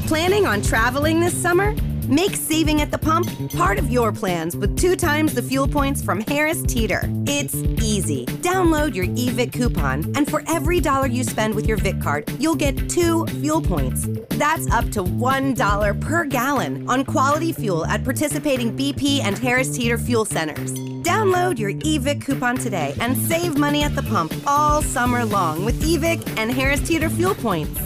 Planning on traveling this summer? Make saving at the pump part of your plans with 2 times the fuel points from Harris Teeter. It's easy. Download your eVic coupon, and for every dollar you spend with your Vic card, you'll get 2 fuel points. That's up to $1 per gallon on quality fuel at participating BP and Harris Teeter fuel centers. Download your eVic coupon today and save money at the pump all summer long with eVic and Harris Teeter fuel points.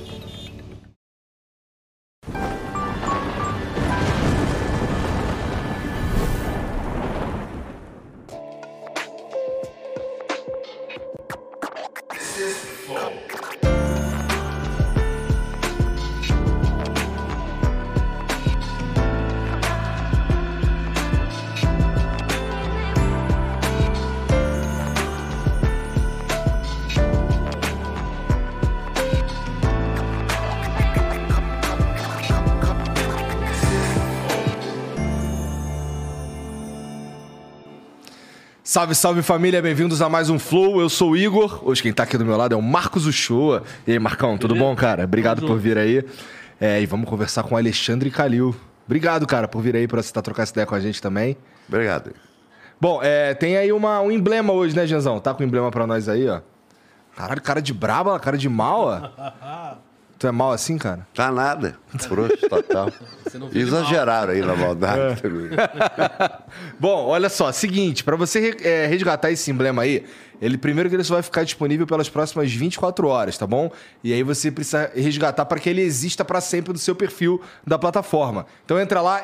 Salve, salve família, bem-vindos a mais um Flow, eu sou o Igor, hoje quem tá aqui do meu lado é o Marcos Uchoa. E aí, Marcão, tudo bom, cara? Obrigado por vir aí. E vamos conversar com o Alexandre Calil. Obrigado, cara, por vir aí, por aceitar trocar essa ideia com a gente também. Obrigado. Bom, tem aí um emblema hoje, né, Genzão? Tá com o emblema pra nós aí, ó. Caralho, cara de braba, cara de mal, ó. Tu é mal assim, cara? Tá nada. Frouxo, total. Exageraram aí na maldade também. Bom, olha só, seguinte, pra você resgatar esse emblema aí, primeiro que ele só vai ficar disponível pelas próximas 24 horas, tá bom? E aí você precisa resgatar para que ele exista para sempre no seu perfil da plataforma. Então entra lá,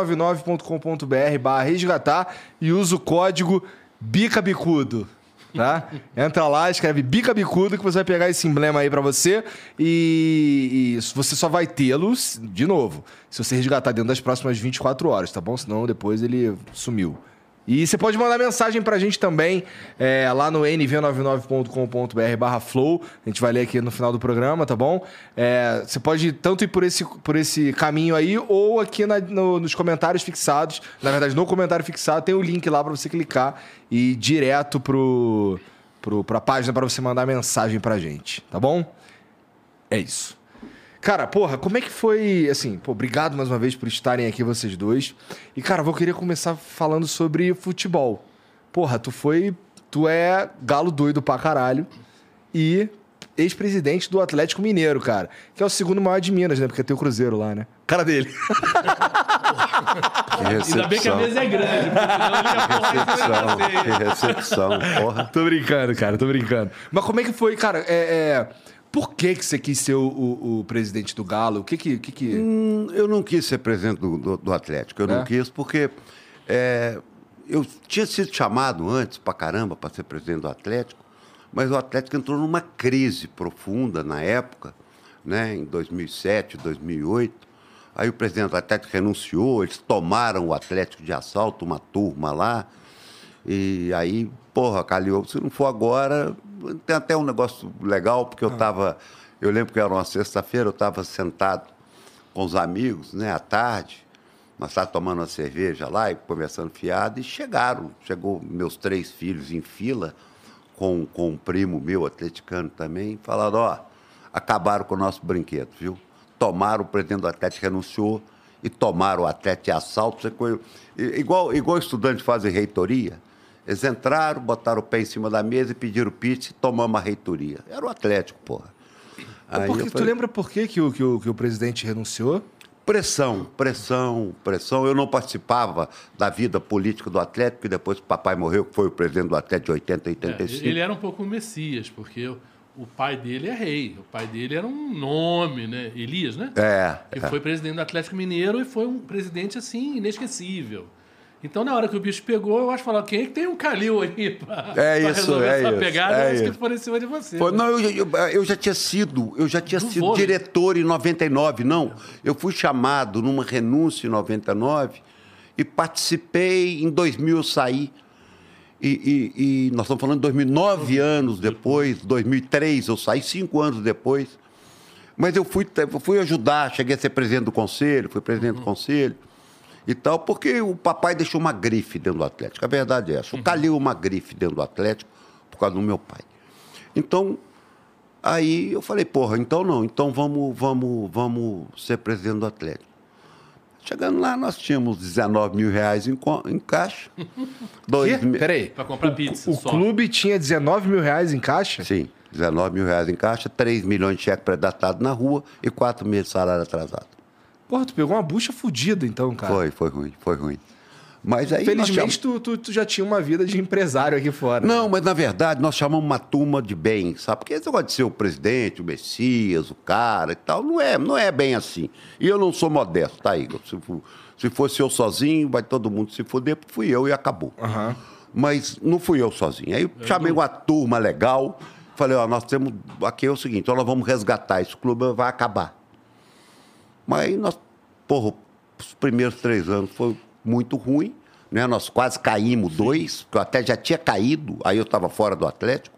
nv99.com.br/resgatar e usa o código BICABICUDO. Tá? Entra lá, escreve Bica Bicudo que você vai pegar esse emblema aí pra você e você só vai tê-lo, de novo, se você resgatar dentro das próximas 24 horas, tá bom? Senão depois ele sumiu. E você pode mandar mensagem pra gente também lá no nv99.com.br/flow. A gente vai ler aqui no final do programa, tá bom? Você pode tanto ir por esse caminho aí ou aqui nos comentários fixados. Na verdade, no comentário fixado tem o link lá pra você clicar e ir direto pra página pra você mandar mensagem pra gente, tá bom? É isso. Cara, porra, como é que foi, assim, obrigado mais uma vez por estarem aqui vocês dois. E, cara, vou querer começar falando sobre futebol. Porra, tu é galo doido pra caralho e ex-presidente do Atlético Mineiro, cara. Que é o segundo maior de Minas, né? Porque tem o Cruzeiro lá, né? Cara dele. Ainda bem que a mesa é grande. Que recepção, porra. Tô brincando, cara, tô brincando. Mas como é que foi, cara, por que você quis ser o presidente do Galo? O que... Eu não quis ser presidente do Atlético. Eu não quis porque eu tinha sido chamado antes pra caramba para ser presidente do Atlético, mas o Atlético entrou numa crise profunda na época, né, em 2007, 2008. Aí o presidente do Atlético renunciou, eles tomaram o Atlético de assalto, uma turma lá. E aí, porra, Calil, se não for agora... Tem até um negócio legal, porque eu lembro que era uma sexta-feira, eu estava sentado com os amigos, né, à tarde, nós estávamos tomando uma cerveja lá e conversando fiado, e chegou meus 3 filhos em fila, com um primo meu, atleticano também, falaram, acabaram com o nosso brinquedo, viu? Tomaram, o presidente do Atlético renunciou, e tomaram o Atlético de assalto, igual estudante fazem reitoria. Eles entraram, botaram o pé em cima da mesa e pediram pizza e tomamos a reitoria. Era o Atlético, porra. Tu lembra por que o presidente renunciou? Pressão. Eu não participava da vida política do Atlético, e depois que o papai morreu, que foi o presidente do Atlético de 80 a 85. Ele era um pouco um messias, porque o pai dele é rei. O pai dele era um nome, né? Elias, né? Que foi presidente do Atlético Mineiro e foi um presidente, assim, inesquecível. Então, na hora que o bicho pegou, eu acho que falou, quem é que tem um Calil aí pra resolver essa pegada? Eu acho que foi em cima de você. Pô, não, eu já tinha sido diretor em 99, não. Eu fui chamado numa renúncia em 99 e participei, em 2000 eu saí. E nós estamos falando de 2009 anos depois, 2003 eu saí, 5 anos depois. Mas eu fui ajudar, cheguei a ser presidente do conselho, fui presidente do conselho. E tal, porque o papai deixou uma grife dentro do Atlético. A verdade é essa. O Calil uma grife dentro do Atlético por causa do meu pai. Então, Aí eu falei, porra, então não, então vamos ser presidente do Atlético. Chegando lá, nós tínhamos R$19 mil em caixa. Peraí. Para comprar pizza. O clube tinha R$19 mil em caixa? Sim, R$19 mil em caixa, 3 milhões de cheque predatados na rua e 4 meses de salário atrasado. Porra, tu pegou uma bucha fodida então, cara. Foi ruim. Mas aí felizmente tu já tinha uma vida de empresário aqui fora. Não, mas na verdade nós chamamos uma turma de bem, sabe? Porque esse negócio de ser o presidente, o Messias, o cara e tal, não é bem assim. E eu não sou modesto, tá, Igor? Se fosse eu sozinho, vai todo mundo se foder, porque fui eu e acabou. Uhum. Mas não fui eu sozinho. Aí eu chamei uma turma legal, falei, ó, nós temos... Aqui é o seguinte, nós vamos resgatar, esse clube vai acabar. Mas aí nós, porra, os primeiros 3 anos foi muito ruim, né? Nós quase caímos 2, porque eu até já tinha caído, aí eu estava fora do Atlético.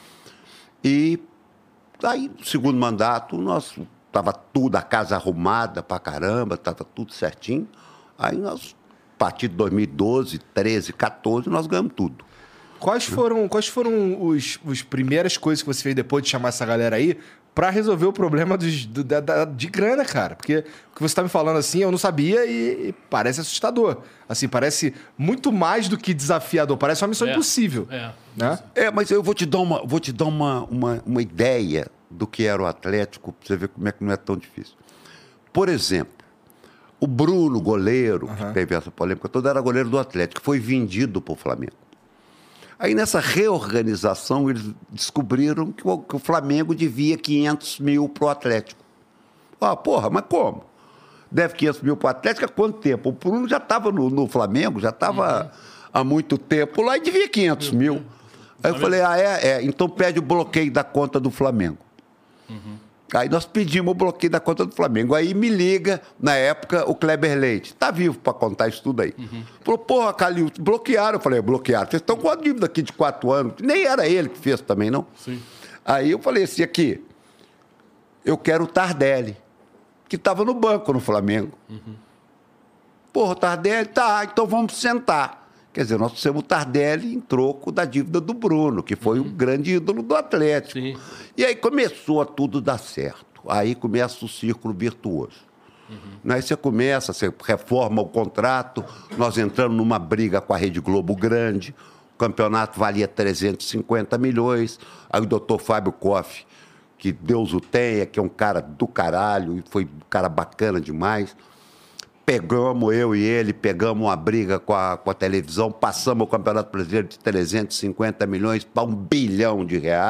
E aí, no segundo mandato, nós estava tudo, a casa arrumada pra caramba, estava tudo certinho. Aí nós, a partir de 2012, 13, 14, nós ganhamos tudo. Quais foram as primeiras coisas que você fez depois de chamar essa galera aí para resolver o problema de grana, cara? Porque o que você tá me falando assim, eu não sabia e parece assustador. Assim, parece muito mais do que desafiador. Parece uma missão impossível. Né? Mas eu vou te dar uma ideia do que era o Atlético, para você ver como é que não é tão difícil. Por exemplo, o Bruno, goleiro, que teve essa polêmica toda, era goleiro do Atlético, foi vendido para o Flamengo. Aí, nessa reorganização, eles descobriram que o Flamengo devia 500 mil para o Atlético. Ah, porra, mas como? Deve 500 mil para o Atlético há quanto tempo? O Bruno já estava no Flamengo, já estava há muito tempo lá e devia 500 mil. Aí eu falei, então pede o bloqueio da conta do Flamengo. Aí nós pedimos o bloqueio da conta do Flamengo. Aí me liga, na época, o Kleber Leite. Tá vivo para contar isso tudo aí. Falou, porra, Calil, bloquearam. Eu falei, bloquearam. Vocês estão com uma dívida aqui de 4 anos. Nem era ele que fez também, não? Sim. Aí eu falei assim, aqui, eu quero o Tardelli, que estava no banco no Flamengo. Porra, o Tardelli, tá, então vamos sentar. Quer dizer, nós trouxemos o Tardelli em troco da dívida do Bruno, que foi o grande ídolo do Atlético. Sim. E aí começou a tudo dar certo. Aí começa o círculo virtuoso. Aí você reforma o contrato, nós entramos numa briga com a Rede Globo grande, o campeonato valia 350 milhões, aí o doutor Fábio Koff, que Deus o tenha, que é um cara do caralho, e foi um cara bacana demais, pegamos, eu e ele, pegamos uma briga com a televisão, passamos o Campeonato Brasileiro de 350 milhões para R$1 bilhão.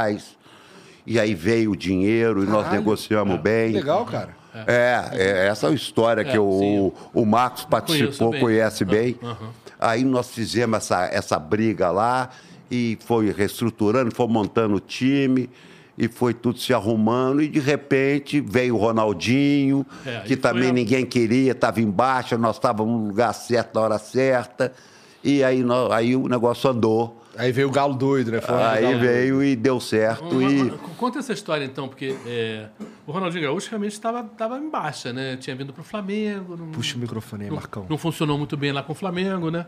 E aí veio o dinheiro e nós negociamos bem. Legal, cara. Essa é a história que o Marcos participou, conhece bem. Aí nós fizemos essa briga lá e foi reestruturando, foi montando o time. E foi tudo se arrumando, e de repente veio o Ronaldinho, que também ninguém queria, estava embaixo, nós estávamos no lugar certo, na hora certa, e aí o negócio andou. Aí veio o Galo doido, né? Aí veio e deu certo. Conta essa história então, porque o Ronaldinho Gaúcho realmente estava em baixa, né? Tinha vindo para o Flamengo. Puxa o microfone aí, Marcão. Não funcionou muito bem lá com o Flamengo, né?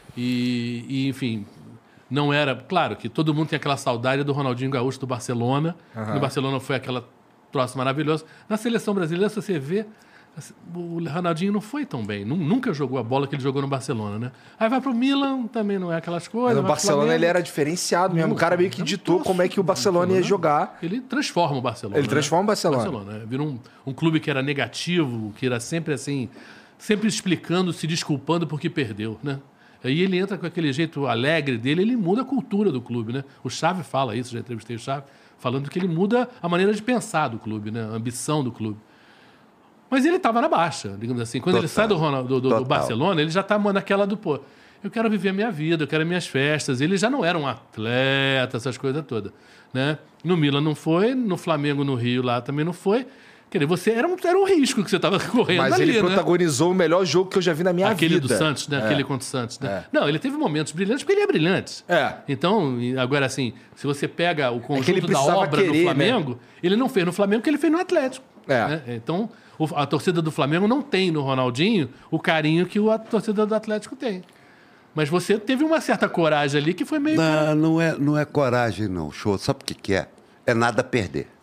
E enfim... Não era... Claro que todo mundo tem aquela saudade do Ronaldinho Gaúcho do Barcelona. No Barcelona foi aquela troça maravilhosa. Na seleção brasileira, se você vê, o Ronaldinho não foi tão bem. Nunca jogou a bola que ele jogou no Barcelona, né? Aí vai pro Milan, também não é aquelas coisas. Mas no Barcelona ele era diferenciado mesmo. O cara meio que ditou como é que o Barcelona ia jogar. Ele transforma o Barcelona. Ele transforma o Barcelona. Virou um clube que era negativo, que era sempre assim... Sempre explicando, se desculpando porque perdeu, né? Aí ele entra com aquele jeito alegre dele, ele muda a cultura do clube, né? O Xavi fala isso, já entrevistei o Xavi, falando que ele muda a maneira de pensar do clube, né? A ambição do clube. Mas ele estava na baixa, digamos assim. Quando ele sai do Barcelona, ele já está naquela do, pô, eu quero viver a minha vida, eu quero as minhas festas. Ele já não era um atleta, essas coisas todas, né? No Milan não foi, no Flamengo, no Rio lá também não foi. Quer dizer, você era um risco que você estava correndo ali, mas ele protagonizou o melhor jogo que eu já vi na minha vida. Aquele do Santos, né? Aquele contra o Santos, né? Não, ele teve momentos brilhantes porque ele é brilhante. Então, agora assim, se você pega o conjunto da obra no Flamengo, né? Ele não fez no Flamengo o que ele fez no Atlético. Né? Então, a torcida do Flamengo não tem no Ronaldinho o carinho que a torcida do Atlético tem. Mas você teve uma certa coragem ali que foi meio... Não é coragem, não, show. Sabe o que é? É nada a perder.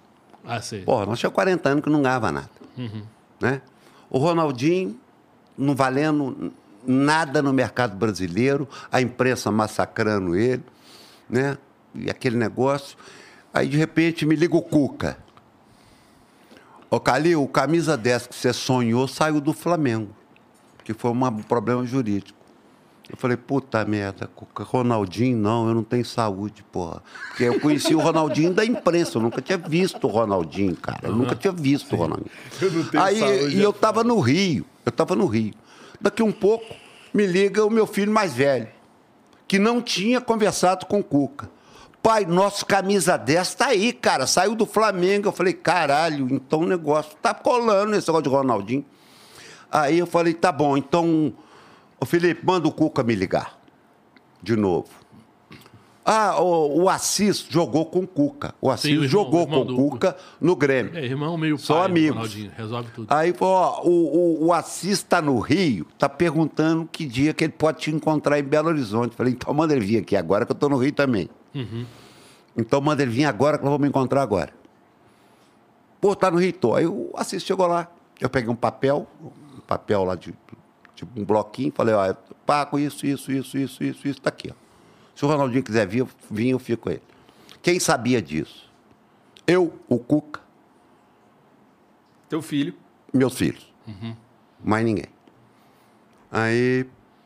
Ah, sei. Porra, nós tínhamos 40 anos que não ganhava nada. Né? O Ronaldinho não valendo nada no mercado brasileiro, a imprensa massacrando ele, né? E aquele negócio. Aí, de repente, me liga o Cuca. Ô, Calil, o camisa 10 que você sonhou saiu do Flamengo, que foi um problema jurídico. Eu falei, puta merda, Cuca, Ronaldinho, não, eu não tenho saúde, porra. Porque eu conheci o Ronaldinho da imprensa, eu nunca tinha visto o Ronaldinho, cara. Eu nunca tinha visto o Ronaldinho. Eu não tenho saúde. E eu tava no Rio, Daqui um pouco, me liga o meu filho mais velho, que não tinha conversado com o Cuca. Pai, nosso camisa 10 tá aí, cara, saiu do Flamengo. Eu falei, caralho, então o negócio tá colando esse negócio de Ronaldinho. Aí eu falei, tá bom, então, ô Felipe, manda o Cuca me ligar de novo. O Assis jogou com o Cuca. O Assis jogou com o Cuca no Grêmio. Irmão meio pai. São amigos. Ronaldinho, resolve tudo. Aí, o Assis está no Rio, está perguntando que dia que ele pode te encontrar em Belo Horizonte. Falei, então manda ele vir aqui agora que eu estou no Rio também. Então manda ele vir agora que nós vamos encontrar agora. Pô, tá no Rio, tô. Aí o Assis chegou lá. Eu peguei um papel lá de tipo um bloquinho, falei, ó, pago isso, tá aqui, ó. Se o Ronaldinho quiser vir, eu fico com ele. Quem sabia disso? Eu, o Cuca. Teu filho. Meus filhos. Mais ninguém. Aí,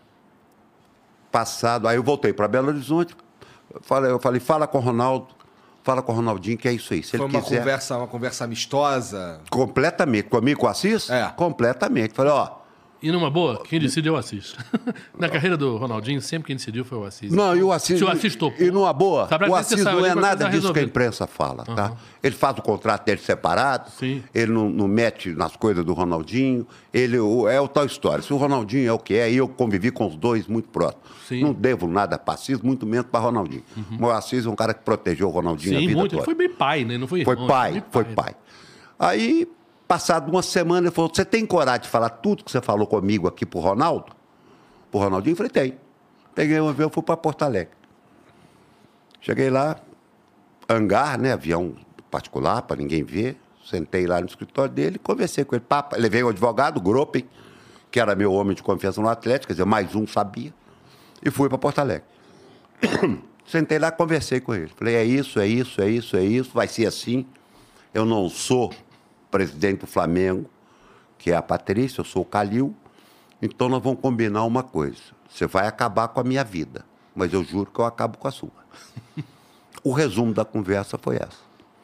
aí eu voltei para Belo Horizonte. Eu falei, fala com o Ronaldinho, que é isso aí. Se Foi ele quiser... uma conversa amistosa? Completamente. Comigo, com o Assis? É. Completamente. Falei, ó... E numa boa, quem decidiu é o Assis. Na carreira do Ronaldinho, sempre quem decidiu foi o Assis. Não, e o Assis... Se o Assis topou... E numa boa, o Assis não é nada disso que a resolvido. imprensa fala, tá? Ele faz o contrato dele separado, ele não mete nas coisas do Ronaldinho, é o tal história. Se o Ronaldinho é o que é, e eu convivi com os dois muito próximos. Sim. Não devo nada para Assis, muito menos para Ronaldinho. O Assis é um cara que protegeu o Ronaldinho a vida toda. Ele foi bem pai, né? Não foi Foi irmão, foi pai. Aí... Passado uma semana, ele falou, você tem coragem de falar tudo que você falou comigo aqui pro Ronaldo? Pro Ronaldinho? Eu falei, tem. Peguei um avião e fui para Porto Alegre. Cheguei lá, hangar, né, avião particular, para ninguém ver. Sentei lá no escritório dele, conversei com ele. Levei o advogado, o Gropen, que era meu homem de confiança no Atlético, quer dizer, mais um sabia, e fui para Porto Alegre. Sentei lá, conversei com ele. Falei, é isso, vai ser assim. Eu não sou presidente do Flamengo, que é a Patrícia, eu sou o Calil, então nós vamos combinar uma coisa. Você vai acabar com a minha vida, mas eu juro que eu acabo com a sua. O resumo da conversa foi essa.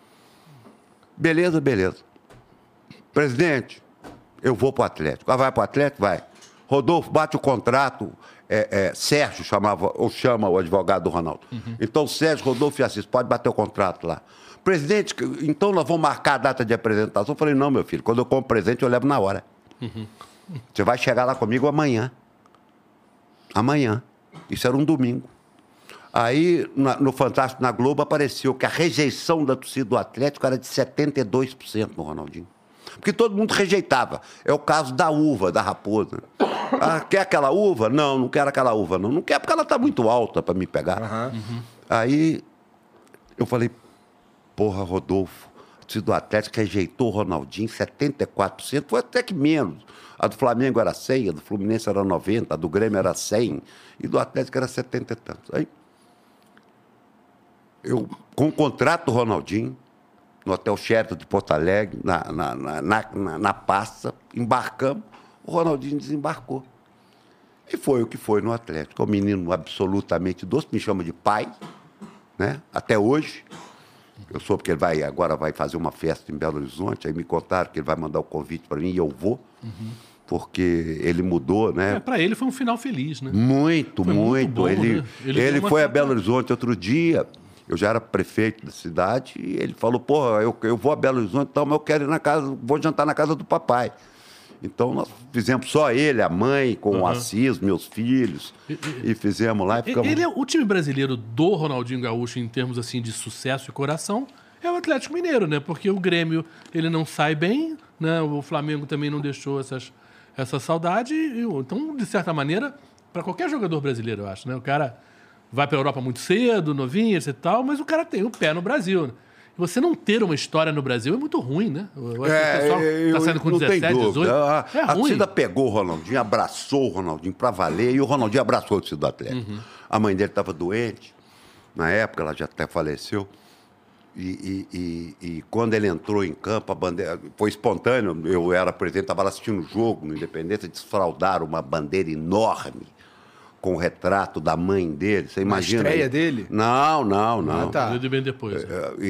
Beleza. Presidente, eu vou para o Atlético. Vai para o Atlético? Vai. Rodolfo, bate o contrato. Sérgio chama o advogado do Ronaldo. Então, Sérgio, Rodolfo e Assis, pode bater o contrato lá. Presidente, então nós vamos marcar a data de apresentação. Eu falei, não, meu filho, quando eu compro presente, eu levo na hora. Você vai chegar lá comigo amanhã. Amanhã. Isso era um domingo. Aí, no Fantástico, na Globo, apareceu que a rejeição da torcida do Atlético era de 72% no Ronaldinho. Porque todo mundo rejeitava. É o caso da uva, da raposa. Quer aquela uva? Não quero aquela uva, não. Não quer porque ela está muito alta para me pegar. Aí, eu falei, porra, Rodolfo, a torcida do Atlético rejeitou o Ronaldinho, 74%, foi até que menos. A do Flamengo era 100, a do Fluminense era 90, a do Grêmio era 100, e do Atlético era 70 e tantos. Aí, eu, com o contrato do Ronaldinho, no Hotel Sheraton de Porto Alegre, na pasta, embarcamos, o Ronaldinho desembarcou. E foi o que foi no Atlético. É um menino absolutamente doce, me chama de pai, né? Até hoje. Eu soube que ele agora vai fazer uma festa em Belo Horizonte, aí me contaram que ele vai mandar o convite para mim e eu vou, porque ele mudou, né? Para ele foi um final feliz, né? Muito. Bom, ele né? ele foi a Belo Horizonte outro dia, eu já era prefeito da cidade, e ele falou, pô, eu vou a Belo Horizonte, então, mas eu quero ir na casa, vou jantar na casa do papai. Então, nós fizemos só ele, a mãe, com o Assis, meus filhos, e fizemos lá. E ficamos... O time brasileiro do Ronaldinho Gaúcho, em termos assim de sucesso e coração, é o Atlético Mineiro, né? Porque o Grêmio, ele não sai bem, né? O Flamengo também não deixou essa saudade. Então, de certa maneira, para qualquer jogador brasileiro, eu acho, né? O cara vai para a Europa muito cedo, novinho, etc e tal, mas o cara tem o pé no Brasil, né? Você não ter uma história no Brasil é muito ruim, né? Eu acho que o pessoal está saindo com 17, 18. A torcida pegou o Ronaldinho, abraçou o Ronaldinho para valer, e o Ronaldinho abraçou o torcida do Atlético. A mãe dele estava doente, na época, ela já até faleceu. E quando ele entrou em campo, a bandeira foi espontâneo. Eu era presidente, estava lá assistindo o jogo no Independência, desfraldaram uma bandeira enorme com o retrato da mãe dele. Você imagina? A estreia dele? Não. Ah, tá. Bem depois.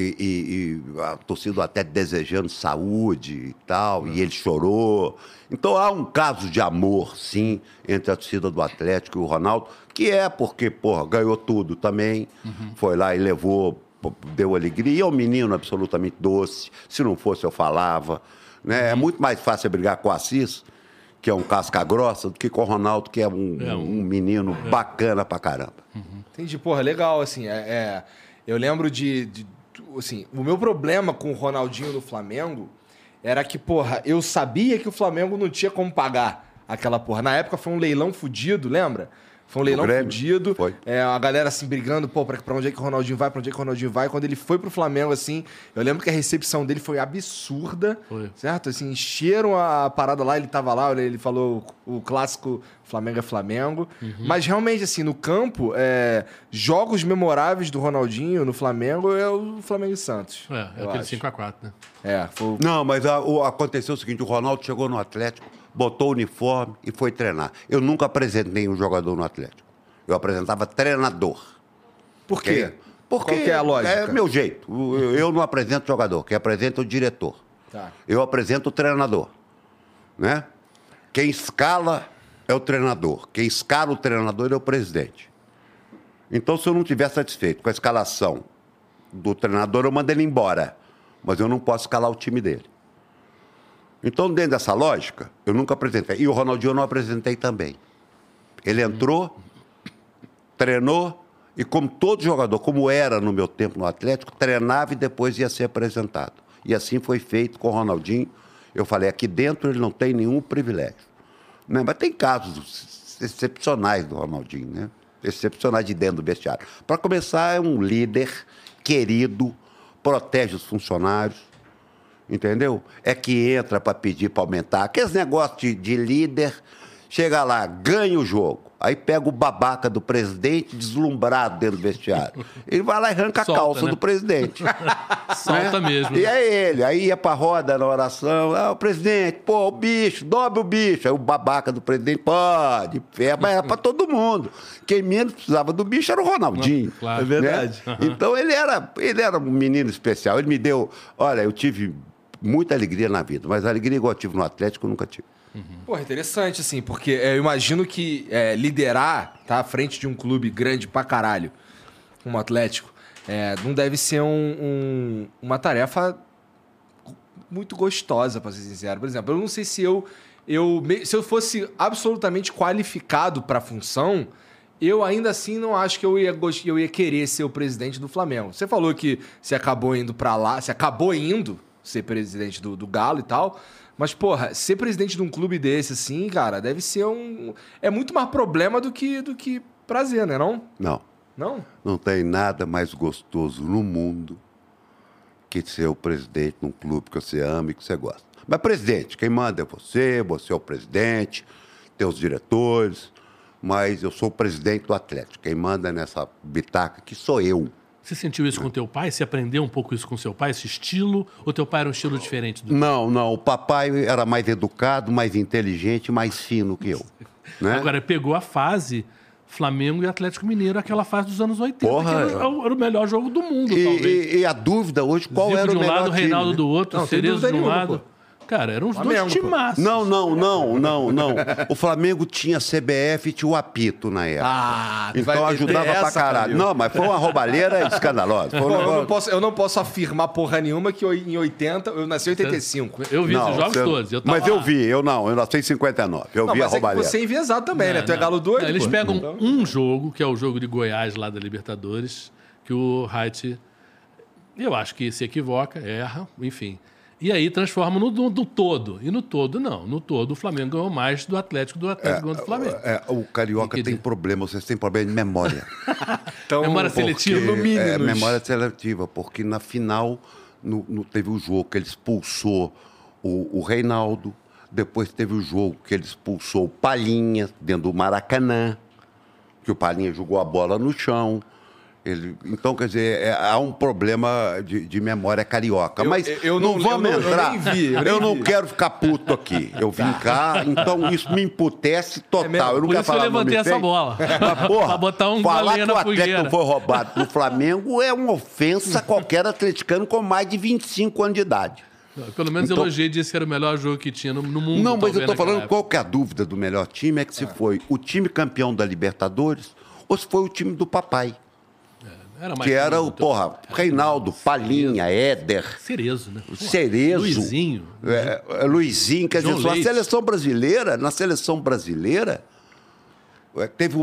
E a torcida até desejando saúde e tal, e ele chorou. Então há um caso de amor, sim, entre a torcida do Atlético e o Ronaldo, que é porque, ganhou tudo também, foi lá e levou, deu alegria. E é um menino absolutamente doce. Se não fosse, eu falava. Né? É muito mais fácil brigar com o Assis, que é um casca grossa, do que com o Ronaldo, que é um menino bacana pra caramba. Entendi, legal, assim, eu lembro assim, o meu problema com o Ronaldinho no Flamengo era que, eu sabia que o Flamengo não tinha como pagar aquela porra. Na época foi um leilão fudido, lembra? Foi um leilão fudido. A galera assim brigando, pra onde é que o Ronaldinho vai, Quando ele foi pro Flamengo, assim, eu lembro que a recepção dele foi absurda. Certo? Assim, encheram a parada lá, ele tava lá, ele falou o clássico Flamengo é Flamengo. Mas realmente, assim, no campo, jogos memoráveis do Ronaldinho no Flamengo é o Flamengo e Santos. É aquele 5x4, né? Não, mas aconteceu o seguinte, o Ronaldo chegou no Atlético, botou o uniforme e foi treinar. Eu nunca apresentei um jogador no Atlético. Eu apresentava treinador. Por quê? Porque qual que é a lógica? É meu jeito. Eu não apresento jogador, quem apresenta é o diretor. Tá. Eu apresento o treinador. Né? Quem escala é o treinador. Quem escala o treinador é o presidente. Então, se eu não estiver satisfeito com a escalação do treinador, eu mando ele embora. Mas eu não posso escalar o time dele. Então, dentro dessa lógica, eu nunca apresentei. E o Ronaldinho eu não apresentei também. Ele entrou, treinou, e como todo jogador, como era no meu tempo no Atlético, treinava e depois ia ser apresentado. E assim foi feito com o Ronaldinho. Eu falei, aqui dentro ele não tem nenhum privilégio. Né? Mas tem casos excepcionais do Ronaldinho, né? Excepcionais de dentro do vestiário. Para começar, é um líder querido, protege os funcionários. Entendeu? É que entra para pedir para aumentar. Aqueles negócios de líder, chega lá, ganha o jogo. Aí pega o babaca do presidente deslumbrado dentro do vestiário. Ele vai lá e arranca a calça, né, do presidente. Solta mesmo. E é ele. Aí ia pra roda na oração. O presidente, o bicho, dobre o bicho. Aí o babaca do presidente, pode. Mas era pra todo mundo. Quem menos precisava do bicho era o Ronaldinho. Claro. É verdade. Né? Então ele era um menino especial. Ele me deu... Olha, eu tive muita alegria na vida, mas a alegria igual eu tive no Atlético eu nunca tive. Interessante, assim, porque eu imagino que liderar, tá, à frente de um clube grande pra caralho, como o Atlético, não deve ser uma tarefa muito gostosa, pra ser sincero. Por exemplo, eu não sei se se eu fosse absolutamente qualificado pra função, eu ainda assim não acho que eu ia querer ser o presidente do Flamengo. Você falou que você acabou indo pra lá, você acabou indo ser presidente do Galo e tal. Mas, ser presidente de um clube desse, assim, cara, deve ser é muito mais problema do que prazer, né, não? Não. Não? Não tem nada mais gostoso no mundo que ser o presidente de um clube que você ama e que você gosta. Mas, presidente, quem manda é você é o presidente, tem os diretores, mas eu sou o presidente do Atlético. Quem manda nessa bitaca aqui sou eu. Você sentiu isso com teu pai? Você aprendeu um pouco isso com seu pai, esse estilo? Ou teu pai era um estilo diferente do Não. O papai era mais educado, mais inteligente, mais fino que eu. Né? Agora, pegou a fase Flamengo e Atlético Mineiro, aquela fase dos anos 80, Porra, que era o melhor jogo do mundo, talvez. E a dúvida hoje, qual Zico era o melhor de um lado, time, Reinaldo né? do outro, Não, Cerezo de um lado. Pô. Cara, eram os Flamengo, dois timaços. Não. O Flamengo tinha CBF e tinha o apito na época. Então ajudava pra caralho. Não, mas foi uma roubalheira escandalosa. Eu não posso afirmar porra nenhuma que em 80... Eu nasci em 85. Eu vi esses jogos todos. Mas eu vi, eu nasci em 59. Eu vi a roubalheira. Você é enviesado também, né? Tu é galo doido. Eles pegam um jogo, que é o jogo de Goiás lá da Libertadores, que o Reit, eu acho que se equivoca, erra, enfim. E aí transforma no todo. E no todo, não. No todo, o Flamengo ganhou mais do Atlético ganhou do Flamengo. O Carioca tem problema, vocês têm problema de memória. Então, memória seletiva, no mínimo. Memória seletiva, porque na final teve o jogo que ele expulsou o Reinaldo, depois teve o jogo que ele expulsou o Palhinha dentro do Maracanã, que o Palhinha jogou a bola no chão. Então, quer dizer, há um problema de memória carioca. Mas eu não vamos entrar. Eu não quero ficar puto aqui. Eu vim cá, então isso me emputece total. Eu não quero falar. Por isso eu levantei essa bola. Mas, porra, pra botar um falar que o Atlético Atlético foi roubado do Flamengo é uma ofensa a qualquer atleticano com mais de 25 anos de idade. Pelo menos então, elogiei e disse que era o melhor jogo que tinha no mundo. Não, mas eu tô falando qual que é a dúvida do melhor time, é que se foi o time campeão da Libertadores ou se foi o time do papai. Que era o, Reinaldo, Palhinha, Éder. Cerezo, né? Cerezo. Luizinho. Luizinho, quer dizer, a seleção brasileira, na seleção brasileira, teve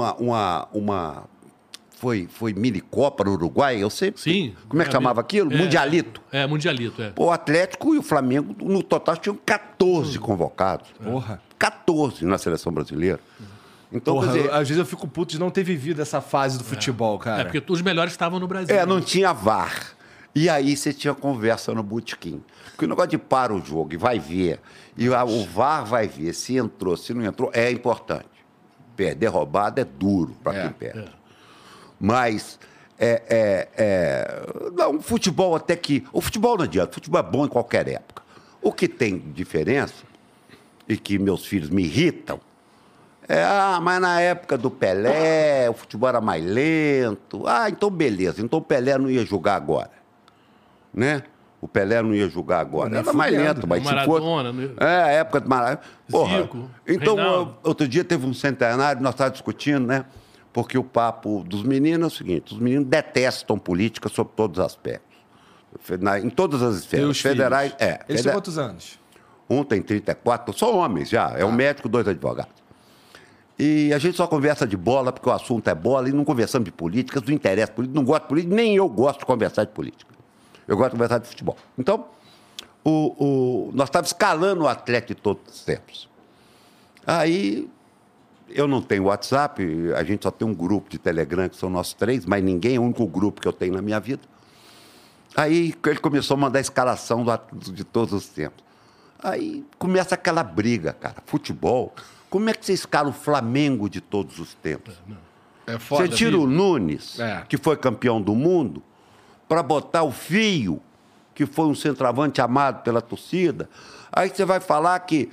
foi mini-copa no Uruguai, eu sei. Sim. Como é que chamava aquilo? Mundialito. Mundialito, O Atlético e o Flamengo, no total, tinham 14 convocados. Porra. 14 na seleção brasileira. Então, porra, quer dizer, às vezes eu fico puto de não ter vivido essa fase do futebol, cara. Porque os melhores estavam no Brasil. Não tinha VAR. E aí você tinha conversa no botequim. Porque o negócio de para o jogo e vai ver, e o VAR vai ver se entrou, se não entrou, é importante. Perder roubada é duro para quem perde. Mas não, o futebol até que... O futebol não adianta, o futebol é bom em qualquer época. O que tem diferença, e que meus filhos me irritam, mas na época do Pelé, o futebol era mais lento. Então beleza, então o Pelé não ia jogar agora. Né? O Pelé não ia jogar agora. Era mais lento, mas Maradona, se fosse... a época do Maradona. Zico, então, Reinaldo. Outro dia teve um centenário, nós estávamos discutindo, né? Porque o papo dos meninos é o seguinte, os meninos detestam política sob todos os aspectos. Em todas as esferas. Federais... Eles têm quantos anos? Um tem 34, só homens já. É um médico, 2 advogados. E a gente só conversa de bola, porque o assunto é bola, e não conversamos de política, não interessa política, não gosto de política, nem eu gosto de conversar de política. Eu gosto de conversar de futebol. Então, nós estávamos escalando o Atlético de todos os tempos. Aí, eu não tenho WhatsApp, a gente só tem um grupo de Telegram, que são nós 3, mas ninguém é o único grupo que eu tenho na minha vida. Aí, ele começou a mandar a escalação de todos os tempos. Aí, começa aquela briga, cara. Futebol... Como é que você escala o Flamengo de todos os tempos? Você tira o Nunes, que foi campeão do mundo, para botar o Fio, que foi um centroavante amado pela torcida. Aí você vai falar que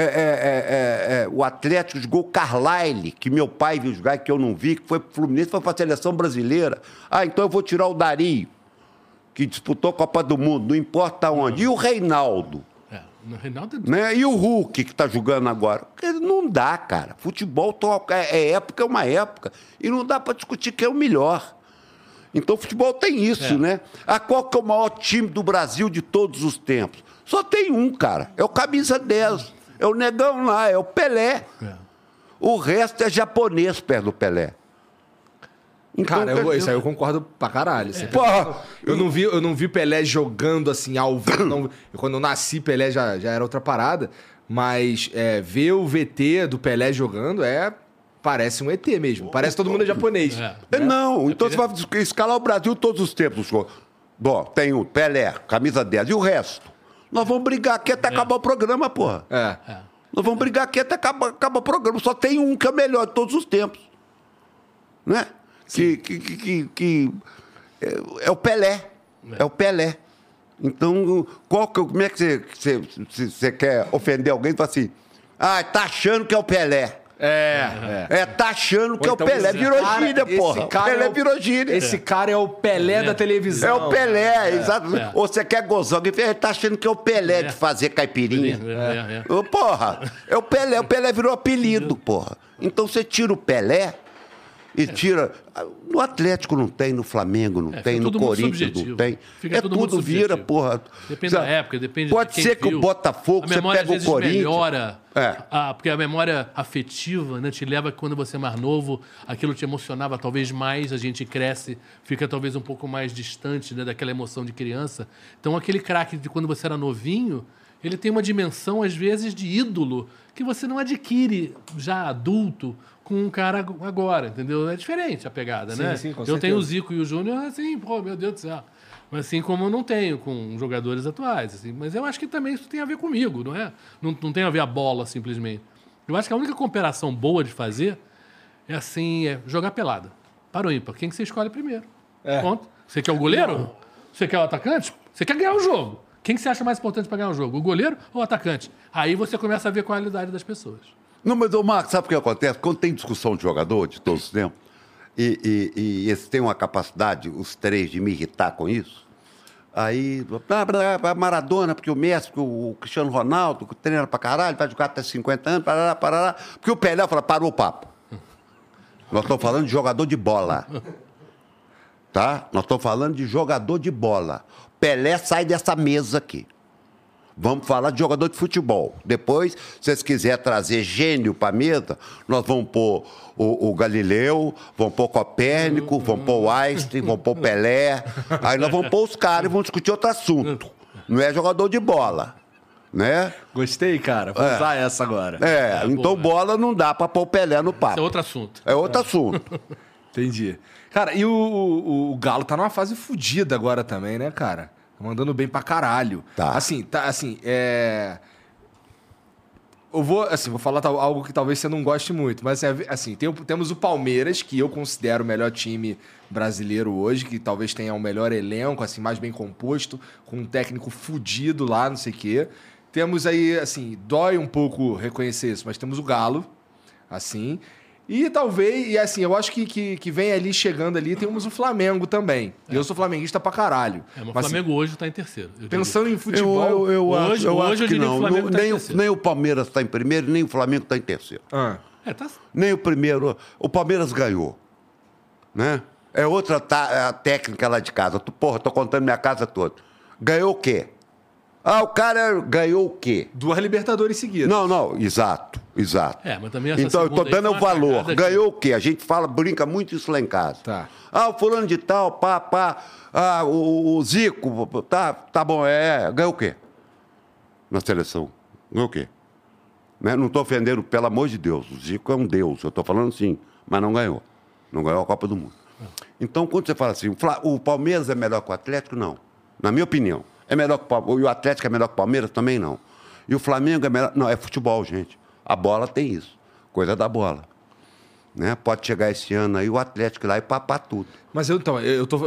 o Atlético jogou Carlyle, que meu pai viu jogar e que eu não vi, que foi pro Fluminense, foi para a seleção brasileira. Então eu vou tirar o Dario, que disputou a Copa do Mundo, não importa onde. E o Reinaldo? Né? E o Hulk, que está jogando agora? Não dá, cara. Futebol época é uma época. E não dá para discutir quem é o melhor. Então, o futebol tem isso, né? Qual que é o maior time do Brasil de todos os tempos? Só tem um, cara. É o camisa 10. É o negão lá, é o Pelé. O resto é japonês perto do Pelé. Então, cara, isso aí eu concordo pra caralho. Eu não vi Pelé jogando assim ao vivo. Quando eu nasci, Pelé já era outra parada. Mas ver o VT do Pelé jogando parece um ET mesmo. Parece que todo mundo é japonês. Não, então você vai escalar o Brasil todos os tempos. Bom, tem o Pelé, camisa 10. E o resto? Nós vamos brigar aqui até acabar o programa, porra. Nós vamos brigar aqui até acabar o programa. Só tem um que é melhor de todos os tempos. Né? Que é o Pelé. É o Pelé. Então, como é que você quer ofender alguém e fala assim, tá achando que é o Pelé. Tá achando que então, é o Pelé. Virou gíria, porra. Pelé virou gíria. Esse cara é o Pelé da televisão. É o Pelé, exato. Ou você quer gozar alguém, ele tá achando que é o Pelé de fazer caipirinha. Porra, é o Pelé. O Pelé virou apelido, porra. Então você tira o Pelé, e tira... No Atlético não tem, no Flamengo não tem, no Corinthians não tem. Fica tudo vira, porra. Depende da época, depende Pode de quem ser que viu. o Botafogo, você pega o Corinthians... melhora, porque a memória afetiva, né, te leva que quando você é mais novo, aquilo te emocionava talvez mais, a gente cresce, fica talvez um pouco mais distante, né, daquela emoção de criança. Então aquele craque de quando você era novinho, ele tem uma dimensão, às vezes, de ídolo que você não adquire já adulto com um cara agora, entendeu? É diferente a pegada, né? Sim, com eu certeza. tenho o Zico e o Júnior, assim, pô, meu Deus do céu. Mas assim como eu não tenho com jogadores atuais. Assim. Mas eu acho que também isso tem a ver comigo, não é? Não tem a ver a bola, simplesmente. Eu acho que a única comparação boa de fazer é assim, jogar pelada. Para o ímpar. Quem que você escolhe primeiro? Ponto. Você quer o goleiro? Não. Você quer o atacante? Você quer ganhar o jogo. Quem que você acha mais importante para ganhar o jogo? O goleiro ou o atacante? Aí você começa a ver a qualidade das pessoas. Não, mas, Marcos, sabe o que acontece? Quando tem discussão de jogador de todos os tempos, e eles têm uma capacidade, os três, de me irritar com isso, aí, Maradona, porque o Messi, porque o Cristiano Ronaldo, que treina pra caralho, vai jogar até 50 anos, parará, porque o Pelé fala, parou o papo. Nós estamos falando de jogador de bola. Tá? Nós estamos falando de jogador de bola. Pelé sai dessa mesa aqui. Vamos falar de jogador de futebol. Depois, se vocês quiserem trazer gênio para a mesa, nós vamos pôr o Galileu, vamos pôr o Copérnico, vamos pôr o Einstein, vamos pôr o Pelé. Aí nós vamos pôr os caras e vamos discutir outro assunto. Não é jogador de bola. Né? Gostei, cara. Vou usar essa agora. Então bola não dá para pôr o Pelé no papo. Isso é outro assunto. É outro assunto. Entendi. Cara, e o Galo tá numa fase fodida agora também, né, cara? Tá mandando bem pra caralho. Tá. Eu vou falar algo que talvez você não goste muito, mas assim, temos o Palmeiras, que eu considero o melhor time brasileiro hoje, que talvez tenha o melhor elenco, assim, mais bem composto, com um técnico fudido lá, não sei o quê. Temos aí, assim, dói um pouco reconhecer isso, mas temos o Galo, assim... E talvez, e assim, eu acho que vem ali, chegando ali, temos o Flamengo também. E eu sou flamenguista pra caralho. Mas o Flamengo hoje tá em terceiro. Pensando em futebol... Eu acho que não. Nem o Palmeiras está em primeiro, nem o Flamengo está em terceiro. Nem o primeiro. O Palmeiras ganhou. Né? É outra técnica lá de casa. Tô contando minha casa toda. Ganhou o quê? O cara ganhou o quê? 2 Libertadores seguidas. Não, exato. Mas também essa então, eu tô dando o valor. Ganhou o quê? A gente brinca muito isso lá em casa. Tá. O fulano de tal, o Zico, tá bom, ganhou o quê? Na seleção. Ganhou o quê? Né? Não tô ofendendo, pelo amor de Deus. O Zico é um deus, eu tô falando sim, mas não ganhou. Não ganhou a Copa do Mundo. Então, quando você fala assim, o Palmeiras é melhor que o Atlético? Não. Na minha opinião. É melhor que o Atlético é melhor que o Palmeiras? Também não. E o Flamengo é melhor... Não, é futebol, gente. A bola tem isso. Coisa da bola. Né? Pode chegar esse ano aí o Atlético lá e papar tudo. Mas o que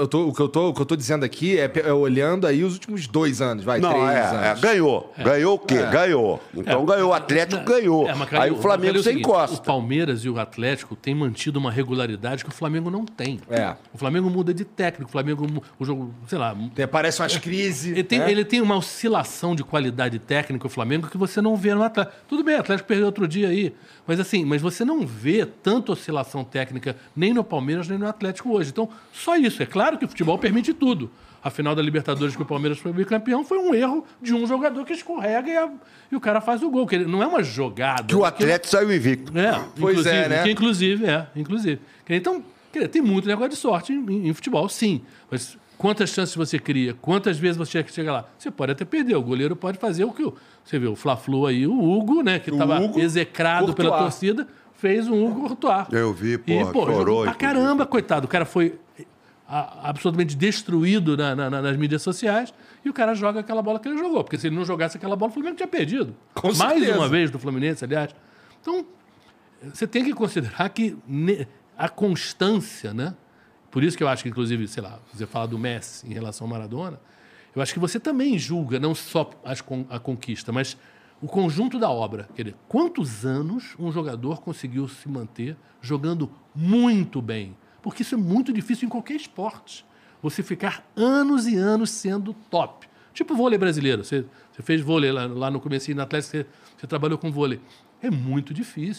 eu tô dizendo aqui é olhando aí os últimos 2 anos, 3 anos. Ganhou. Ganhou o quê? Ganhou. Então ganhou o Atlético, ganhou. Aí o Flamengo você encosta. O Palmeiras e o Atlético têm mantido uma regularidade que o Flamengo não tem. O Flamengo muda de técnico, o jogo, sei lá... Aparecem umas crises. Ele tem uma oscilação de qualidade técnica, o Flamengo, que você não vê no Atlético. Tudo bem, o Atlético perdeu outro dia aí. Mas você não vê tanta oscilação técnica nem no Palmeiras, nem no Atlético hoje. Então, só isso. É claro que o futebol permite tudo. A final da Libertadores que o Palmeiras foi bicampeão foi um erro de um jogador que escorrega e o cara faz o gol. Que não é uma jogada. Que o Atlético saiu invicto. Pois é, né? Inclusive. Então, tem muito negócio de sorte em futebol, sim. Mas quantas chances você cria? Quantas vezes você chega lá? Você pode até perder. O goleiro pode fazer o que... Você vê o Fla-Flu aí, o Hugo, né? Que estava execrado pela torcida, fez um Hugo Courtois. Eu vi, chorou. Pra caramba, coitado. O cara foi absolutamente destruído nas mídias sociais e o cara joga aquela bola que ele jogou. Porque se ele não jogasse aquela bola, o Flamengo tinha perdido. Mais uma vez do Fluminense, aliás. Então, você tem que considerar que a constância, né? Por isso que eu acho que, inclusive, sei lá, você fala do Messi em relação ao Maradona, eu acho que você também julga não só a conquista, mas o conjunto da obra. Quer dizer, quantos anos um jogador conseguiu se manter jogando muito bem? Porque isso é muito difícil em qualquer esporte. Você ficar anos e anos sendo top. Tipo vôlei brasileiro. Você fez vôlei lá no comecinho na Atlético, você trabalhou com vôlei. É muito difícil.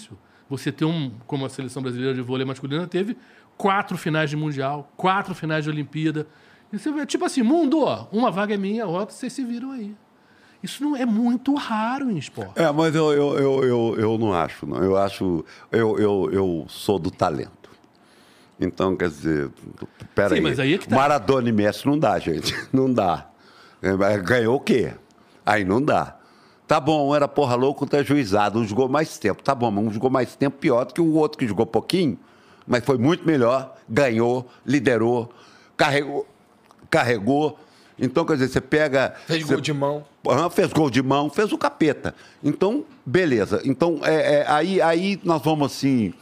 você ter como a seleção brasileira de vôlei masculina teve 4 finais de Mundial, 4 finais de Olimpíada. E você vê, tipo assim, mundo, ó, uma vaga é minha, outra vocês se viram aí. Isso não é muito raro em esporte. Mas eu não acho, não. Eu acho... Eu sou do talento. Então, quer dizer... Peraí. Mas aí é que tá. Maradona e Messi não dá, gente. Não dá. Ganhou o quê? Aí não dá. Tá bom, era porra louco, tá juizado. Um jogou mais tempo. Tá bom, mas um jogou mais tempo pior do que o outro que jogou pouquinho. Mas foi muito melhor. Ganhou, liderou, carregou. Então, quer dizer, você pega... Fez gol de mão. Fez gol de mão, fez o capeta. Então, beleza. Então, aí nós vamos assim...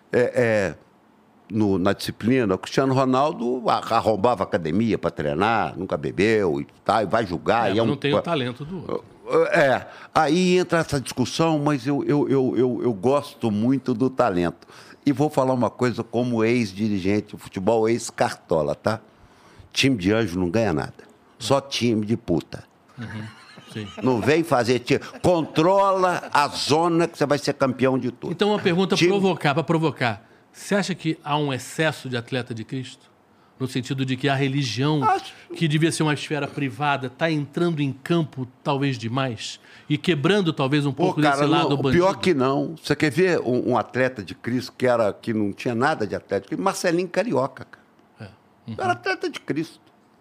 na disciplina, o Cristiano Ronaldo arrombava a academia para treinar, nunca bebeu e tal, e vai julgar. Mas não tem o talento do outro. Aí entra essa discussão, mas eu gosto muito do talento. E vou falar uma coisa como ex-dirigente de futebol, ex-cartola, tá? Time de anjo não ganha nada. Só time de puta. Sim. Não vem fazer time. Controla a zona que você vai ser campeão de tudo. Então, uma pergunta para provocar. Você acha que há um excesso de atleta de Cristo? No sentido de que a religião, que devia ser uma esfera privada, está entrando em campo talvez demais? E quebrando talvez um pouco desse lado bandido? Pior que não. Você quer ver um atleta de Cristo que não tinha nada de atleta? Marcelinho Carioca, cara. Era atleta de Cristo.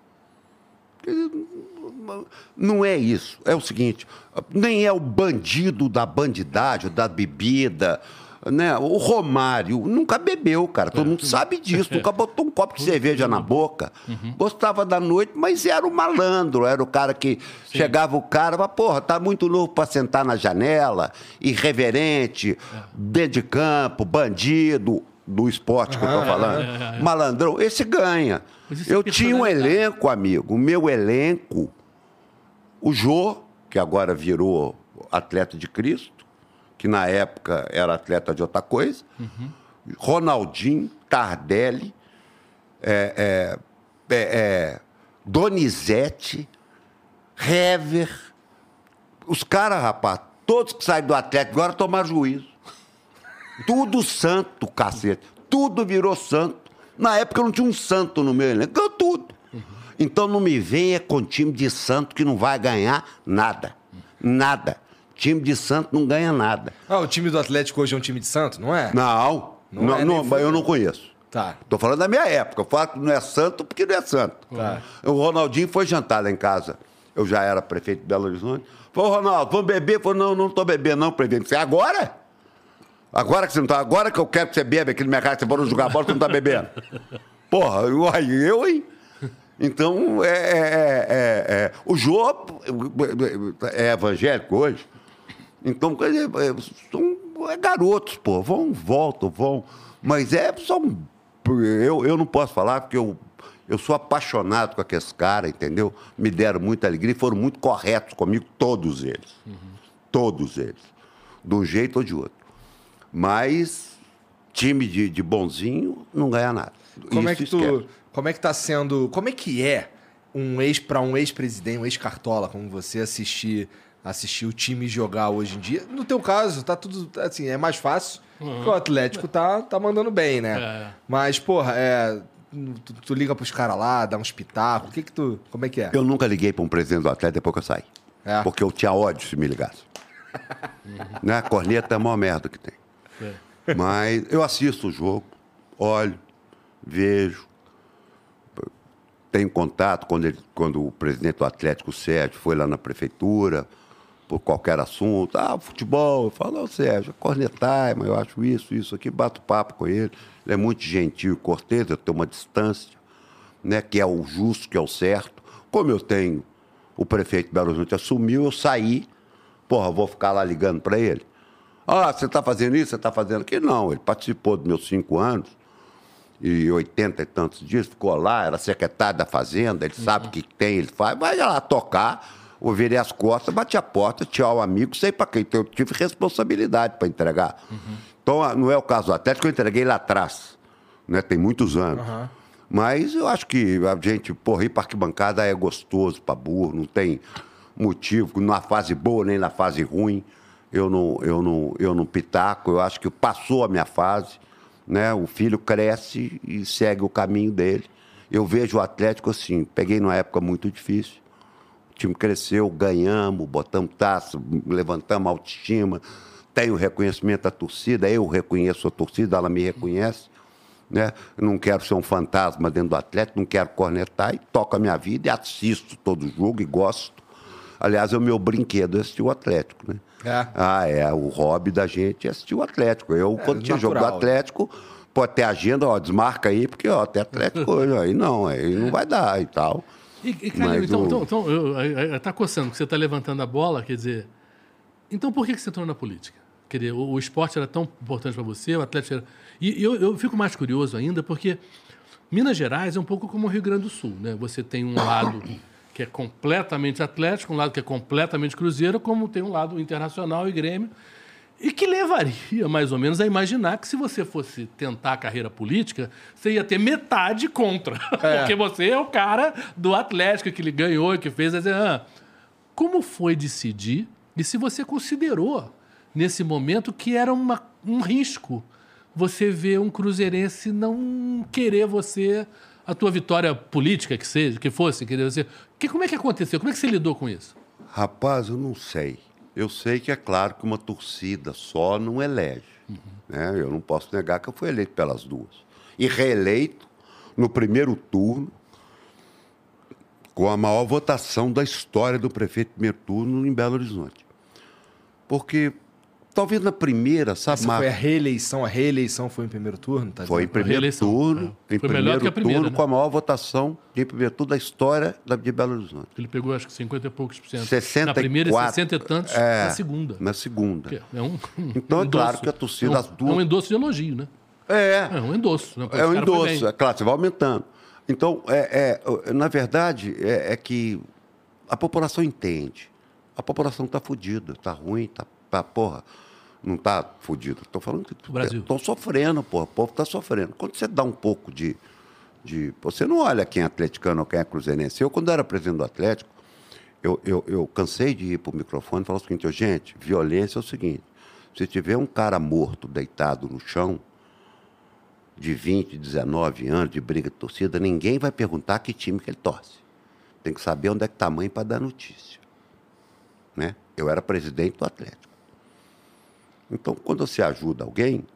Não é isso. É o seguinte, nem é o bandido da bandidagem, da bebida... Né? O Romário nunca bebeu, cara. Todo mundo sabe disso. Nunca botou um copo de cerveja na boca. Gostava da noite, mas era o malandro. Era o cara que chegava o cara, mas, porra, tá muito novo pra sentar na janela, irreverente, dentro de campo, bandido, do esporte que eu tô falando. Malandrão, esse ganha. Eu tinha um elenco, amigo. O meu elenco, o Jô, que agora virou atleta de Cristo, que na época era atleta de outra coisa, Ronaldinho, Tardelli, Donizete, Hever, os caras, rapaz, todos que saem do Atlético agora tomaram juízo. Tudo santo, cacete. Tudo virou santo. Na época eu não tinha um santo no meu elenco, ganhou tudo. Então não me venha com time de santo que não vai ganhar nada. Nada. Time de santo não ganha nada. O time do Atlético hoje é um time de santo, não é? Não, eu não conheço. Tá. Tô falando da minha época. Eu falo que não é santo porque não é santo. Tá. O Ronaldinho foi jantar lá em casa. Eu já era prefeito de Belo Horizonte. Falou, Ronaldo, vamos beber? Falou, não tô bebendo não, prefeito. Você agora? Agora que você não tá? Agora que eu quero que você bebe aqui na minha casa, você for jogar bola, você não tá bebendo. Porra, eu, hein? Então, o Jô é evangélico hoje. Então, quer dizer, são garotos, pô, voltam. Mas eu não posso falar porque eu sou apaixonado com aqueles caras, entendeu? Me deram muita alegria e foram muito corretos comigo, todos eles. Todos eles. De um jeito ou de outro. Mas time de bonzinho não ganha nada. Como é que tá sendo... Como é que é para um ex-presidente, um ex-cartola como você assistir o time jogar hoje em dia? No teu caso, tá tudo assim, é mais fácil, porque o Atlético tá mandando bem, né? Mas, porra, tu liga pros caras lá, dá um espetáculo, como é que é? Eu nunca liguei pra um presidente do Atlético depois que eu saí. Porque eu tinha ódio se me ligasse. Né? A corneta é a maior merda que tem. Mas eu assisto o jogo, olho, vejo, tenho contato quando o presidente do Atlético, o Sérgio, foi lá na prefeitura por qualquer assunto. Futebol. Eu falo, Sérgio, cornetar, mas eu acho isso aqui, bato papo com ele. Ele é muito gentil e cortês, eu tenho uma distância, né, que é o justo, que é o certo. Como eu tenho, o prefeito de Belo Horizonte assumiu, eu saí, vou ficar lá ligando para ele. Você está fazendo isso, você está fazendo aquilo? Não, ele participou dos meus 5 anos, e 80 e tantos dias, ficou lá, era secretário da Fazenda, ele sabe o que tem, ele faz, vai lá tocar, eu virei as costas, bati a porta, tchau, amigo, sei para quem. Então, eu tive responsabilidade para entregar. Então, não é o caso do Atlético, eu entreguei lá atrás, né? Tem muitos anos. Mas eu acho que a gente, ir para arquibancada é gostoso para burro, não tem motivo, na fase boa nem na fase ruim. eu não pitaco, eu acho que passou a minha fase, né? O filho cresce e segue o caminho dele. Eu vejo o Atlético assim, peguei numa época muito difícil, o time cresceu, ganhamos, botamos taça, levantamos a autoestima, tenho reconhecimento da torcida, eu reconheço a torcida, ela me reconhece, né? Eu não quero ser um fantasma dentro do Atlético, não quero cornetar, e toco a minha vida e assisto todo jogo e gosto. Aliás, é o meu brinquedo assistir o Atlético, né? O hobby da gente é assistir o Atlético. Eu, quando tinha jogo do Atlético, pode ter agenda, desmarca aí, porque tem Atlético hoje, aí não vai dar e tal. E Calil, então tá coçando, que você tá levantando a bola, quer dizer... Então por que você entrou na política? Quer dizer, o esporte era tão importante para você, o Atlético era... E eu fico mais curioso ainda, porque Minas Gerais é um pouco como o Rio Grande do Sul, né? Você tem um lado que é completamente Atlético, um lado que é completamente Cruzeiro, como tem um lado Internacional e Grêmio, e que levaria, mais ou menos, a imaginar que se você fosse tentar a carreira política, você ia ter metade contra. Porque você é o cara do Atlético que ele ganhou, que fez... Como foi decidir? E se você considerou, nesse momento, que era um risco você ver um cruzeirense não querer você... A tua vitória política, que fosse, querer você... Como é que aconteceu? Como é que você lidou com isso? Rapaz, eu não sei. Eu sei que é claro que uma torcida só não elege. Né? Eu não posso negar que eu fui eleito pelas duas. E reeleito no primeiro turno com a maior votação da história do prefeito de primeiro turno em Belo Horizonte. Porque talvez na primeira, sabe, Essa foi a reeleição foi em primeiro turno? Tá foi em primeiro turno, foi melhor que a primeira, turno, né? com a maior votação de primeiro turno da história de Belo Horizonte. Ele pegou, acho que 50 e poucos por cento. 64, na primeira e 60 e tantos na segunda. Na segunda. Então é claro que a torcida... É um endosso de elogio, né? É um endosso. Né? É um endosso, é claro, você vai aumentando. Então, na verdade, é que a população entende. A população está fodida, está ruim, porra... Não está fodido. Estou falando que estão sofrendo, porra. O povo está sofrendo. Quando você dá um pouco de... Você não olha quem é atleticano ou quem é cruzeirense. Eu, quando era presidente do Atlético, eu cansei de ir para o microfone e falar o seguinte: gente, violência é o seguinte, se tiver um cara morto, deitado no chão, de 20, 19 anos, de briga de torcida, ninguém vai perguntar que time que ele torce. Tem que saber onde é que está a mãe para dar notícia. Né? Eu era presidente do Atlético. Então, quando você ajuda alguém,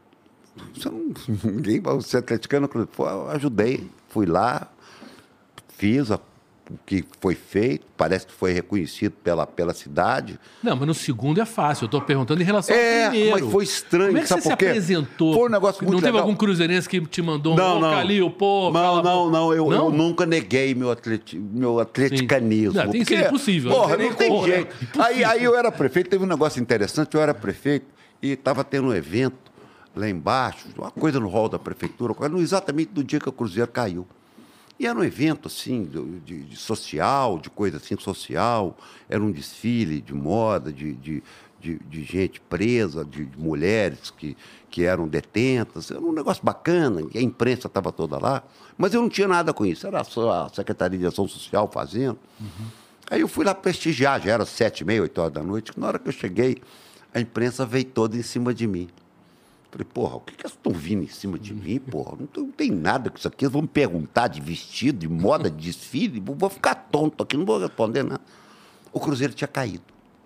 você é atleticano, eu ajudei, fui lá, fiz o que foi feito, parece que foi reconhecido pela cidade. Não, mas no segundo é fácil, eu estou perguntando em relação ao primeiro. Mas foi estranho. Como é que você se apresentou? Foi um negócio muito legal. Não teve algum cruzeirense que te mandou Calil, pô... Não, eu nunca neguei meu atleticanismo. Não, tem que ser impossível. Porra, não tem jeito. Aí eu era prefeito, teve um negócio interessante, eu era prefeito, e estava tendo um evento lá embaixo, uma coisa no hall da prefeitura, exatamente no dia que o Cruzeiro caiu. E era um evento, assim, de social, de coisa assim, social. Era um desfile de moda, de gente presa, de mulheres que eram detentas. Era um negócio bacana, e a imprensa estava toda lá. Mas eu não tinha nada com isso, era só a Secretaria de Ação Social fazendo. Aí eu fui lá prestigiar, já era 7h30, 8 horas da noite. Na hora que eu cheguei, a imprensa veio toda em cima de mim. Falei, porra, o que eles estão vindo em cima de mim, porra? Não tem nada com isso aqui. Eles vão me perguntar de vestido, de moda, de desfile. Vou ficar tonto aqui, não vou responder nada. O Cruzeiro tinha caído.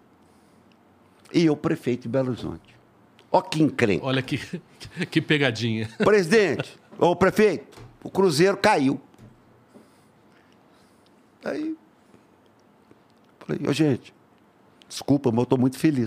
E eu, prefeito de Belo Horizonte. Ó que encrenca. Olha que pegadinha. Presidente, ô prefeito, o Cruzeiro caiu. Aí, falei, ô gente, desculpa, mas eu estou muito feliz.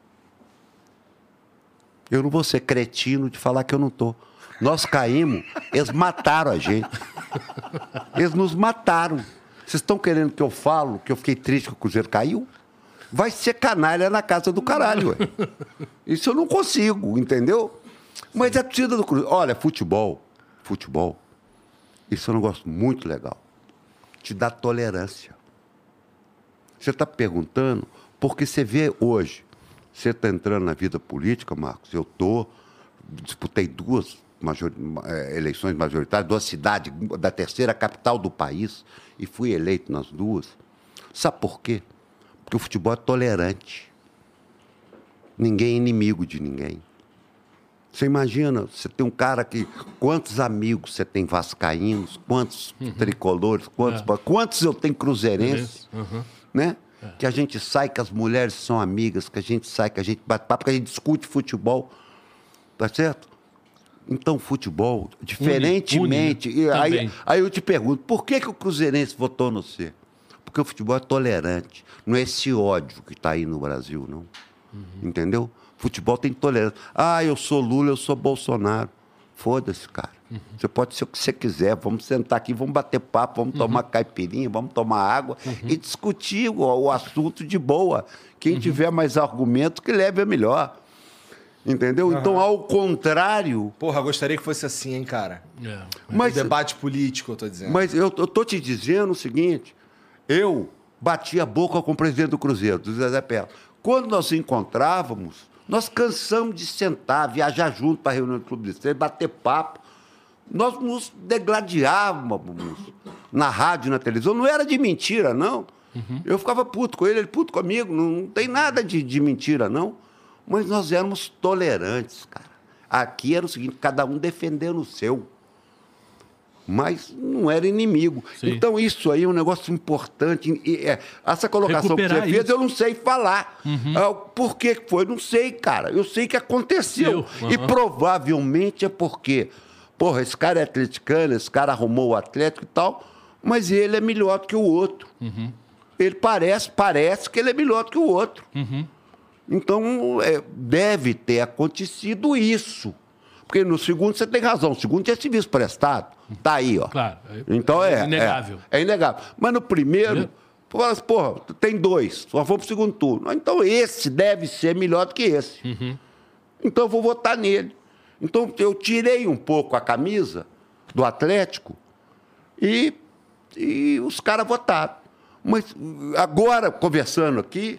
Eu não vou ser cretino de falar que eu não estou. Nós caímos, eles mataram a gente. Eles nos mataram. Vocês estão querendo que eu falo que eu fiquei triste que o Cruzeiro caiu? Vai ser canalha na casa do caralho, ué. Isso eu não consigo, entendeu? Mas a torcida do Cruzeiro... Olha, futebol, isso é um negócio muito legal. Te dá tolerância. Você está perguntando, porque você vê hoje... Você está entrando na vida política, Marcos? Eu disputei 2 eleições majoritárias, 2 cidades, da terceira capital do país, e fui eleito nas 2. Sabe por quê? Porque o futebol é tolerante. Ninguém é inimigo de ninguém. Você imagina, você tem um cara que... Quantos amigos você tem vascaínos? Quantos tricolores? Quantos eu tenho cruzeirenses? Né? Que a gente sai, que as mulheres são amigas, que a gente sai, que a gente bate papo, que a gente discute futebol. Tá certo? Então, futebol, diferentemente... Aí eu te pergunto, por que o cruzeirense votou no C? Porque o futebol é tolerante. Não é esse ódio que está aí no Brasil, não. Entendeu? Futebol tem tolerância. Eu sou Lula, eu sou Bolsonaro. Foda-se, cara. Você pode ser o que você quiser. Vamos sentar aqui, vamos bater papo, vamos tomar caipirinha, vamos tomar água e discutir o assunto de boa. Quem tiver mais argumentos, que leve a melhor. Entendeu? Então, ao contrário... Porra, eu gostaria que fosse assim, hein, cara? Mas, o debate político, eu tô dizendo. Mas eu tô te dizendo o seguinte. Eu bati a boca com o presidente do Cruzeiro, do Zezé Perla. Quando nós nos encontrávamos, nós cansamos de sentar, viajar junto para a reunião do Clube de Estrelas, bater papo. Nós nos degladiávamos na rádio, na televisão. Não era de mentira, não. Eu ficava puto com ele, ele puto comigo. Não tem nada de mentira, não. Mas nós éramos tolerantes, cara. Aqui era o seguinte, cada um defendendo o seu. Mas não era inimigo. Sim. Então, isso aí é um negócio importante. Essa colocação que você fez, eu não sei falar. Por que foi? Não sei, cara. Eu sei que aconteceu. E provavelmente é porque... Porra, esse cara é atleticano, esse cara arrumou o Atlético e tal, mas ele é melhor do que o outro. Ele parece que ele é melhor do que o outro. Então, deve ter acontecido isso. Porque no segundo você tem razão. O segundo tinha serviço prestado. Tá aí, ó. Claro. Então é inegável. É inegável. Mas no primeiro, porra, tem 2. Só vamos pro segundo turno. Então esse deve ser melhor do que esse. Então eu vou votar nele. Então eu tirei um pouco a camisa do Atlético e os caras votaram. Mas agora, conversando aqui,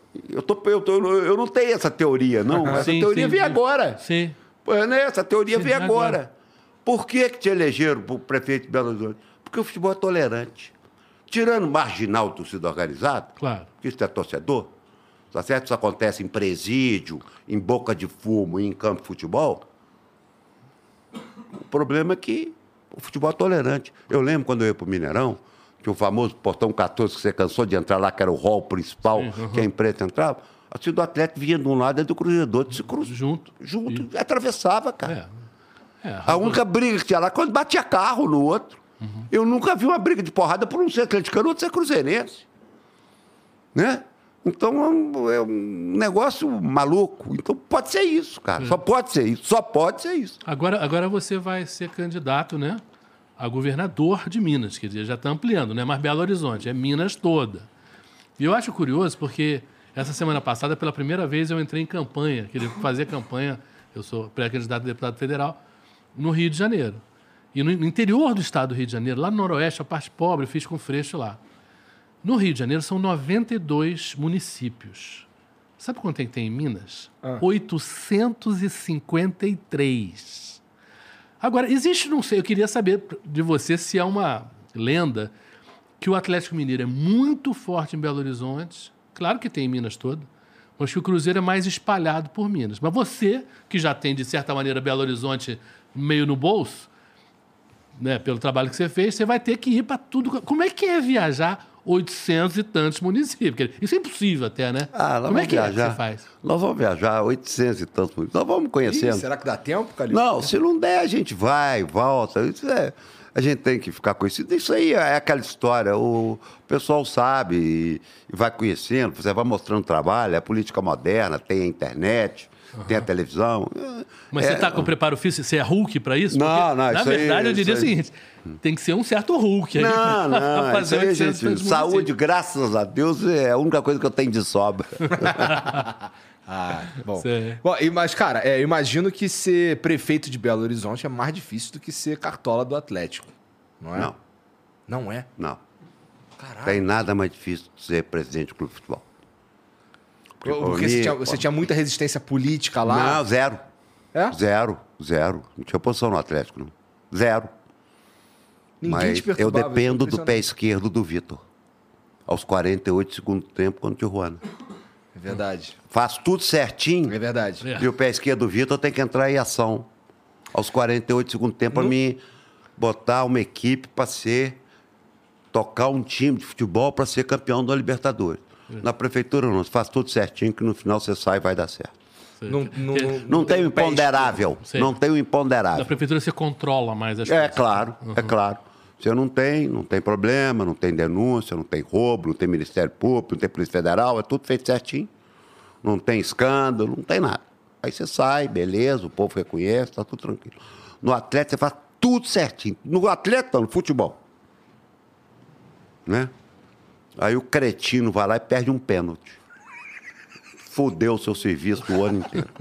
eu não tenho essa teoria, não. Essa teoria veio agora. Sim. Essa teoria veio agora. Por que te elegeram para o prefeito de Belo Horizonte? Porque o futebol é tolerante. Tirando marginal do torcida organizado, claro, que isso é torcedor, tá certo? Isso acontece em presídio, em boca de fumo e em campo de futebol. O problema é que o futebol é tolerante. Eu lembro quando eu ia para o Mineirão, que o famoso portão 14, que você cansou de entrar lá, que era o hall principal, que a imprensa entrava, a torcida do Atlético vinha de um lado e do Cruzeirador, se cruzou. Junto. Atravessava, cara. A única briga que tinha lá, quando batia carro no outro. Eu nunca vi uma briga de porrada por um ser atleticano ou outro ser cruzeirense. Né? Então, é um negócio maluco. Então, pode ser isso, cara. Só pode ser isso. Só pode ser isso. Agora você vai ser candidato, né, a governador de Minas. Quer dizer, já está ampliando, não é mais Belo Horizonte, é Minas toda. E eu acho curioso porque essa semana passada, pela primeira vez, eu entrei em campanha. Queria fazer campanha, eu sou pré-candidato a deputado federal, no Rio de Janeiro. E no interior do estado do Rio de Janeiro, lá no Noroeste, a parte pobre, eu fiz com Freixo lá. No Rio de Janeiro são 92 municípios. Sabe quanto é que tem em Minas? 853. Agora, existe, não sei, eu queria saber de você se é uma lenda que o Atlético Mineiro é muito forte em Belo Horizonte, claro que tem em Minas toda, mas que o Cruzeiro é mais espalhado por Minas. Mas você, que já tem, de certa maneira, Belo Horizonte meio no bolso, né, pelo trabalho que você fez, você vai ter que ir para tudo. Como é que é viajar 800 e tantos municípios? Isso é impossível até, né? Como é que você faz? Nós vamos viajar 800 e tantos municípios. Nós vamos conhecendo. Será que dá tempo, Calil? Não, se não der, a gente vai, volta. A gente tem que ficar conhecido. Isso aí é aquela história. O pessoal sabe e vai conhecendo. Você vai mostrando trabalho, a política moderna, tem a internet, tem a televisão. Mas você está com o preparo físico? Você é Hulk para isso? Não, não. Na verdade, eu diria o seguinte: tem que ser um certo Hulk aí. Não, fazer isso aí, gente, saúde, graças a Deus, é a única coisa que eu tenho de sobra. Bom. Mas, cara, eu imagino que ser prefeito de Belo Horizonte é mais difícil do que ser cartola do Atlético, não é? Não. Não é? Não. Caralho. Tem nada mais difícil de ser presidente do clube de futebol. Porque você tinha muita resistência política lá? Não, zero. É? Zero. Não tinha oposição no Atlético, não. Zero. Ninguém te perturbava. Eu dependo do pé esquerdo do Vitor. Aos 48 segundos do tempo, contra o Tijuana. É verdade. Faço tudo certinho. É verdade. E o pé esquerdo do Vitor tem que entrar em ação aos 48 do segundo tempo para me botar uma equipe para tocar um time de futebol para ser campeão da Libertadores. Na prefeitura não, você faz tudo certinho que no final você sai e vai dar certo. Não tem o imponderável. Não tem o imponderável. Na prefeitura você controla mais as coisas. É claro, é claro. Você não tem problema, não tem denúncia, não tem roubo, não tem Ministério Público, não tem Polícia Federal, é tudo feito certinho. Não tem escândalo, não tem nada. Aí você sai, beleza, o povo reconhece, tá tudo tranquilo. No Atlético você faz tudo certinho. No Atlético não, no futebol. Né? Aí o cretino vai lá e perde um pênalti. Fudeu o seu serviço o ano inteiro.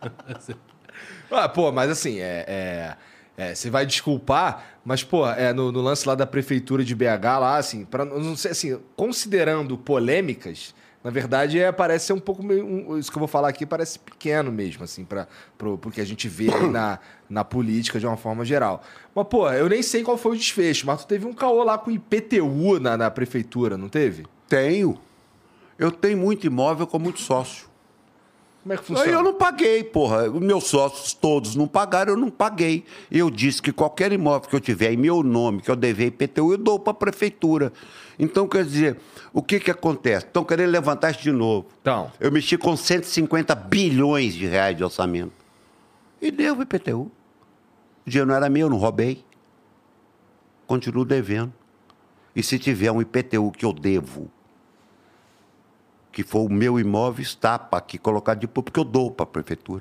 Mas assim, você vai desculpar, mas, no lance lá da prefeitura de BH, lá, assim, não sei, assim, considerando polêmicas, na verdade, parece ser um pouco isso que eu vou falar aqui parece pequeno mesmo, assim, pro que a gente vê aí na política de uma forma geral. Mas, eu nem sei qual foi o desfecho, mas tu teve um caô lá com IPTU na prefeitura, não teve? Tenho. Eu tenho muito imóvel com muito sócio. Como é que funciona? Aí eu não paguei, porra. Os meus sócios todos não pagaram, eu não paguei. Eu disse que qualquer imóvel que eu tiver em meu nome, que eu dever IPTU, eu dou para a prefeitura. Então, quer dizer, o que acontece? Estão querendo levantar isso de novo. Então. Eu mexi com 150 bilhões de reais de orçamento. E devo IPTU. O dinheiro não era meu, eu não roubei. Continuo devendo. E se tiver um IPTU que eu devo, que for o meu imóvel, está para aqui colocado de público, porque eu dou para a prefeitura.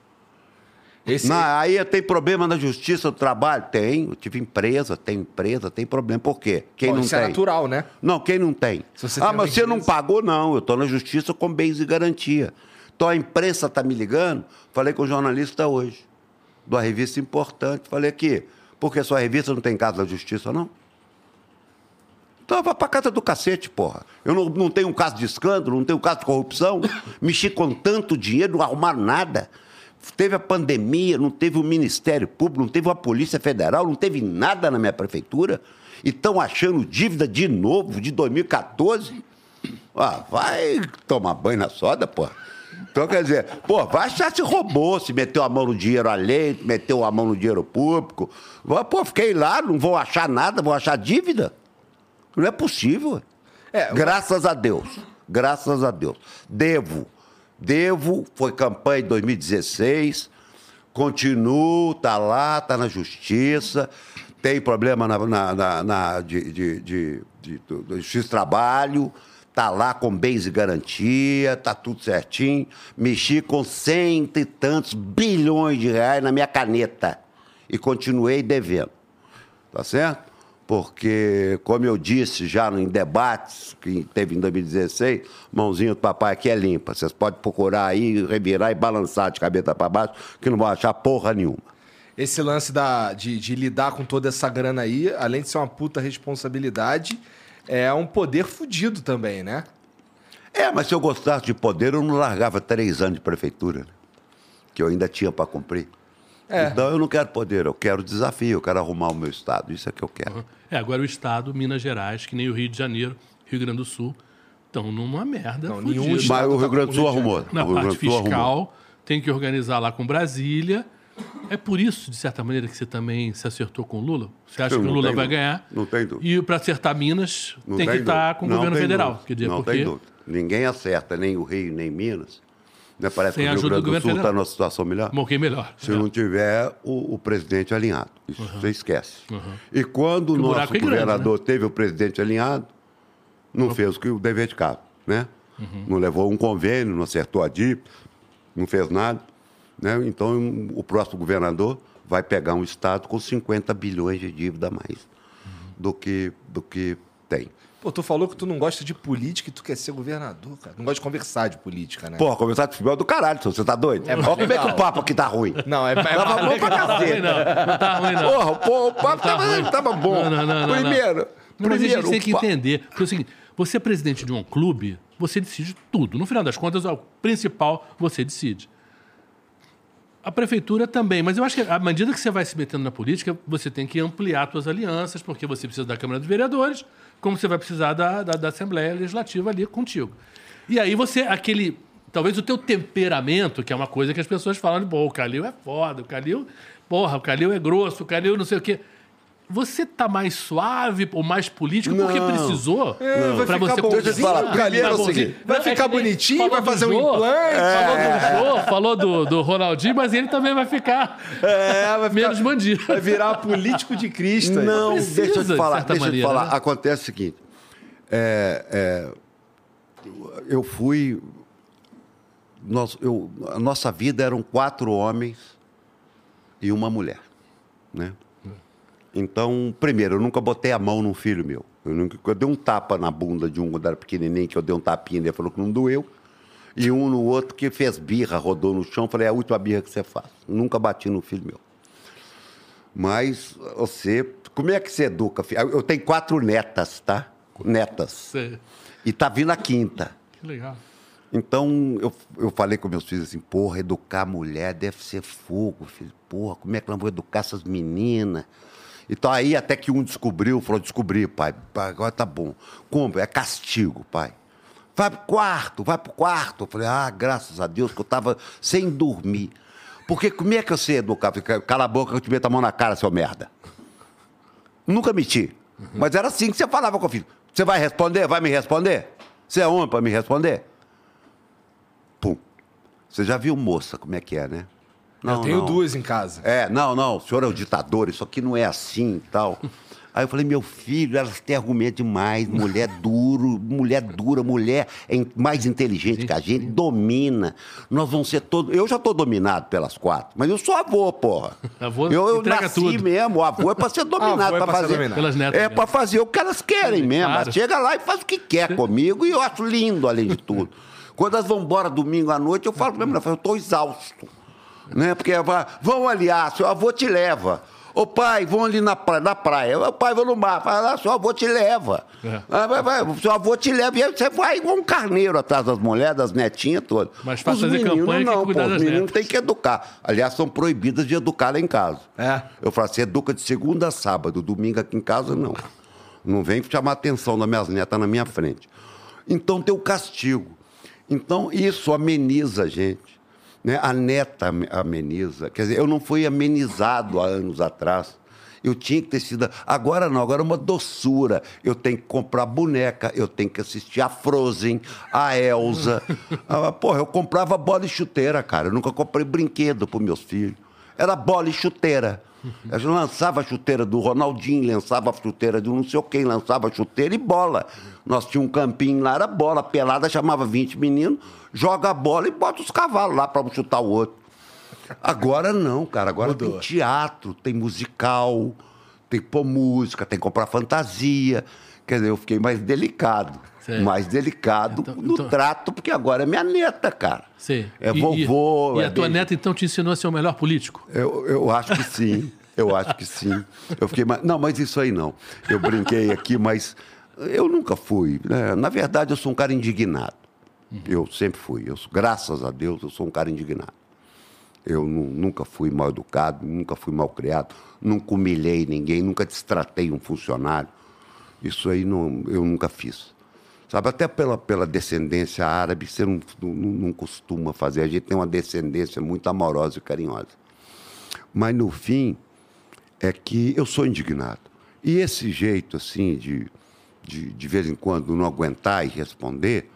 Aí tem problema na justiça do trabalho? Tem. Eu tive empresa, tem problema. Por quê? Quem não isso tem? É natural, né? Não, quem não tem? Mas você não pagou? Não, eu estou na justiça com bens de garantia. Então a imprensa está me ligando, falei com o jornalista hoje, de uma revista importante, falei aqui, porque sua revista não tem caso da justiça, não? Então vai pra casa do cacete, porra. Eu não tenho um caso de escândalo, não tenho um caso de corrupção. Mexi com tanto dinheiro, não arrumaram nada. Teve a pandemia, não teve o Ministério Público, não teve a Polícia Federal, não teve nada na minha prefeitura. E estão achando dívida de novo, de 2014. Vai tomar banho na soda, porra. Então, quer dizer, vai achar se roubou, se meteu a mão no dinheiro alheio, meteu a mão no dinheiro público. Fiquei lá, não vou achar nada, vou achar dívida. Não é possível. Graças a Deus. Graças a Deus. Devo, foi campanha em 2016, continuo, tá lá, tá na justiça, tem problema do Justiça do Trabalho, tá lá com bens de garantia, tá tudo certinho. Mexi com 100 e tantos bilhões de reais na minha caneta e continuei devendo. Tá certo? Porque, como eu disse já em debates que teve em 2016, mãozinha do papai aqui é limpa. Vocês podem procurar aí, revirar e balançar de cabeça para baixo, que não vão achar porra nenhuma. Esse lance de lidar com toda essa grana aí, além de ser uma puta responsabilidade, é um poder fudido também, né? Mas se eu gostasse de poder, eu não largava 3 anos de prefeitura, que eu ainda tinha para cumprir. Então eu não quero poder, eu quero desafio, eu quero arrumar o meu estado, isso é que eu quero. Agora o estado, Minas Gerais, que nem o Rio de Janeiro, Rio Grande do Sul, estão numa merda. Não, nenhum estado. Mas o Rio Grande do Sul arrumou. Na parte fiscal, tem que organizar lá com Brasília. É por isso, de certa maneira, que você também se acertou com o Lula? Você acha que o Lula vai ganhar? Não tem dúvida. E para acertar Minas, tem que estar com o governo federal. Quer dizer, não tem dúvida. Ninguém acerta, nem o Rio, nem Minas. Né? Parece que o Rio Grande do Sul está numa situação melhor. Melhor. Se não tiver o presidente alinhado. Isso você esquece. E quando o nosso governador teve o presidente alinhado, não fez o dever de casa. Né? Não levou um convênio, não acertou a dívida, não fez nada. Né? Então, o próximo governador vai pegar um estado com 50 bilhões de dívida a mais do que tem. Tu falou que tu não gosta de política e tu quer ser governador, cara. Não gosta de conversar de política, né? Conversar de futebol é do caralho, você tá doido? Olha como é que o papo aqui tá ruim. Não, tava bom pra cacete. Não tá ruim, não. O papo tava bom. Não. Primeiro, mas a gente tem que entender. Porque é o seguinte, você é presidente de um clube, você decide tudo. No final das contas, o principal, você decide. A prefeitura também, mas eu acho que à medida que você vai se metendo na política, você tem que ampliar suas alianças, porque você precisa da Câmara dos Vereadores, como você vai precisar da Assembleia Legislativa ali contigo. E aí talvez o teu temperamento, que é uma coisa que as pessoas falam, pô, o Calil é foda, o Calil é grosso, o Calil não sei o quê. Você tá mais suave ou mais político porque precisou? Pra você deixa eu te falar. Primeiro é o seguinte, vai ficar bonitinho, vai fazer um implante. Falou do Ronaldinho, mas ele também vai ficar, menos bandido. Vai virar político de Cristo. Não, precisa, deixa eu te falar. de certa maneira, né? Acontece o seguinte. Eu fui... A nossa vida eram 4 homens e uma mulher, né? Então, primeiro, eu nunca botei a mão num filho meu. Eu dei um tapa na bunda de um quando era pequenininho, que eu dei um tapinha, ele falou que não doeu. E um no outro que fez birra, rodou no chão. Falei, é a última birra que você faz. Nunca bati no filho meu. Mas como é que você educa, filho? Eu tenho 4 netas, tá? Netas. Sim. E tá vindo a 5ª. Que legal. Então, eu falei com meus filhos assim, porra, educar a mulher deve ser fogo, filho. Porra, como é que nós vamos educar essas meninas? Então, aí até que um falou, descobri, pai, agora tá bom. Como? É castigo, pai. Vai pro quarto. Eu falei, graças a Deus que eu tava sem dormir. Porque como é que eu sei educar? Cala a boca que eu te meto a mão na cara, seu merda. Nunca menti. Mas era assim que você falava com o filho. Você vai responder? Vai me responder? Você é homem pra me responder? Pum. Você já viu moça, como é que é, né? Eu tenho 2 em casa. O senhor é o ditador, isso aqui não é assim e tal. Aí eu falei, meu filho, elas têm argumento demais, mulher dura, mulher é mais inteligente que a gente, domina. Nós vamos ser todos... Eu já estou dominado pelas 4, mas eu sou avô, porra. Avô eu entrega nasci tudo. mesmo, o avô é para ser dominado, para fazer... Pelas netas mesmo. Para fazer o que elas querem mesmo. Claro. Chega lá e faz o que quer comigo e eu acho lindo, além de tudo. Quando elas vão embora domingo à noite, eu falo para minha mulher, eu estou exausto. Né? Porque vão ali, seu avô te leva. Ô pai, vão ali na praia. Ô pai, vou no mar. Fala, seu avô te leva. Seu avô te leva. E aí você vai igual um carneiro atrás das mulheres, das netinhas todas. Mas faz fazer campanha que cuidar das netas. Os meninos têm que educar. Aliás, são proibidas de educar lá em casa. Eu falo, você educa de segunda a sábado, domingo aqui em casa, não. Não vem chamar a atenção das minhas netas na minha frente. Então tem o castigo. Então isso ameniza a gente. Né? A neta ameniza. Quer dizer, eu não fui amenizado há anos atrás. Eu tinha que ter sido... Agora não, agora é uma doçura. Eu tenho que comprar boneca, eu tenho que assistir a Frozen, a Elsa. Porra, eu comprava bola e chuteira, cara. Eu nunca comprei brinquedo para meus filhos. Era bola e chuteira. Eu lançava a chuteira do Ronaldinho, lançava a chuteira do não sei quem, lançava a chuteira e bola. Nós tínhamos um campinho lá, era bola pelada, chamava 20 meninos, joga a bola e bota os cavalos lá para chutar o outro. Agora não, cara. Agora mudou. Tem teatro, tem musical, tem que pôr música, tem que comprar fantasia. Quer dizer, eu fiquei mais delicado. Sim. Mais delicado no trato, porque agora é minha neta, cara. Sim. É vovô. E a tua neta, então, te ensinou a ser o melhor político? Eu acho que sim. Eu acho que sim. Eu fiquei mais... Não, mas isso aí não. Eu brinquei aqui, mas eu nunca fui. Né? Na verdade, eu sou um cara indignado. Eu sempre fui. Graças a Deus, eu sou um cara indignado. Eu nunca fui mal educado, nunca fui mal criado, nunca humilhei ninguém, nunca destratei um funcionário. Isso aí eu nunca fiz. Sabe, até pela descendência árabe, você não costuma fazer. A gente tem uma descendência muito amorosa e carinhosa. Mas, no fim, é que eu sou indignado. E esse jeito, assim, de vez em quando, não aguentar e responder,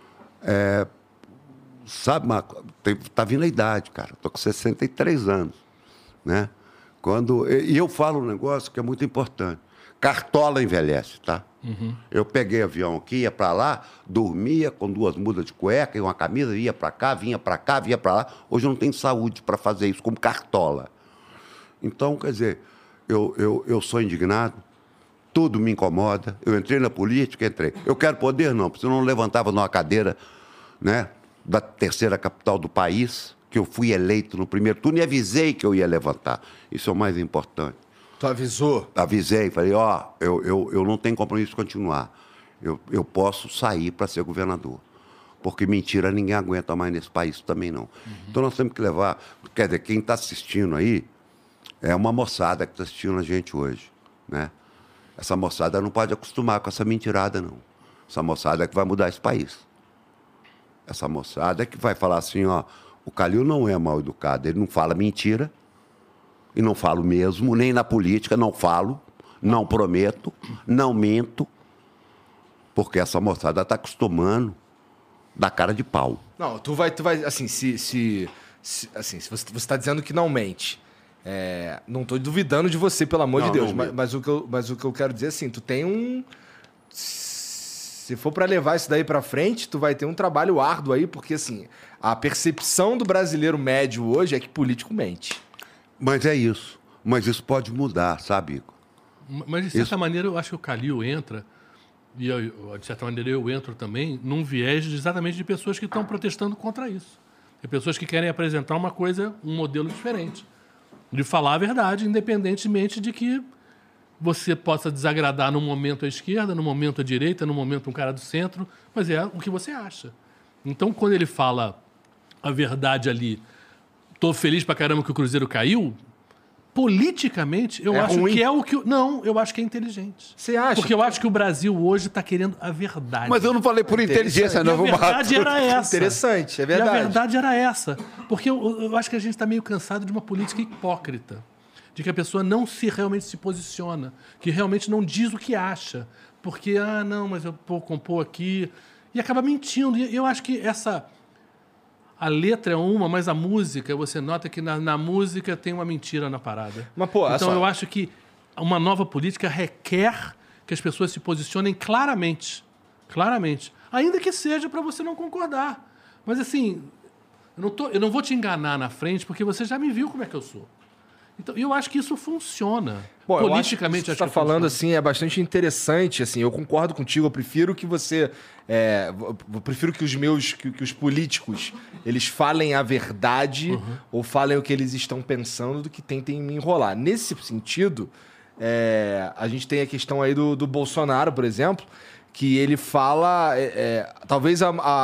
sabe, Marco, tá vindo a idade, cara. Estou com 63 anos, né? E eu falo um negócio que é muito importante. Cartola envelhece, tá? Uhum. Eu peguei avião aqui, ia para lá, dormia com 2 mudas de cueca e uma camisa, ia para cá, vinha para lá. Hoje eu não tenho saúde para fazer isso como cartola. Então, quer dizer, eu sou indignado, tudo me incomoda. Eu entrei na política, Eu quero poder, não, porque eu não levantava numa cadeira, né, da 3ª capital do país, que eu fui eleito no primeiro turno e avisei que eu ia levantar. Isso é o mais importante. Tu avisou? Avisei, falei, eu não tenho compromisso de continuar. Eu posso sair para ser governador. Porque mentira ninguém aguenta mais nesse país também não. Então nós temos que levar... Quer dizer, quem está assistindo aí é uma moçada que está assistindo a gente hoje, né? Essa moçada não pode acostumar com essa mentirada, não. Essa moçada é que vai mudar esse país. Essa moçada é que vai falar assim, ó, o Calil não é mal educado, ele não fala mentira, e não falo mesmo, nem na política, não falo, não prometo, não minto, porque essa moçada está acostumando da cara de pau. Não, tu vai assim, se você está dizendo que não mente, não estou duvidando de você, pelo amor de Deus, mas o que eu quero dizer, assim, tu tem um... Se for para levar isso daí para frente, tu vai ter um trabalho árduo aí, porque, assim, a percepção do brasileiro médio hoje é que político mente. Mas é isso. Mas isso pode mudar, sabe, Igor? Mas, de certa maneira, eu acho que o Calil entra, e de certa maneira eu entro também, num viés exatamente de pessoas que estão protestando contra isso. De pessoas que querem apresentar uma coisa, um modelo diferente. De falar a verdade, independentemente de que você possa desagradar num momento à esquerda, num momento à direita, num momento um cara do centro, mas é o que você acha. Então, quando ele fala a verdade ali, tô feliz pra caramba que o Cruzeiro caiu, politicamente, eu acho ruim. Que é o que... Não, eu acho que é inteligente. Você acha? Porque eu acho que o Brasil hoje está querendo a verdade. Mas eu não falei por inteligência, não. A verdade era essa. Interessante, é verdade. E a verdade era essa. Porque eu acho que a gente está meio cansado de uma política hipócrita. De que a pessoa não realmente se posiciona. Que realmente não diz o que acha. Porque, não, mas eu vou compor aqui... E acaba mentindo. E eu acho que a letra é uma, mas a música, você nota que na música tem uma mentira na parada. Mas, pô, então eu acho que uma nova política requer que as pessoas se posicionem claramente. Claramente. Ainda que seja para você não concordar. Mas assim, eu não vou te enganar na frente, porque você já me viu como é que eu sou. Então, eu acho que isso funciona. Bom, politicamente, eu acho que você está falando assim, é bastante interessante. Assim, eu concordo contigo. Eu prefiro que você, eu prefiro que os políticos eles falem a verdade ou falem o que eles estão pensando do que tentem me enrolar. Nesse sentido, a gente tem a questão aí do Bolsonaro, por exemplo, que ele fala... talvez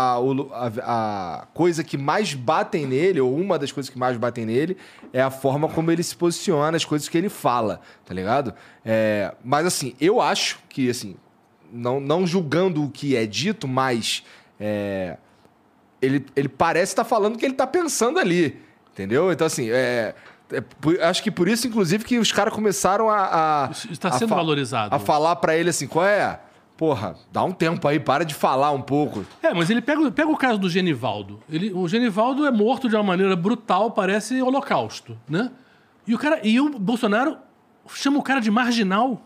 a coisa que mais batem nele, ou uma das coisas que mais batem nele, é a forma como ele se posiciona, as coisas que ele fala, tá ligado? Mas, assim, eu acho que, assim, não julgando o que é dito, mas ele parece estar falando o que ele está pensando ali, entendeu? Então, assim... acho que por isso, inclusive, que os caras começaram está sendo valorizado. A falar pra ele assim, qual é... Porra, dá um tempo aí, para de falar um pouco. Mas ele pega o caso do Genivaldo. O Genivaldo é morto de uma maneira brutal, parece holocausto, né? E o Bolsonaro chama o cara de marginal.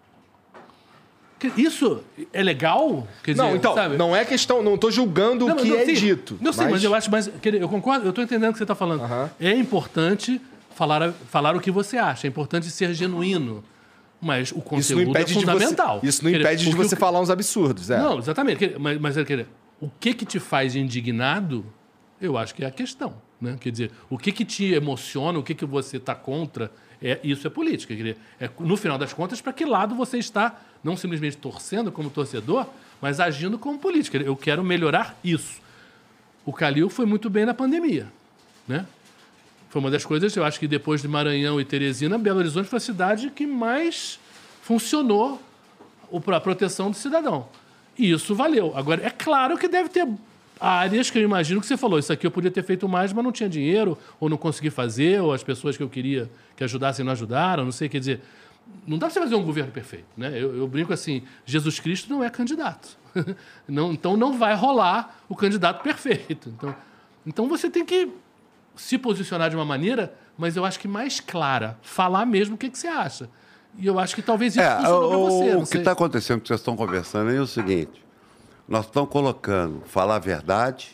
Isso é legal? Quer dizer, não, então, sabe? Não é questão... Não tô julgando o que é dito. Não sei, mas eu acho... eu concordo, eu tô entendendo o que você tá falando. É importante falar o que você acha. É importante ser genuíno. Mas o conteúdo é fundamental. Isso não impede de você falar uns absurdos. Não, exatamente. Mas o que te faz indignado, eu acho que é a questão. Né? Quer dizer, o que te emociona, o que você está contra, isso é política. Quer dizer, no final das contas, para que lado você está, não simplesmente torcendo como torcedor, mas agindo como política. Eu quero melhorar isso. O Calil foi muito bem na pandemia, né? Foi uma das coisas, eu acho que depois de Maranhão e Teresina, Belo Horizonte foi a cidade que mais funcionou para a proteção do cidadão. E isso valeu. Agora, é claro que deve ter áreas que eu imagino que você falou, isso aqui eu podia ter feito mais, mas não tinha dinheiro, ou não consegui fazer, ou as pessoas que eu queria que ajudassem não ajudaram, não sei, quer dizer, não dá para você fazer um governo perfeito. Né? Eu brinco assim, Jesus Cristo não é candidato. Então não vai rolar o candidato perfeito. Então você tem que se posicionar de uma maneira, mas eu acho que mais clara. Falar mesmo o que você acha. E eu acho que talvez isso funcionou para você. O que está acontecendo, que vocês estão conversando, é o seguinte. Nós estamos colocando falar a verdade,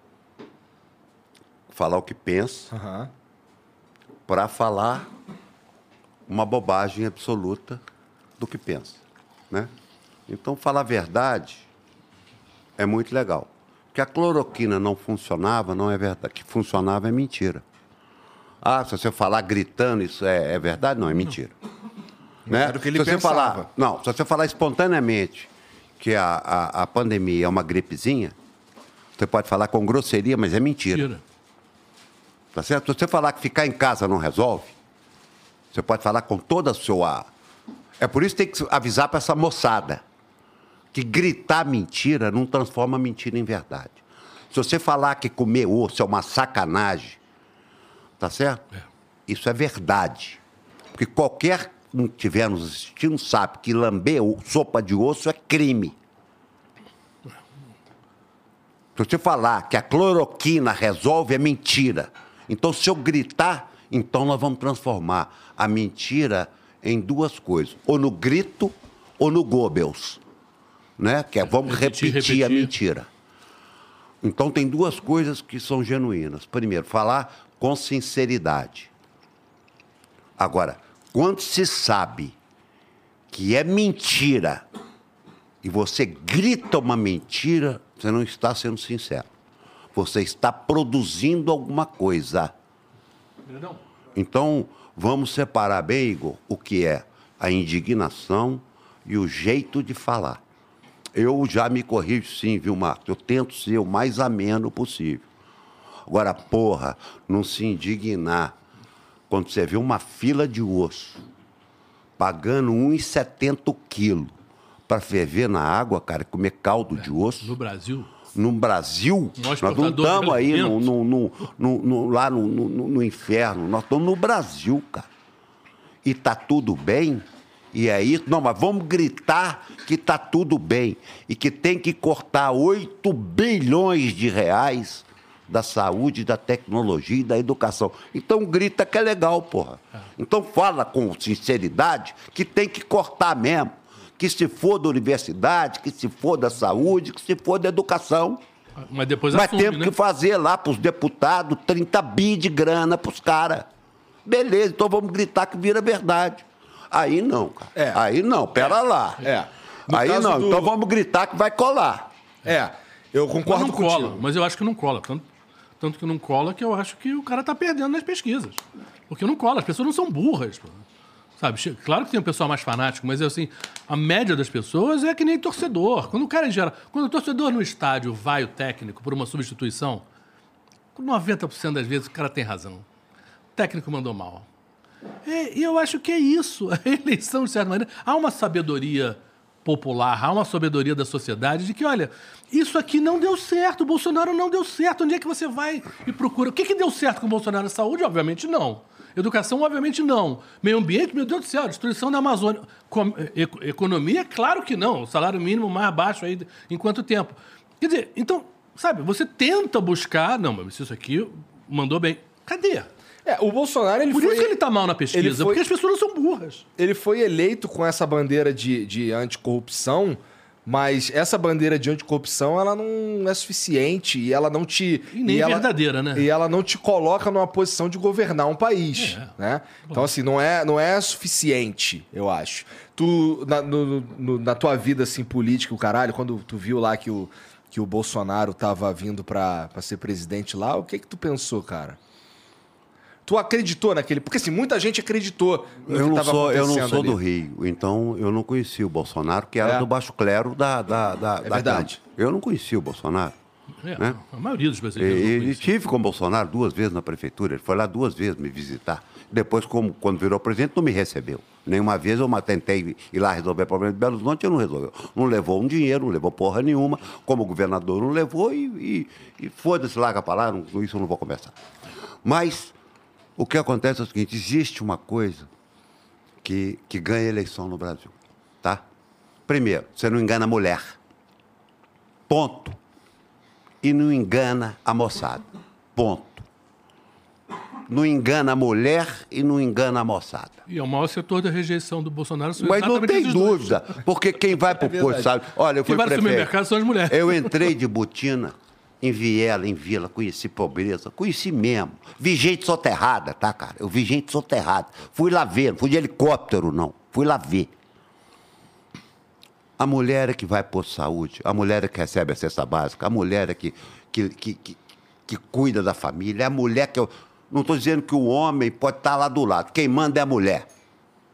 falar o que pensa, para falar uma bobagem absoluta do que pensa. Né? Então, falar a verdade é muito legal. Que a cloroquina não funcionava, não é verdade. Que funcionava é mentira. Se você falar gritando, isso é verdade? Não, é mentira. Né? Era o que ele pensava. Se você falar espontaneamente que a pandemia é uma gripezinha, se Você pode falar com grosseria, mas é mentira. Tá certo? Se você falar que ficar em casa não resolve, você pode falar com toda a sua... É por isso que tem que avisar para essa moçada que gritar mentira não transforma mentira em verdade. Se você falar que comer osso é uma sacanagem, tá certo? Isso é verdade. Porque qualquer um que estiver nos assistindo sabe que lamber sopa de osso é crime. Se você falar que a cloroquina resolve, é mentira. Então, se eu gritar, então nós vamos transformar a mentira em duas coisas. Ou no grito, ou no Goebbels. Né? Que é vamos repetir a mentira. Então, tem duas coisas que são genuínas. Primeiro, falar com sinceridade. Agora, quando se sabe que é mentira e você grita uma mentira, você não está sendo sincero. Você está produzindo alguma coisa. Então, vamos separar bem, Igor, o que é a indignação e o jeito de falar. Eu já me corrijo sim, viu, Marcos? Eu tento ser o mais ameno possível. Agora, porra, não se indignar quando você vê uma fila de osso pagando R$ 1,70 o quilo para ferver na água, cara, comer caldo de osso. No Brasil? No Brasil, nós não estamos aí lá no inferno, nós estamos no Brasil, cara. E tá tudo bem, e é isso. Não, mas vamos gritar que tá tudo bem e que tem que cortar 8 bilhões de reais da saúde, da tecnologia e da educação. Então grita que é legal, porra. Então fala com sinceridade que tem que cortar mesmo. Que se for da universidade, que se for da saúde, que se for da educação. Mas depois Mas temos que fazer lá para os deputados 30 bi de grana para os caras. Beleza, então vamos gritar que vira verdade. Aí não, cara. Aí não, pera lá. Aí não, então vamos gritar que vai colar. Eu concordo mas não cola, mas eu acho que não cola. Tanto que não cola que eu acho que o cara está perdendo nas pesquisas. Porque não cola, as pessoas não são burras, pô. Sabe, claro que tem um pessoal mais fanático, mas assim, a média das pessoas é que nem torcedor. Quando o torcedor no estádio vai o técnico por uma substituição, 90% das vezes o cara tem razão. O técnico mandou mal. E eu acho que é isso. A eleição, de certa maneira, há uma sabedoria popular, há uma sabedoria da sociedade de que, olha, isso aqui não deu certo, o Bolsonaro não deu certo. Onde é que você vai e procura? O que deu certo com o Bolsonaro? Saúde, obviamente, não. Educação, obviamente, não. Meio ambiente, meu Deus do céu, destruição da Amazônia. Economia, claro que não. O salário mínimo mais baixo aí em quanto tempo? Quer dizer, então, sabe, você tenta buscar... Não, mas isso aqui mandou bem. Cadê? O Bolsonaro, Por isso que ele tá mal na pesquisa, porque as pessoas não são burras. Ele foi eleito com essa bandeira de anticorrupção, mas essa bandeira de anticorrupção, ela não é suficiente e ela não te... E nem verdadeira, né? E ela não te coloca numa posição de governar um país, né? Então, assim, não é suficiente, eu acho. Tu, na tua vida, assim, política, o caralho, quando tu viu lá que o Bolsonaro tava vindo pra ser presidente lá, o que tu pensou, cara? Tu acreditou naquele... Porque, assim, muita gente acreditou no que estava acontecendo. Eu não sou do Rio, então eu não conheci o Bolsonaro, que era do baixo clero da verdade. Câmara. Eu não conheci o Bolsonaro. Né? A maioria dos brasileiros. E tive com o Bolsonaro 2 vezes na prefeitura. Ele foi lá 2 vezes me visitar. Depois, quando virou presidente, não me recebeu. Nenhuma vez eu tentei ir lá resolver problema de Belo Horizonte, ele não resolveu. Não levou um dinheiro, não levou porra nenhuma. Como governador não levou e foda-se, larga pra lá, isso eu não vou conversar. Mas... o que acontece é o seguinte, existe uma coisa que ganha eleição no Brasil, tá? Primeiro, você não engana a mulher. Ponto. E não engana a moçada. Ponto. Não engana a mulher e não engana a moçada. E é o maior setor da rejeição do Bolsonaro. Mas não tem dúvida, porque quem vai pro posto, sabe? Olha, eu fui prefeito. Quem vai no supermercado são as mulheres. Eu entrei de botina... em viela, em vila, conheci pobreza, conheci mesmo. Vi gente soterrada, tá, cara? Eu vi gente soterrada. Fui lá ver, não fui de helicóptero, não. Fui lá ver. A mulher é que vai por saúde, a mulher é que recebe a cesta básica, a mulher é que cuida da família, é a mulher que... Não estou dizendo que o homem pode estar lá do lado. Quem manda é a mulher.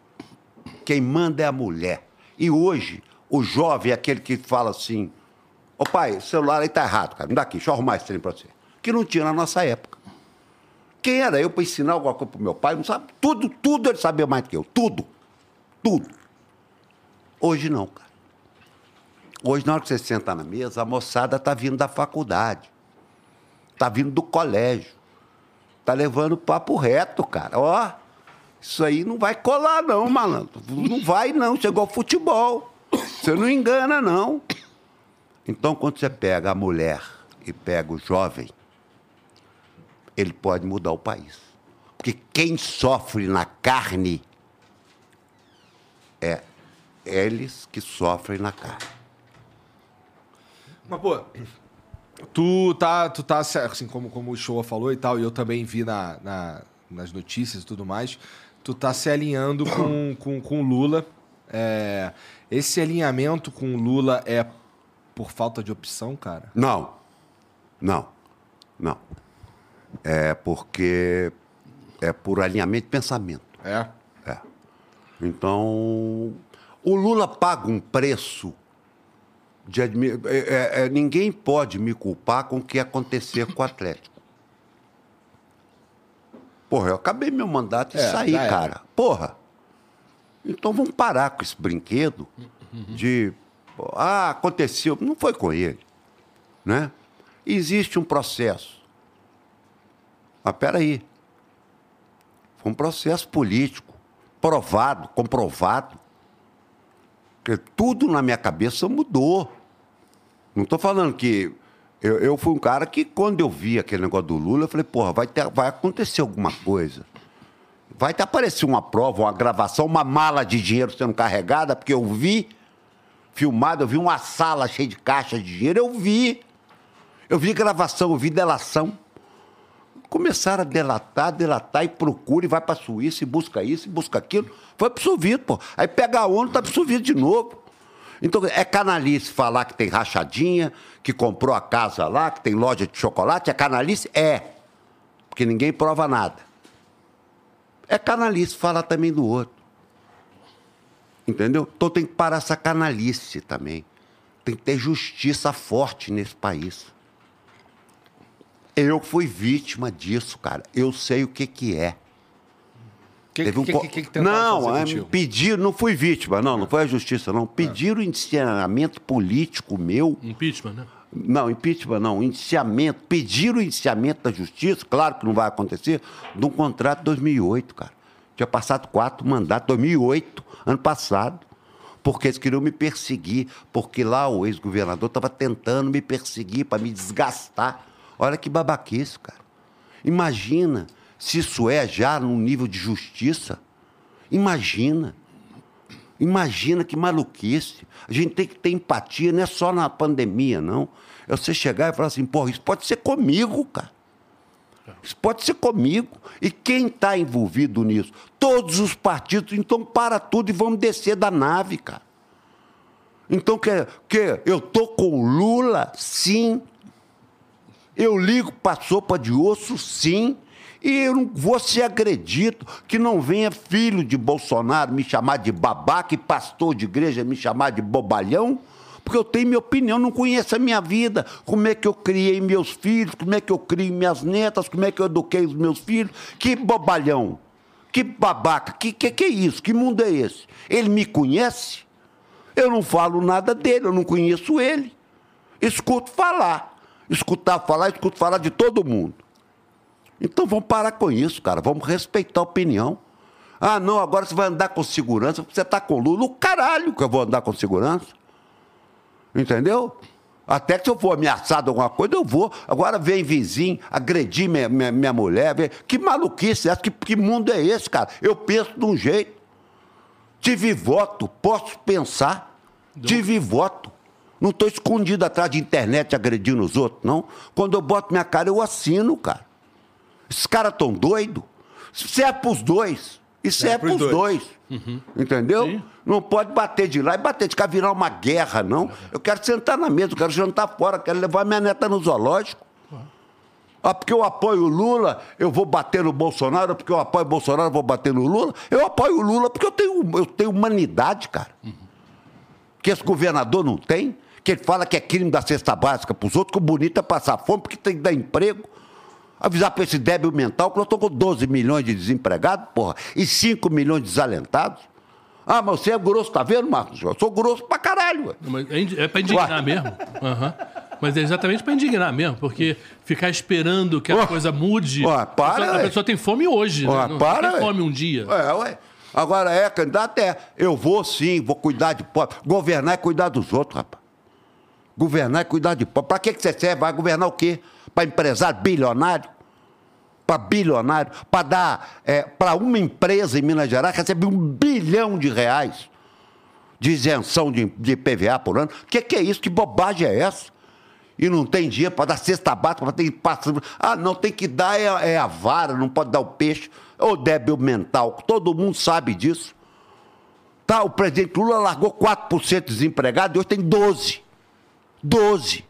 Quem manda é a mulher. E hoje, o jovem é aquele que fala assim... Ô pai, o celular aí tá errado, cara. Me dá aqui, deixa eu arrumar esse trem pra você. Que não tinha na nossa época. Quem era eu para ensinar alguma coisa pro meu pai? Não sabe? Tudo ele sabia mais do que eu. Tudo. Hoje não, cara. Hoje, na hora que você senta na mesa, a moçada tá vindo da faculdade. Tá vindo do colégio. Tá levando papo reto, cara. Ó, isso aí não vai colar não, malandro. Não vai não, chegou ao futebol. Você não engana, não. Então, quando você pega a mulher e pega o jovem, ele pode mudar o país. Porque quem sofre na carne é eles que sofrem na carne. Mas, pô, tu tá assim, como o Showa falou e tal, e eu também vi nas notícias e tudo mais, tu tá se alinhando com o Lula. Esse alinhamento com o Lula é por falta de opção, cara? Não. É porque é por alinhamento de pensamento. É. Então, o Lula paga um preço de ninguém pode me culpar com o que acontecer com o Atlético. Porra, eu acabei meu mandato e saí, cara. Porra. Então vamos parar com esse brinquedo de... aconteceu. Não foi com ele, né? Existe um processo. Mas peraí. Foi um processo político, provado, comprovado. Porque tudo na minha cabeça mudou. Não estou falando que... Eu fui um cara que, quando eu vi aquele negócio do Lula, eu falei, porra, vai acontecer alguma coisa. Vai aparecer uma prova, uma gravação, uma mala de dinheiro sendo carregada, porque eu vi filmado, eu vi uma sala cheia de caixa de dinheiro, eu vi gravação, eu vi delação. Começaram a delatar e procura, e vai para a Suíça, e busca isso, e busca aquilo. Foi absolvido, pô. Aí pega a ONU, tá absolvido de novo. Então, é canalice falar que tem rachadinha, que comprou a casa lá, que tem loja de chocolate, é canalice? É. Porque ninguém prova nada. É canalice falar também do outro. Entendeu? Então tem que parar essa canalice também. Tem que ter justiça forte nesse país. Eu fui vítima disso, cara. Eu sei o que é. Pediram, não fui vítima, não foi a justiça, não. Pediram indiciamento político meu. Impeachment, né? Não, impeachment não, indiciamento. Pediram o indiciamento da justiça, claro que não vai acontecer, de um contrato de 2008, cara. Tinha passado 4 mandatos, 2008, ano passado, porque eles queriam me perseguir, porque lá o ex-governador estava tentando me perseguir para me desgastar. Olha que babaquice, cara. Imagina se isso é já num nível de justiça. Imagina que maluquice. A gente tem que ter empatia, não é só na pandemia, não. É você chegar e falar assim, porra, isso pode ser comigo, cara. Isso pode ser comigo. E quem está envolvido nisso? Todos os partidos. Então, para tudo e vamos descer da nave, cara. Então, eu tô com o Lula, sim. Eu ligo para a sopa de osso, sim. E eu não vou ser agredido, que não venha filho de Bolsonaro me chamar de babaca e pastor de igreja me chamar de bobalhão, porque eu tenho minha opinião, não conheço a minha vida, como é que eu criei meus filhos, como é que eu crio minhas netas, como é que eu eduquei os meus filhos, que bobalhão, que babaca, que é isso, que mundo é esse? Ele me conhece? Eu não falo nada dele, eu não conheço ele. Escuto falar de todo mundo. Então vamos parar com isso, cara. Vamos respeitar a opinião. Ah, não, agora você vai andar com segurança, porque você está com o Lula. O caralho que eu vou andar com segurança. Entendeu? Até que se eu for ameaçado alguma coisa, eu vou. Agora vem vizinho agredir minha mulher. Que maluquice é essa? Que mundo é esse, cara? Eu penso de um jeito. Tive voto, posso pensar. Tive voto. Não estou escondido atrás de internet agredindo os outros, não. Quando eu boto minha cara, eu assino, cara. Esses caras estão doidos. Isso é para os dois. Isso é para os dois. Uhum. Entendeu? Sim. Não pode bater de lá e bater de cá, virar uma guerra, não. Eu quero sentar na mesa, eu quero jantar fora, quero levar minha neta no zoológico. Ah, porque eu apoio o Lula, eu vou bater no Bolsonaro, porque eu apoio o Bolsonaro, eu vou bater no Lula. Eu apoio o Lula porque eu tenho humanidade, cara. Uhum. Que esse governador não tem. Que ele fala que é crime da cesta básica para os outros, que o bonito é passar fome, porque tem que dar emprego. Avisar para esse débil mental que nós estamos com 12 milhões de desempregados, porra, e 5 milhões de desalentados. Ah, mas você é grosso, tá vendo, Marcos? Eu sou grosso pra caralho. Mas é para indignar mesmo. Uhum. Mas é exatamente para indignar mesmo, porque ficar esperando que a coisa mude... a pessoa tem fome hoje, né? Não tem fome um dia. Agora candidato eu vou sim, vou cuidar de pobre. Governar é cuidar dos outros, rapaz. Governar é cuidar de pobre. Pra que você serve? Vai governar o quê? Para empresário bilionário? Para bilionário? Para dar... para uma empresa em Minas Gerais receber R$1 bilhão de isenção de IPVA por ano. Que é isso? Que bobagem é essa? E não tem dinheiro para dar cesta básica, tem que passar... Ah, não, tem que dar a vara, não pode dar o peixe. Ô débil mental, todo mundo sabe disso. Tá, o presidente Lula largou 4% de desempregado e hoje tem 12%. 12%.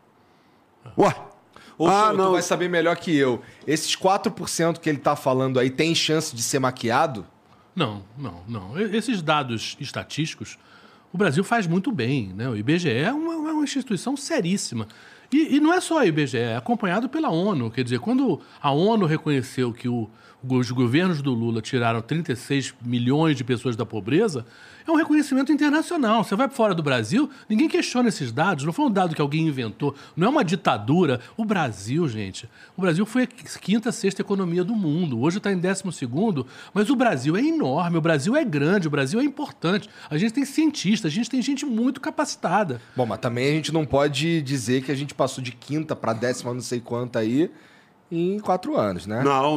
Ué? Não. Tu vai saber melhor que eu. Esses 4% que ele tá falando aí tem chance de ser maquiado? Não. Esses dados estatísticos, o Brasil faz muito bem, né? O IBGE é uma instituição seríssima. E não é só o IBGE, é acompanhado pela ONU. Quer dizer, quando a ONU reconheceu que os governos do Lula tiraram 36 milhões de pessoas da pobreza, é um reconhecimento internacional. Você vai para fora do Brasil, ninguém questiona esses dados. Não foi um dado que alguém inventou. Não é uma ditadura. O Brasil, gente, o Brasil foi a 5ª, 6ª economia do mundo. Hoje está em 12º, mas o Brasil é enorme, o Brasil é grande, o Brasil é importante. A gente tem cientistas, a gente tem gente muito capacitada. Bom, mas também a gente não pode dizer que a gente passou de 5ª para 10ª não sei quanta aí em 4 anos, né? Não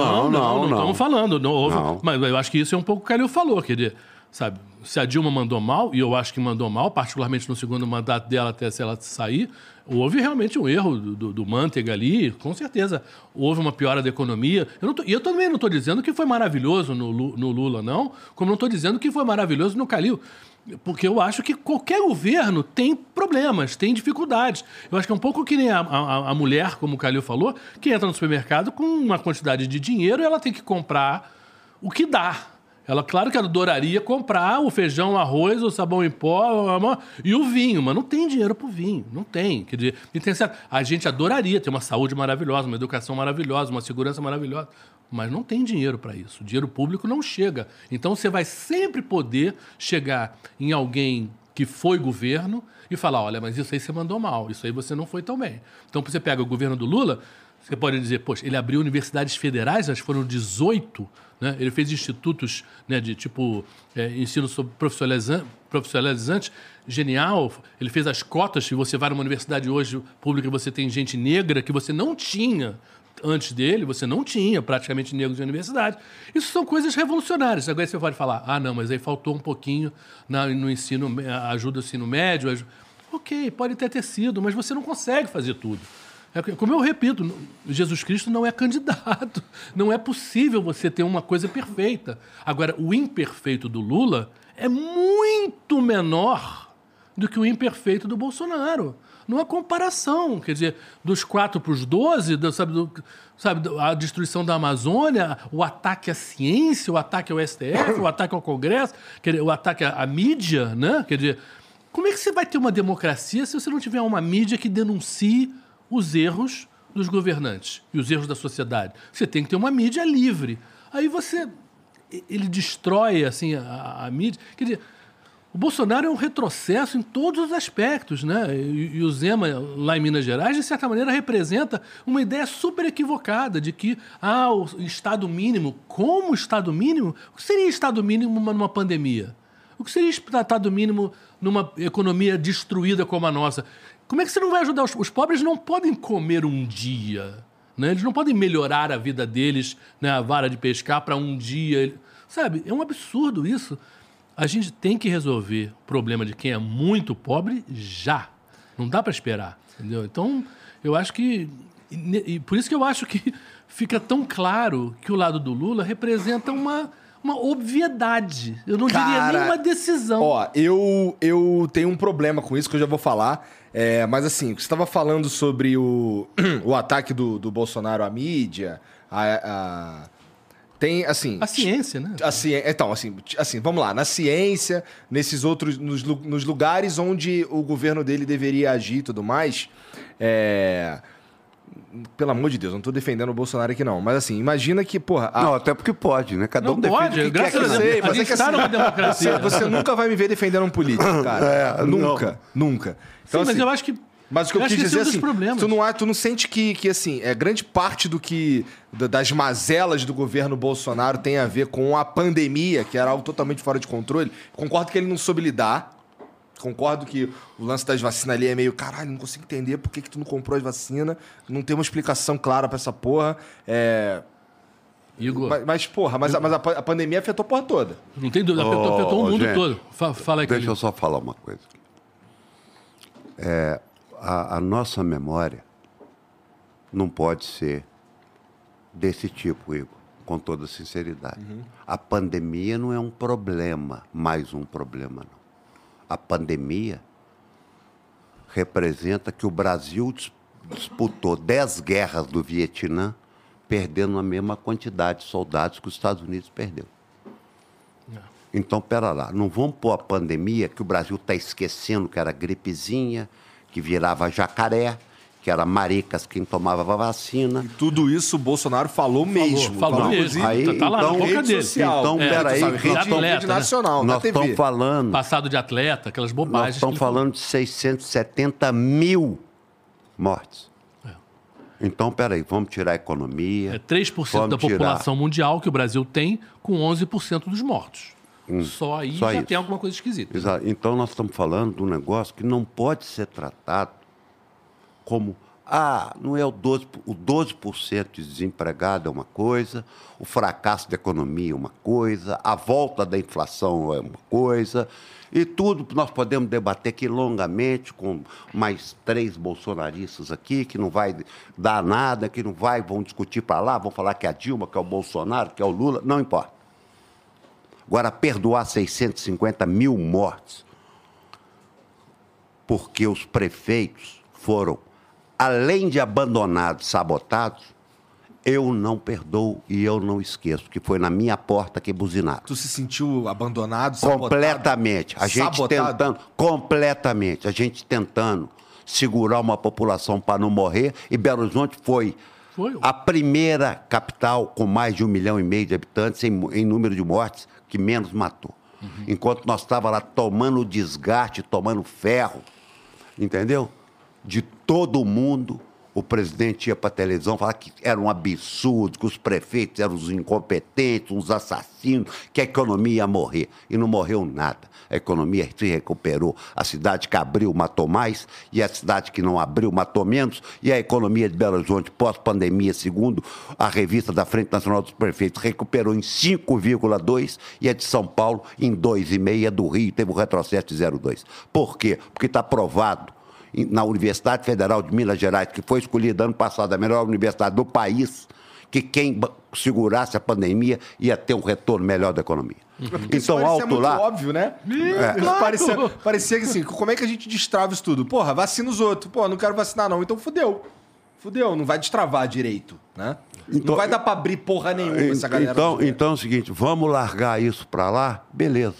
estamos falando. Não. Mas eu acho que isso é um pouco o que o Calil falou, quer dizer, sabe, se a Dilma mandou mal, e eu acho que mandou mal, particularmente no segundo mandato dela, até se ela sair, houve realmente um erro do Manteiga ali, com certeza. Houve uma piora da economia. Eu também não estou dizendo que foi maravilhoso no Lula, não, como não estou dizendo que foi maravilhoso no Calil. Porque eu acho que qualquer governo tem problemas, tem dificuldades. Eu acho que é um pouco que nem a mulher, como o Calil falou, que entra no supermercado com uma quantidade de dinheiro e ela tem que comprar o que dá. Claro que ela adoraria comprar o feijão, o arroz, o sabão em pó e o vinho, mas não tem dinheiro para o vinho, não tem. Quer dizer, a gente adoraria ter uma saúde maravilhosa, uma educação maravilhosa, uma segurança maravilhosa, mas não tem dinheiro para isso. O dinheiro público não chega. Então você vai sempre poder chegar em alguém que foi governo e falar, olha, mas isso aí você mandou mal, isso aí você não foi tão bem. Então você pega o governo do Lula, você pode dizer, poxa, ele abriu universidades federais, acho que foram 18, né? Ele fez institutos, né, de tipo ensino profissionalizante, genial. Ele fez as cotas, se você vai numa universidade hoje pública, você tem gente negra que você não tinha antes dele, você não tinha praticamente negros de universidade. Isso são coisas revolucionárias. Agora você pode falar, não, mas aí faltou um pouquinho no ensino, ajuda o ensino médio. Ok, pode até ter sido, mas você não consegue fazer tudo. Como eu repito, Jesus Cristo não é candidato. Não é possível você ter uma coisa perfeita. Agora, o imperfeito do Lula é muito menor do que o imperfeito do Bolsonaro. Não há comparação. Quer dizer, dos 4 para os 12, a destruição da Amazônia, o ataque à ciência, o ataque ao STF, o ataque ao Congresso, o ataque à mídia, né? Quer dizer, como é que você vai ter uma democracia se você não tiver uma mídia que denuncie os erros dos governantes e os erros da sociedade? Você tem que ter uma mídia livre. Aí ele destrói assim, a mídia. Quer dizer, o Bolsonaro é um retrocesso em todos os aspectos, né? E o Zema, lá em Minas Gerais, de certa maneira, representa uma ideia super equivocada de que o Estado mínimo, como Estado mínimo? O que seria Estado mínimo numa pandemia? O que seria Estado mínimo numa economia destruída como a nossa? Como é que você não vai ajudar? Os pobres não podem comer um dia, né? Eles não podem melhorar a vida deles, né? A vara de pescar para um dia. Sabe? É um absurdo isso. A gente tem que resolver o problema de quem é muito pobre já. Não dá para esperar, entendeu? Então, eu acho que... E por isso que eu acho que fica tão claro que o lado do Lula representa uma obviedade. Eu não diria nem uma decisão. Ó, eu tenho um problema com isso que eu já vou falar. Mas assim, você estava falando sobre o ataque do Bolsonaro à mídia, tem, assim... A ciência, né? Então, assim, vamos lá. Na ciência, nesses outros... Nos lugares onde o governo dele deveria agir e tudo mais... Pelo amor de Deus, não tô defendendo o Bolsonaro aqui não. Mas assim, imagina que, porra... Não, até porque pode, né? Cada um defende o que quer. Eu sei, mas é que assim, numa democracia. Você nunca vai me ver defendendo um político, cara. Nunca. Então, sim, mas eu acho que... Mas o que eu quis dizer, assim, problemas. tu não sente que assim, grande parte das mazelas do governo Bolsonaro tem a ver com a pandemia, que era algo totalmente fora de controle? Concordo que ele não soube lidar. Concordo que o lance das vacinas ali é meio... Caralho, não consigo entender por que tu não comprou as vacinas. Não tem uma explicação clara pra essa porra. Igor. Mas a pandemia afetou a porra toda. Não tem dúvida, afetou o mundo gente, todo. Fala aí. Deixa eu só falar uma coisa. A nossa memória não pode ser desse tipo, Igor, com toda sinceridade. A pandemia não é um problema, mais um problema, não. A pandemia representa que o Brasil disputou 10 guerras do Vietnã, perdendo a mesma quantidade de soldados que os Estados Unidos perdeu. Então, pera lá, não vamos pôr a pandemia, que o Brasil está esquecendo que era gripezinha, que virava jacaré, que era maricas quem tomava vacina. E tudo isso o Bolsonaro falou mesmo. Falou mesmo. Aí, tá lá na boca dele. Social. Então, peraí, rede nacional, nós estamos falando... Passado de atleta, aquelas bobagens. Nós estamos falando de 670 mil mortes. Então, peraí, vamos tirar a economia. 3% da população mundial que o Brasil tem, com 11% dos mortos. Só aí já tem alguma coisa esquisita. Exato. Então, nós estamos falando de um negócio que não pode ser tratado como, não é o 12% de desempregado é uma coisa, o fracasso da economia é uma coisa, a volta da inflação é uma coisa, e tudo nós podemos debater aqui longamente com mais 3 bolsonaristas aqui, que não vai dar nada, que não vão discutir para lá, vão falar que é a Dilma, que é o Bolsonaro, que é o Lula, não importa. Agora, perdoar 650 mil mortes porque os prefeitos foram, além de abandonados, sabotados, eu não perdoo e eu não esqueço, que foi na minha porta que buzinaram. Tu se sentiu abandonado, sabotado? Completamente. A gente tentando segurar uma população para não morrer, e Belo Horizonte foi a primeira capital com mais de 1,5 milhão de habitantes em número de mortes que menos matou. Enquanto nós estávamos lá tomando desgaste, tomando ferro, entendeu? De todo mundo, o presidente ia para a televisão falar que era um absurdo, que os prefeitos eram os incompetentes, uns assassinos, que a economia ia morrer. E não morreu nada. A economia se recuperou. A cidade que abriu matou mais, e a cidade que não abriu matou menos, e a economia de Belo Horizonte, pós-pandemia, segundo a revista da Frente Nacional dos Prefeitos, recuperou em 5,2%, e a de São Paulo em 2,5%, e a do Rio teve um retrocesso de 0,2%. Por quê? Porque está provado na Universidade Federal de Minas Gerais, que foi escolhida ano passado a melhor universidade do país, que quem segurasse a pandemia ia ter um retorno melhor da economia. Então, alto lá... óbvio, né? Claro. Parecia que assim, como é que a gente destrava isso tudo? Porra, vacina os outros. Pô, não quero vacinar não. Então fudeu. Não vai destravar direito, né? Então, não vai dar pra abrir porra nenhuma essa galera. Então é o seguinte, vamos largar isso pra lá? Beleza.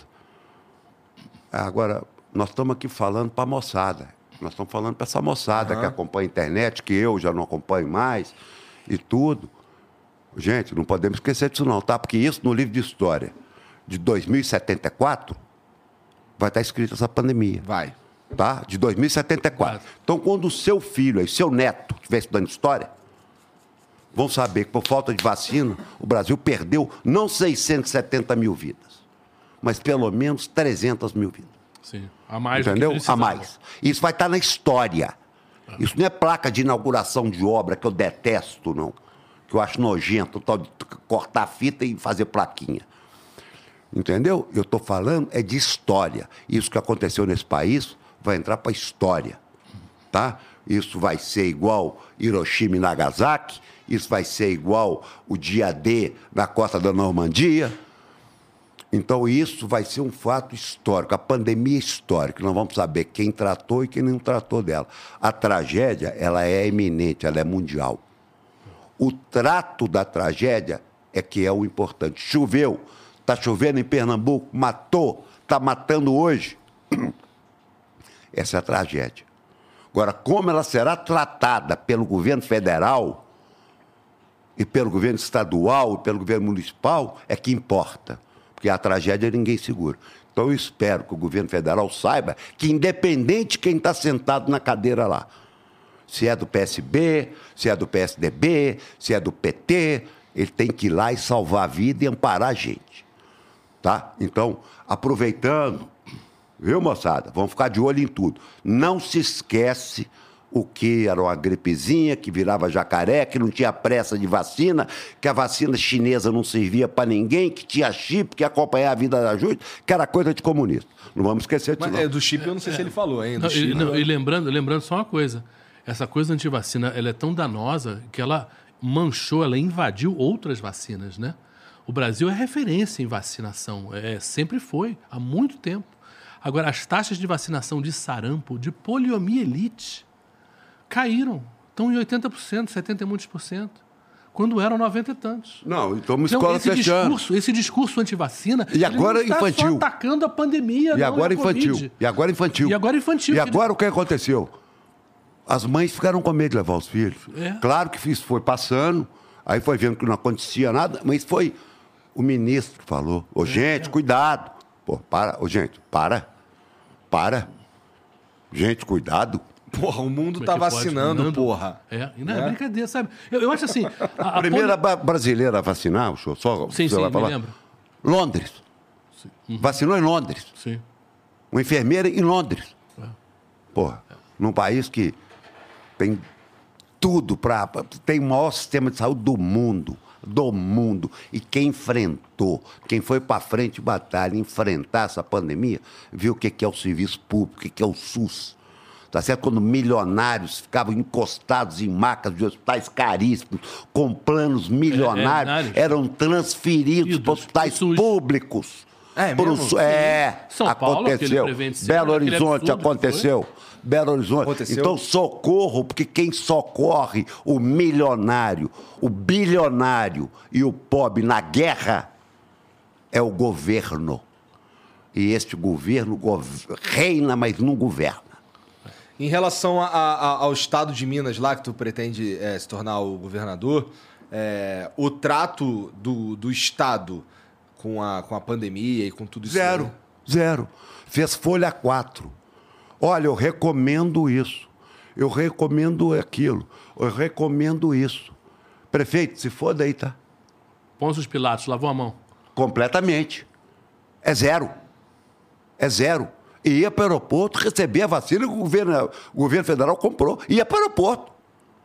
Agora, nós estamos aqui falando pra moçada. Nós estamos falando para essa moçada que acompanha a internet, que eu já não acompanho mais, e tudo. Gente, não podemos esquecer disso não, tá? Porque isso no livro de história de 2074 vai estar escrito essa pandemia. Vai. Tá? De 2074. Então, quando o seu filho, aí, seu neto, estiver estudando história, vão saber que por falta de vacina, o Brasil perdeu não 670 mil vidas, mas pelo menos 300 mil vidas. Sim, a mais. Entendeu? A mais. Isso vai estar na história. Isso não é placa de inauguração de obra, que eu detesto, não. Que eu acho nojento, tal de cortar a fita e fazer plaquinha. Entendeu? Eu estou falando é de história. Isso que aconteceu nesse país vai entrar para a história. Tá? Isso vai ser igual Hiroshima e Nagasaki, isso vai ser igual o dia D na costa da Normandia. Então, isso vai ser um fato histórico, a pandemia histórica. Nós vamos saber quem tratou e quem não tratou dela. A tragédia, ela é iminente, ela é mundial. O trato da tragédia é que é o importante. Choveu, está chovendo em Pernambuco, matou, está matando hoje. Essa é a tragédia. Agora, como ela será tratada pelo governo federal e pelo governo estadual e pelo governo municipal é que importa, porque a tragédia ninguém segura. Então, eu espero que o governo federal saiba que, independente de quem está sentado na cadeira lá, se é do PSB, se é do PSDB, se é do PT, ele tem que ir lá e salvar a vida e amparar a gente. Tá? Então, aproveitando, viu, moçada? Vamos ficar de olho em tudo. Não se esquece o que era uma gripezinha, que virava jacaré, que não tinha pressa de vacina, que a vacina chinesa não servia para ninguém, que tinha chip, que acompanhava a vida da gente, que era coisa de comunista. Não vamos esquecer disso, não. Do chip eu não sei se ele falou ainda. E lembrando só uma coisa. Essa coisa antivacina, ela é tão danosa que ela manchou, ela invadiu outras vacinas, né? O Brasil é referência em vacinação. Sempre foi, há muito tempo. Agora, as taxas de vacinação de sarampo, de poliomielite, caíram. Estão em 80%, 70 e muitos por cento. Quando eram 90 e tantos. Não, então uma escola fechando. Esse discurso antivacina... E agora ele não infantil. Está só atacando a pandemia, E agora infantil. E agora infantil. E agora o que aconteceu? As mães ficaram com medo de levar os filhos. Claro que isso foi passando, aí foi vendo que não acontecia nada, mas foi... O ministro falou, gente, cuidado. Pô, para. Gente, para. Gente, cuidado. Porra, o mundo tá vacinando, porra. Não é brincadeira, sabe? Eu acho assim... A primeira brasileira a vacinar, o senhor só... Sim, vai falar. Me lembro. Londres. Vacinou em Londres. Sim. Uma enfermeira em Londres. Porra, num país que tem tudo para... Tem o maior sistema de saúde do mundo. E quem enfrentou, quem foi para frente de batalha, enfrentar essa pandemia, viu o que é o serviço público, o que é o SUS. Tá certo? Quando milionários ficavam encostados em macas de hospitais caríssimos, com planos milionários, eram transferidos para hospitais públicos. São Paulo, aconteceu. Belo Horizonte aconteceu. Belo Horizonte. Então, socorro, porque quem socorre o milionário, o bilionário e o pobre na guerra é o governo. E este governo reina, mas não governa. Em relação ao estado de Minas lá, que tu pretende se tornar o governador, o trato do estado com a pandemia e com tudo isso... Zero. Fez folha 4. Olha, eu recomendo isso. Eu recomendo aquilo. Eu recomendo isso. Prefeito, se for daí, tá? Pôncio Pilatos, lavou a mão. Completamente. É zero. E ia para o aeroporto, recebia a vacina que o governo federal comprou. Ia para o aeroporto.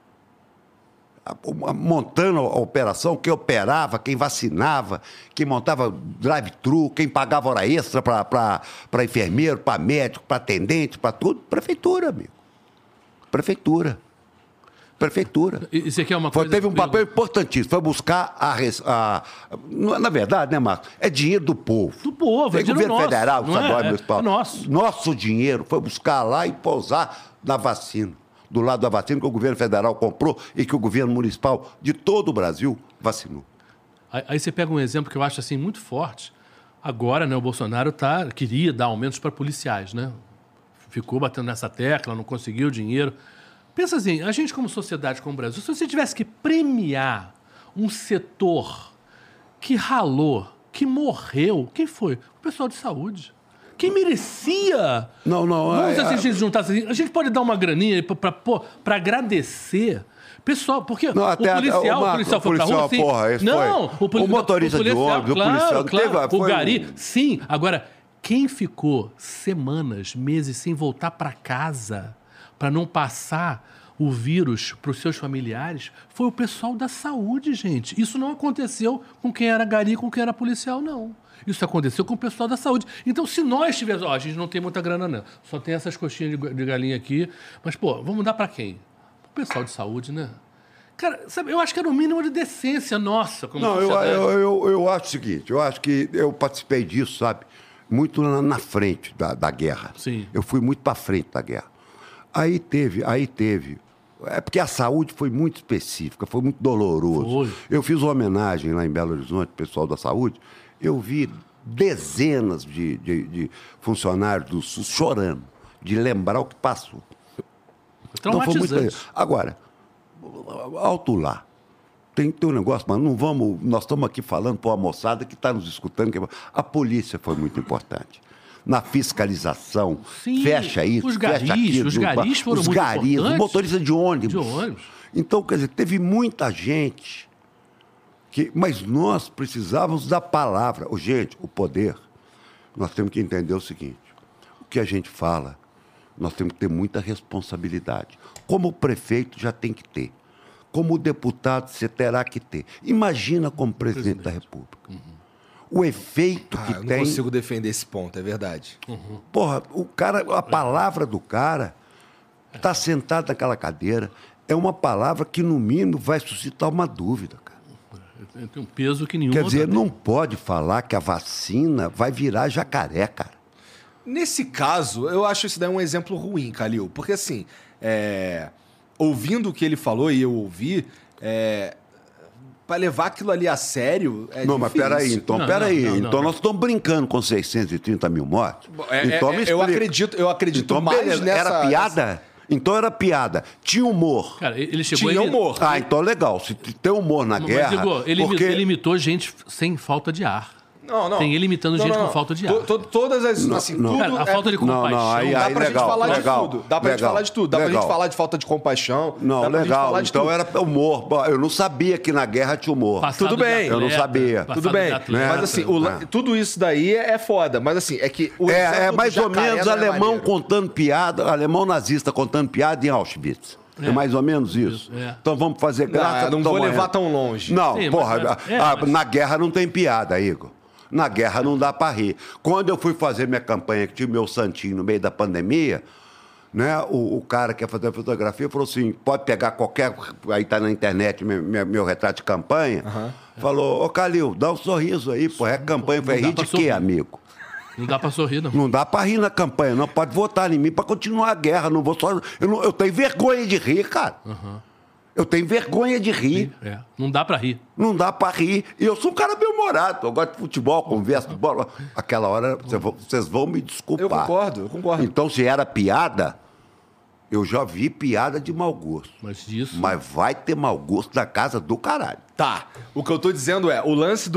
Montando a operação, quem operava, quem vacinava, quem montava drive-thru, quem pagava hora extra para enfermeiro, para médico, para atendente, para tudo. Prefeitura, amigo. Prefeitura. Isso aqui é uma coisa... Teve um papel importantíssimo. Foi buscar na verdade, né, Marcos? É dinheiro do povo. Do povo, é dinheiro governo nosso, federal, estadual e municipal. É nosso. Nosso dinheiro foi buscar lá e pousar na vacina. Do lado da vacina que o governo federal comprou e que o governo municipal de todo o Brasil vacinou. Aí você pega um exemplo que eu acho assim muito forte. Agora, né, o Bolsonaro queria dar aumentos para policiais, né? Ficou batendo nessa tecla, não conseguiu dinheiro. Pensa assim, a gente como sociedade, como o Brasil, se você tivesse que premiar um setor que ralou, que morreu, quem foi? O pessoal de saúde. Quem merecia... Não. Vamos a gente juntasse assim. A gente pode dar uma graninha para agradecer. Pessoal, porque não, até, o policial foi pra rua, sim. Porra, não, o motorista de ônibus, claro, o policial... o gari, sim. Agora, quem ficou semanas, meses sem voltar para casa para não passar o vírus para os seus familiares foi o pessoal da saúde, gente. Isso não aconteceu com quem era gari, com quem era policial, não. Isso aconteceu com o pessoal da saúde. Então, se nós tivéssemos... a gente não tem muita grana, não. Só tem essas coxinhas de galinha aqui. Mas, vamos dar para quem? Para o pessoal de saúde, né? Cara, sabe, eu acho que era o mínimo de decência nossa. Como eu acho o seguinte. Eu acho que eu participei disso, sabe? Muito na frente da guerra. Sim. Eu fui muito para frente da guerra. Aí teve É porque a saúde foi muito específica, foi muito doloroso. Eu fiz uma homenagem lá em Belo Horizonte, pessoal da saúde, eu vi dezenas de funcionários do SUS chorando, de lembrar o que passou. Então, foi muito... Agora, alto lá. Tem um negócio, mas não vamos... Nós estamos aqui falando para uma moçada que está nos escutando. A polícia foi muito importante. Na fiscalização, sim, fecha isso, fecha aquilo. Os garis foram muito importantes. Os motoristas de ônibus. Então, quer dizer, teve muita gente... Mas nós precisávamos da palavra. Gente, o poder, nós temos que entender o seguinte. O que a gente fala, nós temos que ter muita responsabilidade. Como o prefeito já tem que ter. Como o deputado você terá que ter. Imagina como presidente da República. O efeito que tem... Não consigo defender esse ponto, é verdade. Porra, o cara, a palavra do cara está sentado naquela cadeira. É uma palavra que, no mínimo, vai suscitar uma dúvida, cara. Tem um peso que nenhum. Quer dizer, não pode falar que a vacina vai virar jacaré, cara. Nesse caso, eu acho isso daí um exemplo ruim, Calil. Porque, assim, ouvindo o que ele falou, e eu ouvi, para levar aquilo ali a sério, não, difícil. Mas peraí, então nós estamos brincando com 630 mil mortes. Então me explica. Eu acredito então, mais beleza. nessa... Era piada? Então era piada. Tinha humor. Cara, ele chegou... Tinha humor. Então legal. Se tem humor na guerra... Mas, Igor, ele imitou gente sem falta de ar. Não. Tem ele imitando gente com falta de ar. Todas as... Assim, tudo cara, a falta de compaixão. Aí, dá pra gente falar de tudo. Dá pra gente falar de tudo. Dá pra gente falar de falta de compaixão. Não, legal. Então era humor. Eu não sabia que na guerra tinha humor. Tudo bem. Eu não sabia. Tudo bem. Mas assim, tudo isso daí é foda. Mas assim, é que... É mais ou menos alemão contando piada, alemão nazista contando piada em Auschwitz. É mais ou menos isso. Então vamos fazer graça. Não vou levar tão longe. Não, porra, na guerra não tem piada, Igor. Na guerra não dá para rir. Quando eu fui fazer minha campanha, que tinha meu santinho no meio da pandemia, né, o cara que ia fazer a fotografia falou assim, pode pegar qualquer... Aí tá na internet meu retrato de campanha. Falou, ô Calil, dá um sorriso aí, pô. É campanha. Foi rir de quê, amigo? Não dá pra sorrir, não. Não dá pra rir na campanha, não. Pode votar em mim pra continuar a guerra. Não vou só... Eu tenho vergonha de rir, cara. Eu tenho vergonha de rir. Não dá pra rir. Não dá pra rir. E eu sou um cara bem-humorado. Eu gosto de futebol, converso de bola. Aquela hora, vocês vão me desculpar. Eu concordo. Então, se era piada, eu já vi piada de mau gosto. Mas vai ter mau gosto da casa do caralho. Tá. O que eu tô dizendo é, o lance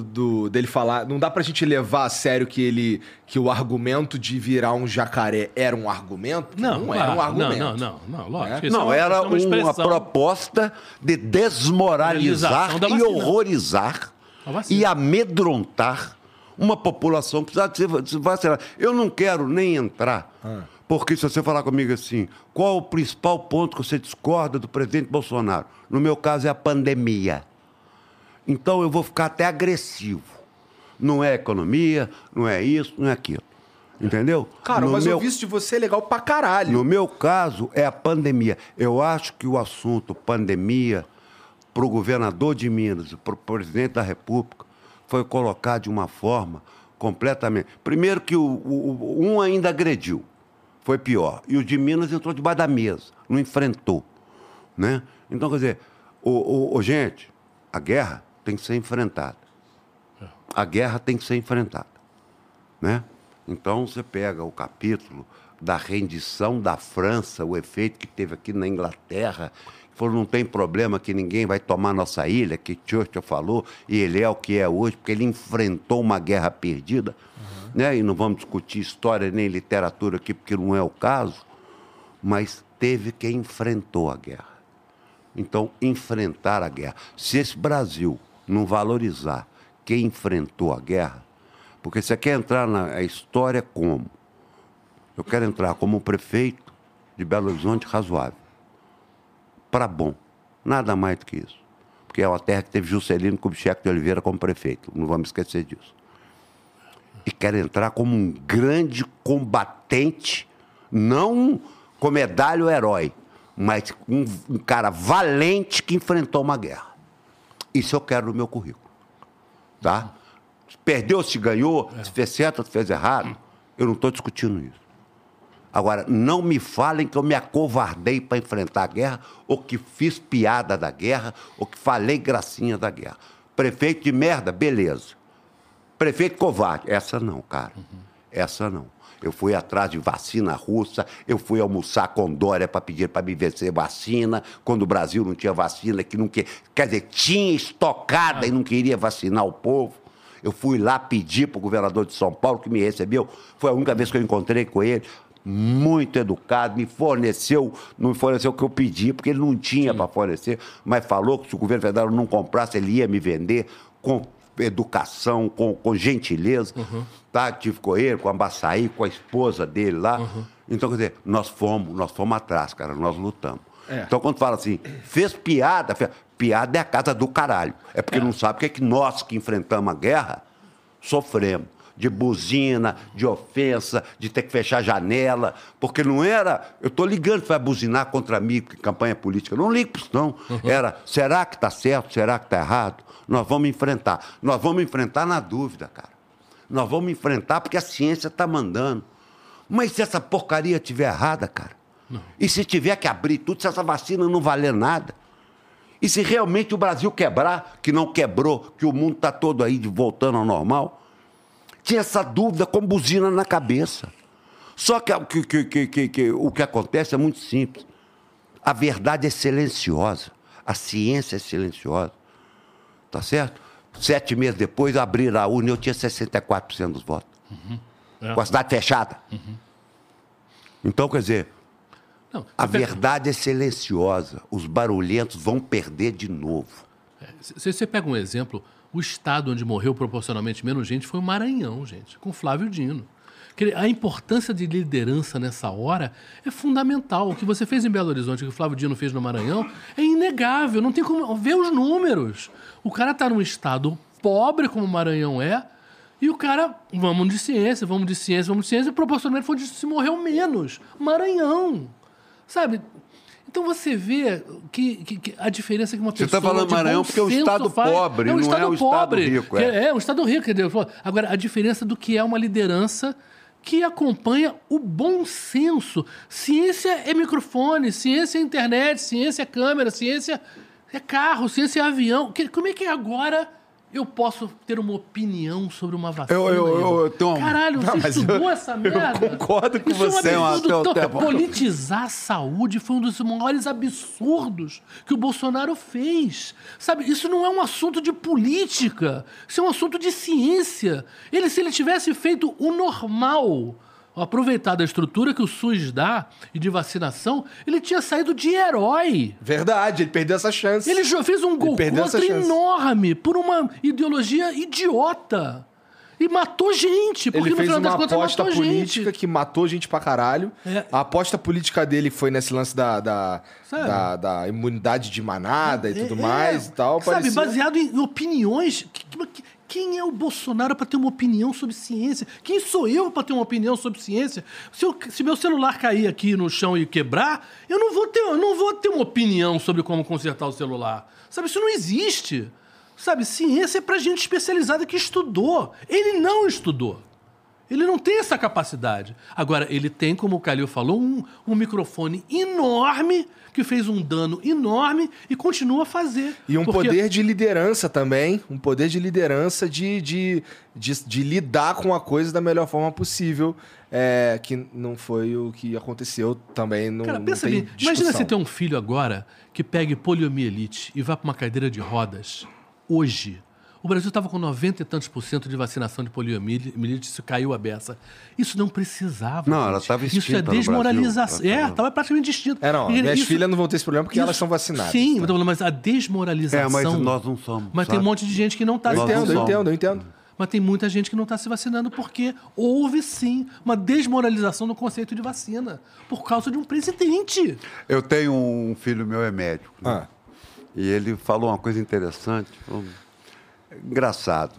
dele falar, não dá pra gente levar a sério que o argumento de virar um jacaré era um argumento? Não era um argumento. Não, lógico. Não, era uma proposta de desmoralizar e horrorizar e amedrontar uma população que precisava de vacinar. Eu não quero nem entrar, porque se você falar comigo assim, qual o principal ponto que você discorda do presidente Bolsonaro? No meu caso é a pandemia. Então eu vou ficar até agressivo. Não é economia, não é isso, não é aquilo. Entendeu? Cara, mas o visto de você é legal pra caralho. No meu caso é a pandemia. Eu acho que o assunto pandemia, pro governador de Minas, pro presidente da República, foi colocado de uma forma completamente... Primeiro que um ainda agrediu. Foi pior. E o de Minas entrou debaixo da mesa. Não enfrentou. Né? Então, quer dizer, gente, a guerra tem que ser enfrentada. A guerra tem que ser enfrentada. Né? Então, você pega o capítulo da rendição da França, o efeito que teve aqui na Inglaterra, que falou, não tem problema que ninguém vai tomar nossa ilha, que Churchill falou, e ele é o que é hoje, porque ele enfrentou uma guerra perdida. Né? E não vamos discutir história nem literatura aqui, porque não é o caso, mas teve quem enfrentou a guerra. Então, enfrentar a guerra. Se esse Brasil não valorizar quem enfrentou a guerra, porque você quer entrar na história como? Eu quero entrar como prefeito de Belo Horizonte razoável. Para bom. Nada mais do que isso. Porque é uma terra que teve Juscelino Kubitschek de Oliveira como prefeito. Não vamos esquecer disso. E quero entrar como um grande combatente, não com medalha ou herói, mas um cara valente que enfrentou uma guerra. Isso eu quero no meu currículo. Tá? Se perdeu, se ganhou, se fez certo ou se fez errado, eu não estou discutindo isso. Agora, não me falem que eu me acovardei para enfrentar a guerra, ou que fiz piada da guerra, ou que falei gracinha da guerra. Prefeito de merda, beleza. Prefeito covarde, essa não, cara. Essa não. Eu fui atrás de vacina russa, eu fui almoçar com Dória para pedir para me vencer vacina, quando o Brasil não tinha vacina, que não quer dizer, tinha estocada e não queria vacinar o povo. Eu fui lá pedir para o governador de São Paulo, que me recebeu, foi a única vez que eu encontrei com ele, muito educado, me forneceu, não me forneceu o que eu pedi, porque ele não tinha para fornecer, mas falou que se o governo federal não comprasse, ele ia me vender com educação, com gentileza. Tá? Tive com ele, com a Ambaçaí, com a esposa dele lá. Então, quer dizer, nós fomos atrás, cara, nós lutamos. Então, quando fala assim, fez piada, piada é a casa do caralho. É porque não sabe o que nós que enfrentamos a guerra sofremos. De buzina, de ofensa, de ter que fechar a janela, porque não era... Eu estou ligando para buzinar contra mim, campanha política. Não ligo para isso, não. Era, será que está certo, será que está errado? Nós vamos enfrentar. Nós vamos enfrentar na dúvida, cara. Nós vamos enfrentar porque a ciência está mandando. Mas se essa porcaria estiver errada, cara? Não. E se tiver que abrir tudo, se essa vacina não valer nada? E se realmente o Brasil quebrar, que não quebrou, que o mundo está todo aí voltando ao normal? Tinha essa dúvida com buzina na cabeça. Só que o que acontece é muito simples. A verdade é silenciosa. A ciência é silenciosa. Tá certo? 7 meses depois, abriram a urna e eu tinha 64% dos votos. Com a cidade fechada. Então, quer dizer, a verdade é silenciosa. Os barulhentos vão perder de novo. Se você pega um exemplo... O estado onde morreu proporcionalmente menos gente foi o Maranhão, gente, com Flávio Dino. A importância de liderança nessa hora é fundamental. O que você fez em Belo Horizonte, o que o Flávio Dino fez no Maranhão, é inegável. Não tem como ver os números. O cara está num estado pobre, como o Maranhão é, e o cara, vamos de ciência, e proporcionalmente foi onde se morreu menos. Maranhão. Sabe... Então você vê que a diferença que uma pessoa... Você está falando Maranhão porque é um estado pobre, não é um estado rico. É um estado rico. Agora, a diferença do que é uma liderança que acompanha o bom senso. Ciência é microfone, ciência é internet, ciência é câmera, ciência é carro, ciência é avião. Como é que agora... Eu posso ter uma opinião sobre uma vacina? Eu tenho... Caralho, você estudou essa merda? Eu concordo com você. É um absurdo. Politizar a saúde foi um dos maiores absurdos que o Bolsonaro fez. Sabe, isso não é um assunto de política. Isso é um assunto de ciência. Se ele tivesse feito o normal... aproveitado a estrutura que o SUS dá e de vacinação, ele tinha saído de herói. Verdade, ele perdeu essa chance. Ele fez um gol contra enorme por uma ideologia idiota. E matou gente. Porque ele fez uma contas, aposta política que matou gente pra caralho. A aposta política dele foi nesse lance da imunidade de manada e tudo mais e tal. Sabe, baseado em opiniões... Quem é o Bolsonaro para ter uma opinião sobre ciência? Quem sou eu para ter uma opinião sobre ciência? Se meu celular cair aqui no chão e quebrar, eu não vou ter uma opinião sobre como consertar o celular. Sabe, isso não existe. Sabe, ciência é para gente especializada que estudou. Ele não estudou. Ele não tem essa capacidade. Agora, ele tem, como o Calil falou, um microfone enorme que fez um dano enorme e continua a fazer. E poder de liderança também. Um poder de liderança de lidar com a coisa da melhor forma possível. Que não foi o que aconteceu também. Cara, pensa bem. Imagina você ter um filho agora que pegue poliomielite e vá para uma cadeira de rodas. Hoje... O Brasil estava com 90 e tantos% de vacinação de poliomielite, isso caiu a beça. Isso não precisava. Não, ela estava extinta. Isso é desmoralização. Estava praticamente extinta. Minhas filhas não vão ter esse problema porque elas são vacinadas. Sim, tá? Mas a desmoralização... mas nós não somos. Mas tem um monte de gente que não está se vacinando. Eu entendo. Mas tem muita gente que não está se vacinando porque houve, sim, uma desmoralização no conceito de vacina por causa de um presidente. Eu tenho um filho meu, é médico. Né? E ele falou uma coisa interessante... Engraçado,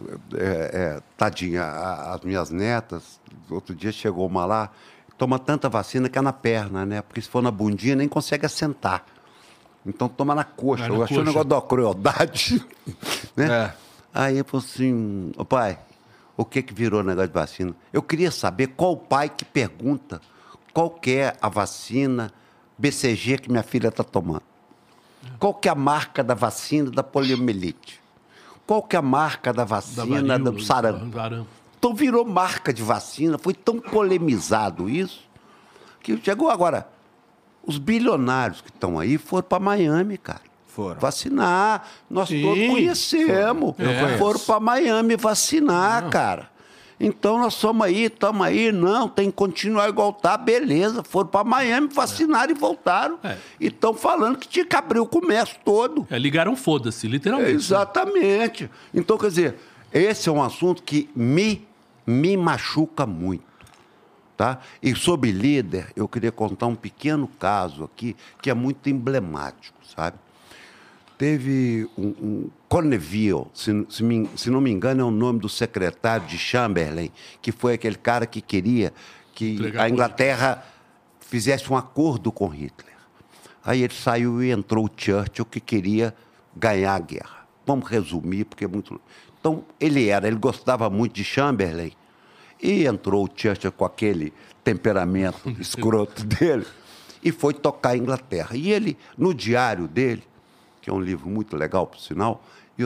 tadinha, as minhas netas, outro dia chegou uma lá, toma tanta vacina que é na perna, né? Porque se for na bundinha nem consegue assentar. Então toma na coxa. Eu achei um negócio da crueldade, né? Aí eu falei assim, pai, o que virou negócio de vacina? Eu queria saber qual pai que pergunta qual que é a vacina BCG que minha filha está tomando? Qual que é a marca da vacina da poliomielite? Qual que é a marca da vacina do sarampo? Então virou marca de vacina, foi tão polemizado isso, que chegou agora. Os bilionários que estão aí foram para Miami, cara. Foram. Vacinar. Nós todos conhecemos. Foram para Miami vacinar, cara. Então nós somos aí, estamos aí, não, tem que continuar igual tá, beleza. Foram para Miami, vacinaram e voltaram. E estão falando que tinha que abrir o comércio todo. Ligaram foda-se, literalmente. Exatamente. Né? Então, quer dizer, esse é um assunto que me machuca muito. Tá? E sobre líder, eu queria contar um pequeno caso aqui, que é muito emblemático, sabe? Teve um Corneville, se não me engano, é o nome do secretário de Chamberlain, que foi aquele cara que queria que a Inglaterra fizesse um acordo com Hitler. Aí ele saiu e entrou o Churchill, que queria ganhar a guerra. Vamos resumir, porque é muito... Então, ele gostava muito de Chamberlain, e entrou o Churchill com aquele temperamento escroto dele, e foi tocar a Inglaterra. E ele, no diário dele, que é um livro muito legal, por sinal,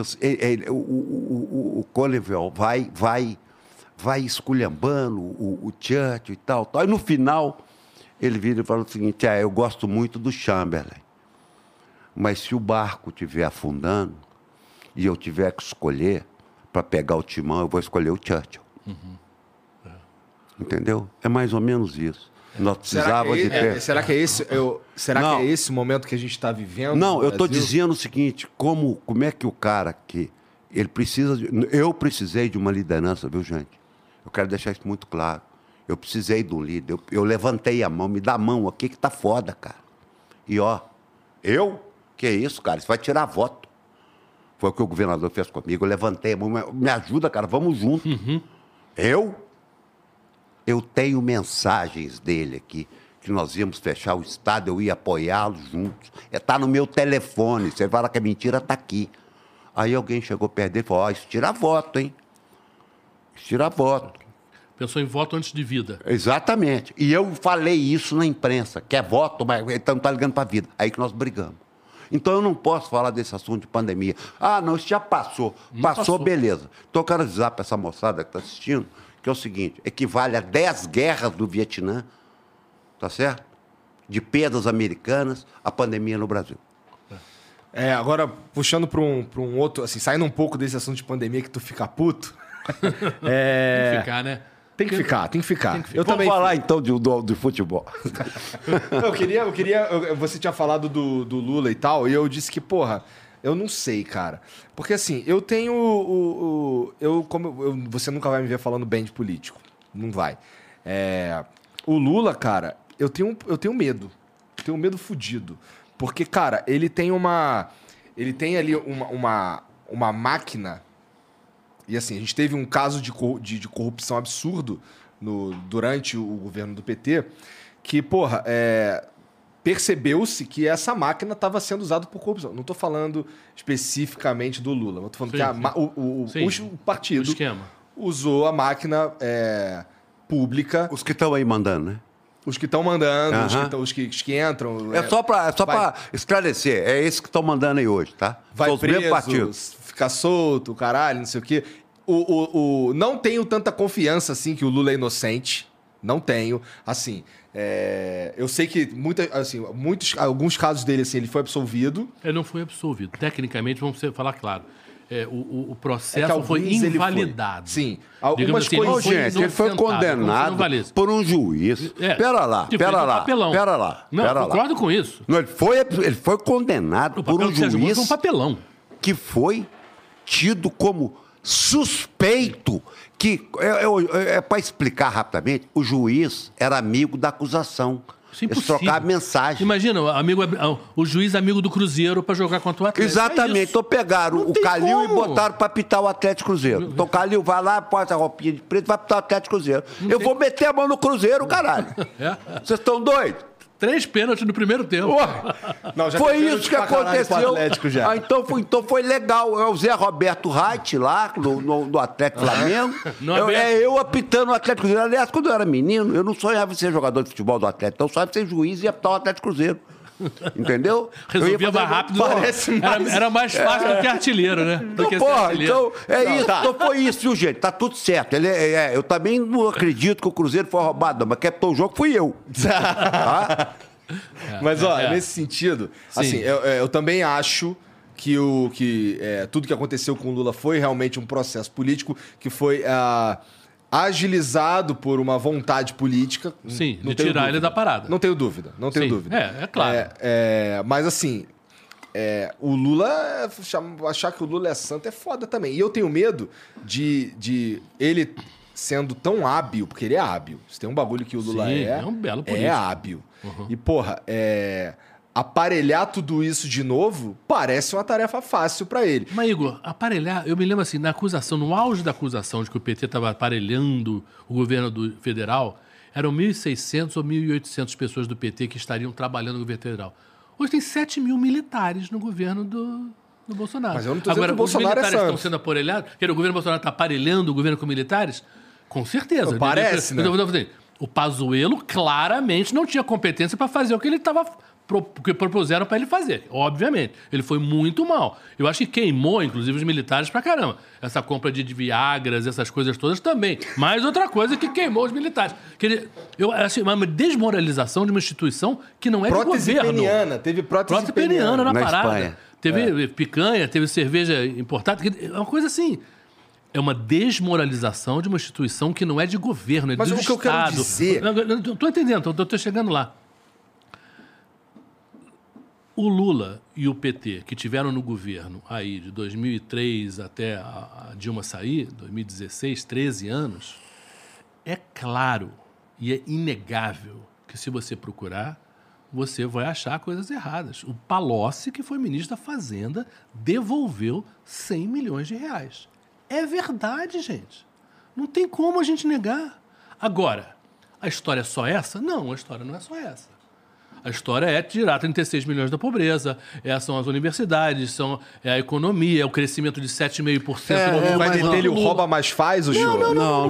o Corneville vai esculhambando o Churchill e tal. E no final, ele vira e fala o seguinte: eu gosto muito do Chamberlain, mas se o barco estiver afundando e eu tiver que escolher para pegar o timão, eu vou escolher o Churchill. Entendeu? É mais ou menos isso. Nós precisávamos de ter... Será que é esse? Que é esse momento que a gente está vivendo? Não, eu estou dizendo o seguinte: como é que o cara que ele precisa eu precisei de uma liderança, viu, gente? Eu quero deixar isso muito claro. Eu precisei de um líder. Eu levantei a mão, me dá a mão aqui que tá foda, cara. E que é isso, cara? Isso vai tirar voto. Foi o que o governador fez comigo. Eu levantei a mão, me ajuda, cara, vamos junto. Eu tenho mensagens dele aqui, que nós íamos fechar o Estado, eu ia apoiá-lo juntos. Está no meu telefone, você fala que é mentira, está aqui. Aí alguém chegou perto dele e falou: isso tira voto, hein? Isso tira voto. Pensou em voto antes de vida. Exatamente. E eu falei isso na imprensa, quer voto, mas então não está ligando para a vida. Aí que nós brigamos. Então eu não posso falar desse assunto de pandemia. Não, isso já passou. Passou, beleza. Então eu quero avisar para essa moçada que está assistindo, que é o seguinte: equivale a 10 guerras do Vietnã, tá certo? De perdas americanas, a pandemia no Brasil. Agora, puxando para um outro, assim, saindo um pouco desse assunto de pandemia que tu fica puto. Tem que ficar, né? Tem que ficar. Eu também falar, então, do futebol. Eu queria... Você tinha falado do Lula e tal, e eu disse que, porra... Eu não sei, cara. Porque, assim, eu tenho você nunca vai me ver falando bem de político. Não vai. O Lula, cara, eu tenho medo. Eu tenho um medo fudido. Porque, cara, ele tem ali uma máquina. E, assim, a gente teve um caso de corrupção absurdo durante o governo do PT, que, porra, percebeu-se que essa máquina estava sendo usada por corrupção. Não estou falando especificamente do Lula, mas estou falando que o partido usou a máquina pública. Os que estão aí mandando, né? Os que estão mandando, os que entram. Só para esclarecer, é esses que estão mandando aí hoje, tá? Vai preso, ficar solto, o caralho, não sei o quê. Não tenho tanta confiança assim que o Lula é inocente. Não tenho. Assim, eu sei que alguns casos dele, assim, ele foi absolvido. Ele não foi absolvido. Tecnicamente, vamos falar claro. O processo foi invalidado. Sim. Algumas coisas. Ele foi condenado por um juiz. Pera lá. Não, concordo com isso. Não, ele foi condenado por um juiz. Um papelão. Que foi tido como suspeito. Que para explicar rapidamente, o juiz era amigo da acusação. Eles trocavam mensagem. Imagina, o juiz amigo do Cruzeiro para jogar contra o Atlético. Exatamente. Então pegaram o Calil e botaram para pitar o Atlético Cruzeiro. Então o Calil vai lá, põe a roupinha de preto, vai pitar o Atlético Cruzeiro. Eu vou meter a mão no Cruzeiro, caralho. Vocês estão doidos? 3 pênaltis no primeiro tempo. Não, já foi isso que aconteceu. Atlético já. Então foi legal. É o Zé Roberto Reit lá, do Atlético Flamengo. Eu apitando o Atlético Cruzeiro. Aliás, quando eu era menino, eu não sonhava em ser jogador de futebol do Atlético. Então eu sonhava em ser juiz e apitar o Atlético Cruzeiro. Entendeu? Resolvia mais rápido. Era mais fácil do que artilheiro, né? Então, isso. Então foi isso, viu, gente? Tá tudo certo. Eu também não acredito que o Cruzeiro foi roubado, mas quem apitou o jogo fui eu. Tá? Mas, nesse sentido, assim, eu também acho que tudo que aconteceu com o Lula foi realmente um processo político que foi agilizado por uma vontade política. Sim, de tirar ele da parada. Não tenho dúvida, não tenho dúvida. É claro. Mas assim, o Lula, achar que o Lula é santo é foda também. E eu tenho medo de ele sendo tão hábil, porque ele é hábil. Se tem um bagulho que o Lula é um belo político. É hábil. Uhum. E, porra, aparelhar tudo isso de novo parece uma tarefa fácil pra ele. Mas, Igor, aparelhar... Eu me lembro assim, na acusação, no auge da acusação de que o PT estava aparelhando o governo federal, eram 1.600 ou 1.800 pessoas do PT que estariam trabalhando no governo federal. Hoje tem 7 mil militares no governo do Bolsonaro. Mas eu não tô dizendo que o Bolsonaro os militares estão sendo aparelhados? Porque o governo Bolsonaro está aparelhando o governo com militares? Com certeza. Não parece, né? O Pazuello claramente não tinha competência para fazer o que ele estava... que propuseram para ele fazer, obviamente. Ele foi muito mal. Eu acho que queimou, inclusive, os militares pra caramba. Essa compra de Viagras, essas coisas todas também. Mais outra coisa que queimou os militares. Eu acho uma desmoralização de uma instituição que não é prótese de governo. Peniana, teve prótese peniana na parada. Espanha. Teve picanha, teve cerveja importada. É uma coisa assim... É uma desmoralização de uma instituição que não é de governo, é do Estado. Mas o que eu quero dizer... Estou entendendo, estou chegando lá. O Lula e o PT, que tiveram no governo aí de 2003 até a Dilma sair, 2016, 13 anos, é claro e é inegável que se você procurar, você vai achar coisas erradas. O Palocci, que foi ministro da Fazenda, devolveu 100 milhões de reais. É verdade, gente. Não tem como a gente negar. Agora, a história é só essa? Não, a história não é só essa. A história é tirar 36 milhões da pobreza, são as universidades, é a economia, é o crescimento de 7,5%. Vai meter ele o rouba mais faz, o Gil? Não.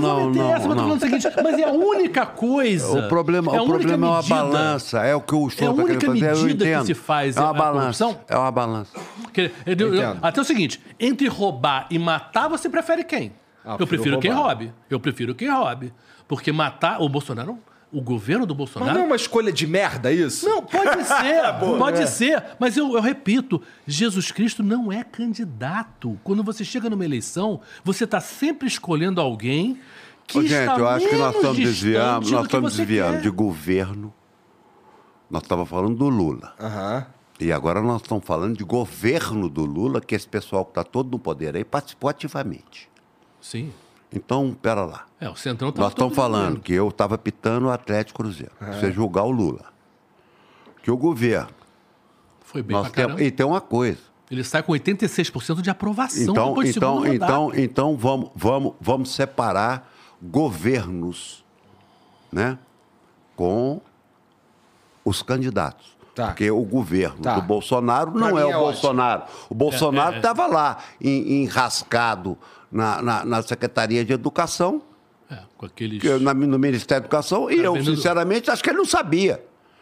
Mas é a única coisa. O problema é uma balança. É o que o show está querendo fazer. É a única medida que se faz. É uma balança. É uma balança. Até o seguinte, entre roubar e matar, você prefere quem? Eu prefiro quem roube. Porque matar o Bolsonaro... O governo do Bolsonaro... Mas não é uma escolha de merda isso? Não, pode ser, pode ser. Mas eu repito, Jesus Cristo não é candidato. Quando você chega numa eleição, você está sempre escolhendo alguém que está gente, eu acho que nós estamos desviando de governo. Nós estávamos falando do Lula. Aham. E agora nós estamos falando de governo do Lula, que esse pessoal que está todo no poder aí participou ativamente. Sim. Então, pera lá. O Centrão nós estamos falando que eu estava pitando o Atlético Cruzeiro. Você julgar o Lula. Que o governo... Foi bem pra caramba. E tem uma coisa. Ele sai com 86% de aprovação depois de segunda rodada. Então vamos separar governos, né, com os candidatos. Tá. Porque o governo do Bolsonaro não é o Bolsonaro. O Bolsonaro estava lá enrascado na Secretaria de Educação, com aqueles... no Ministério da Educação, e eu, sinceramente, acho que ele não sabia.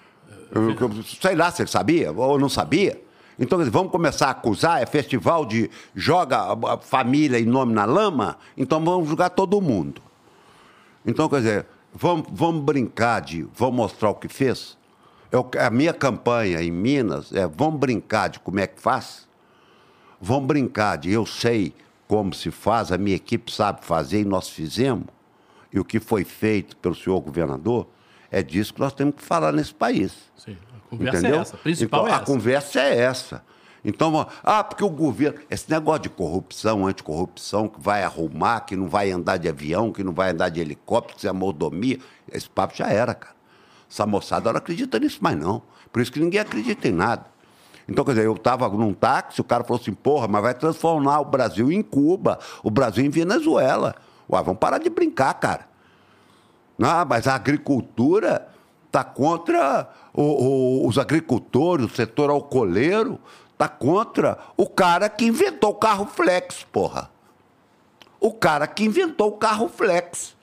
Sei lá se ele sabia ou não sabia. Então, vamos começar a acusar, festival de joga a família e nome na lama, então vamos julgar todo mundo. Então, quer dizer, vamos brincar vamos mostrar o que fez? A minha campanha em Minas vamos brincar de como é que faz? Vamos brincar de eu sei como se faz, a minha equipe sabe fazer e nós fizemos, e o que foi feito pelo senhor governador, é disso que nós temos que falar nesse país. Sim, a conversa é essa, a principal é essa. A conversa é essa. Então, porque o governo, esse negócio de corrupção, anticorrupção, que vai arrumar, que não vai andar de avião, que não vai andar de helicóptero, que é mordomia, esse papo já era, cara. Essa moçada não acredita nisso mais não. Por isso que ninguém acredita em nada. Então, quer dizer, eu estava num táxi, o cara falou assim, porra, mas vai transformar o Brasil em Cuba, o Brasil em Venezuela. Ué, vamos parar de brincar, cara. Não, mas a agricultura está contra os agricultores, o setor alcooleiro, está contra o cara que inventou o carro flex, porra. O cara que inventou o carro flex.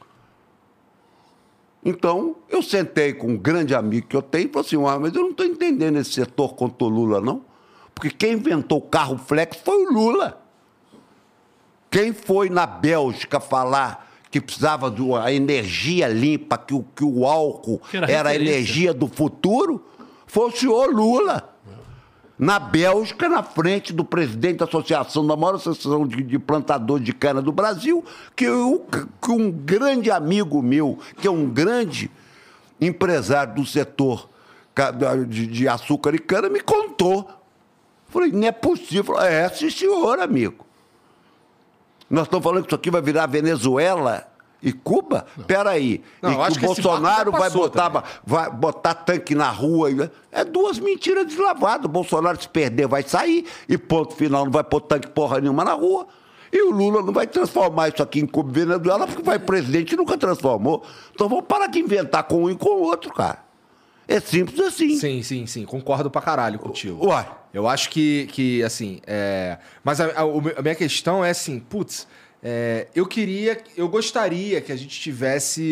Então, eu sentei com um grande amigo que eu tenho e falei assim, mas eu não estou entendendo esse setor contra o Lula, não. Porque quem inventou o carro flex foi o Lula. Quem foi na Bélgica falar que precisava de uma energia limpa, que o álcool era a energia do futuro, foi o senhor Lula. Na Bélgica, na frente do presidente da associação, da maior associação de plantadores de cana do Brasil, que um grande amigo meu, que é um grande empresário do setor de açúcar e cana, me contou. Falei, não é possível. Sim, senhor, amigo. Nós estamos falando que isso aqui vai virar Venezuela e Cuba? Espera aí. E que o Bolsonaro vai botar tanque na rua. É duas mentiras deslavadas. O Bolsonaro, se perder, vai sair. E ponto final, não vai pôr tanque porra nenhuma na rua. E o Lula não vai transformar isso aqui em Cuba e Venezuela, porque vai presidente e nunca transformou. Então vamos parar de inventar com um e com o outro, cara. É simples assim. Sim. Concordo pra caralho contigo. Uai. Eu acho que assim... Mas a minha questão é assim, putz... eu gostaria que a gente tivesse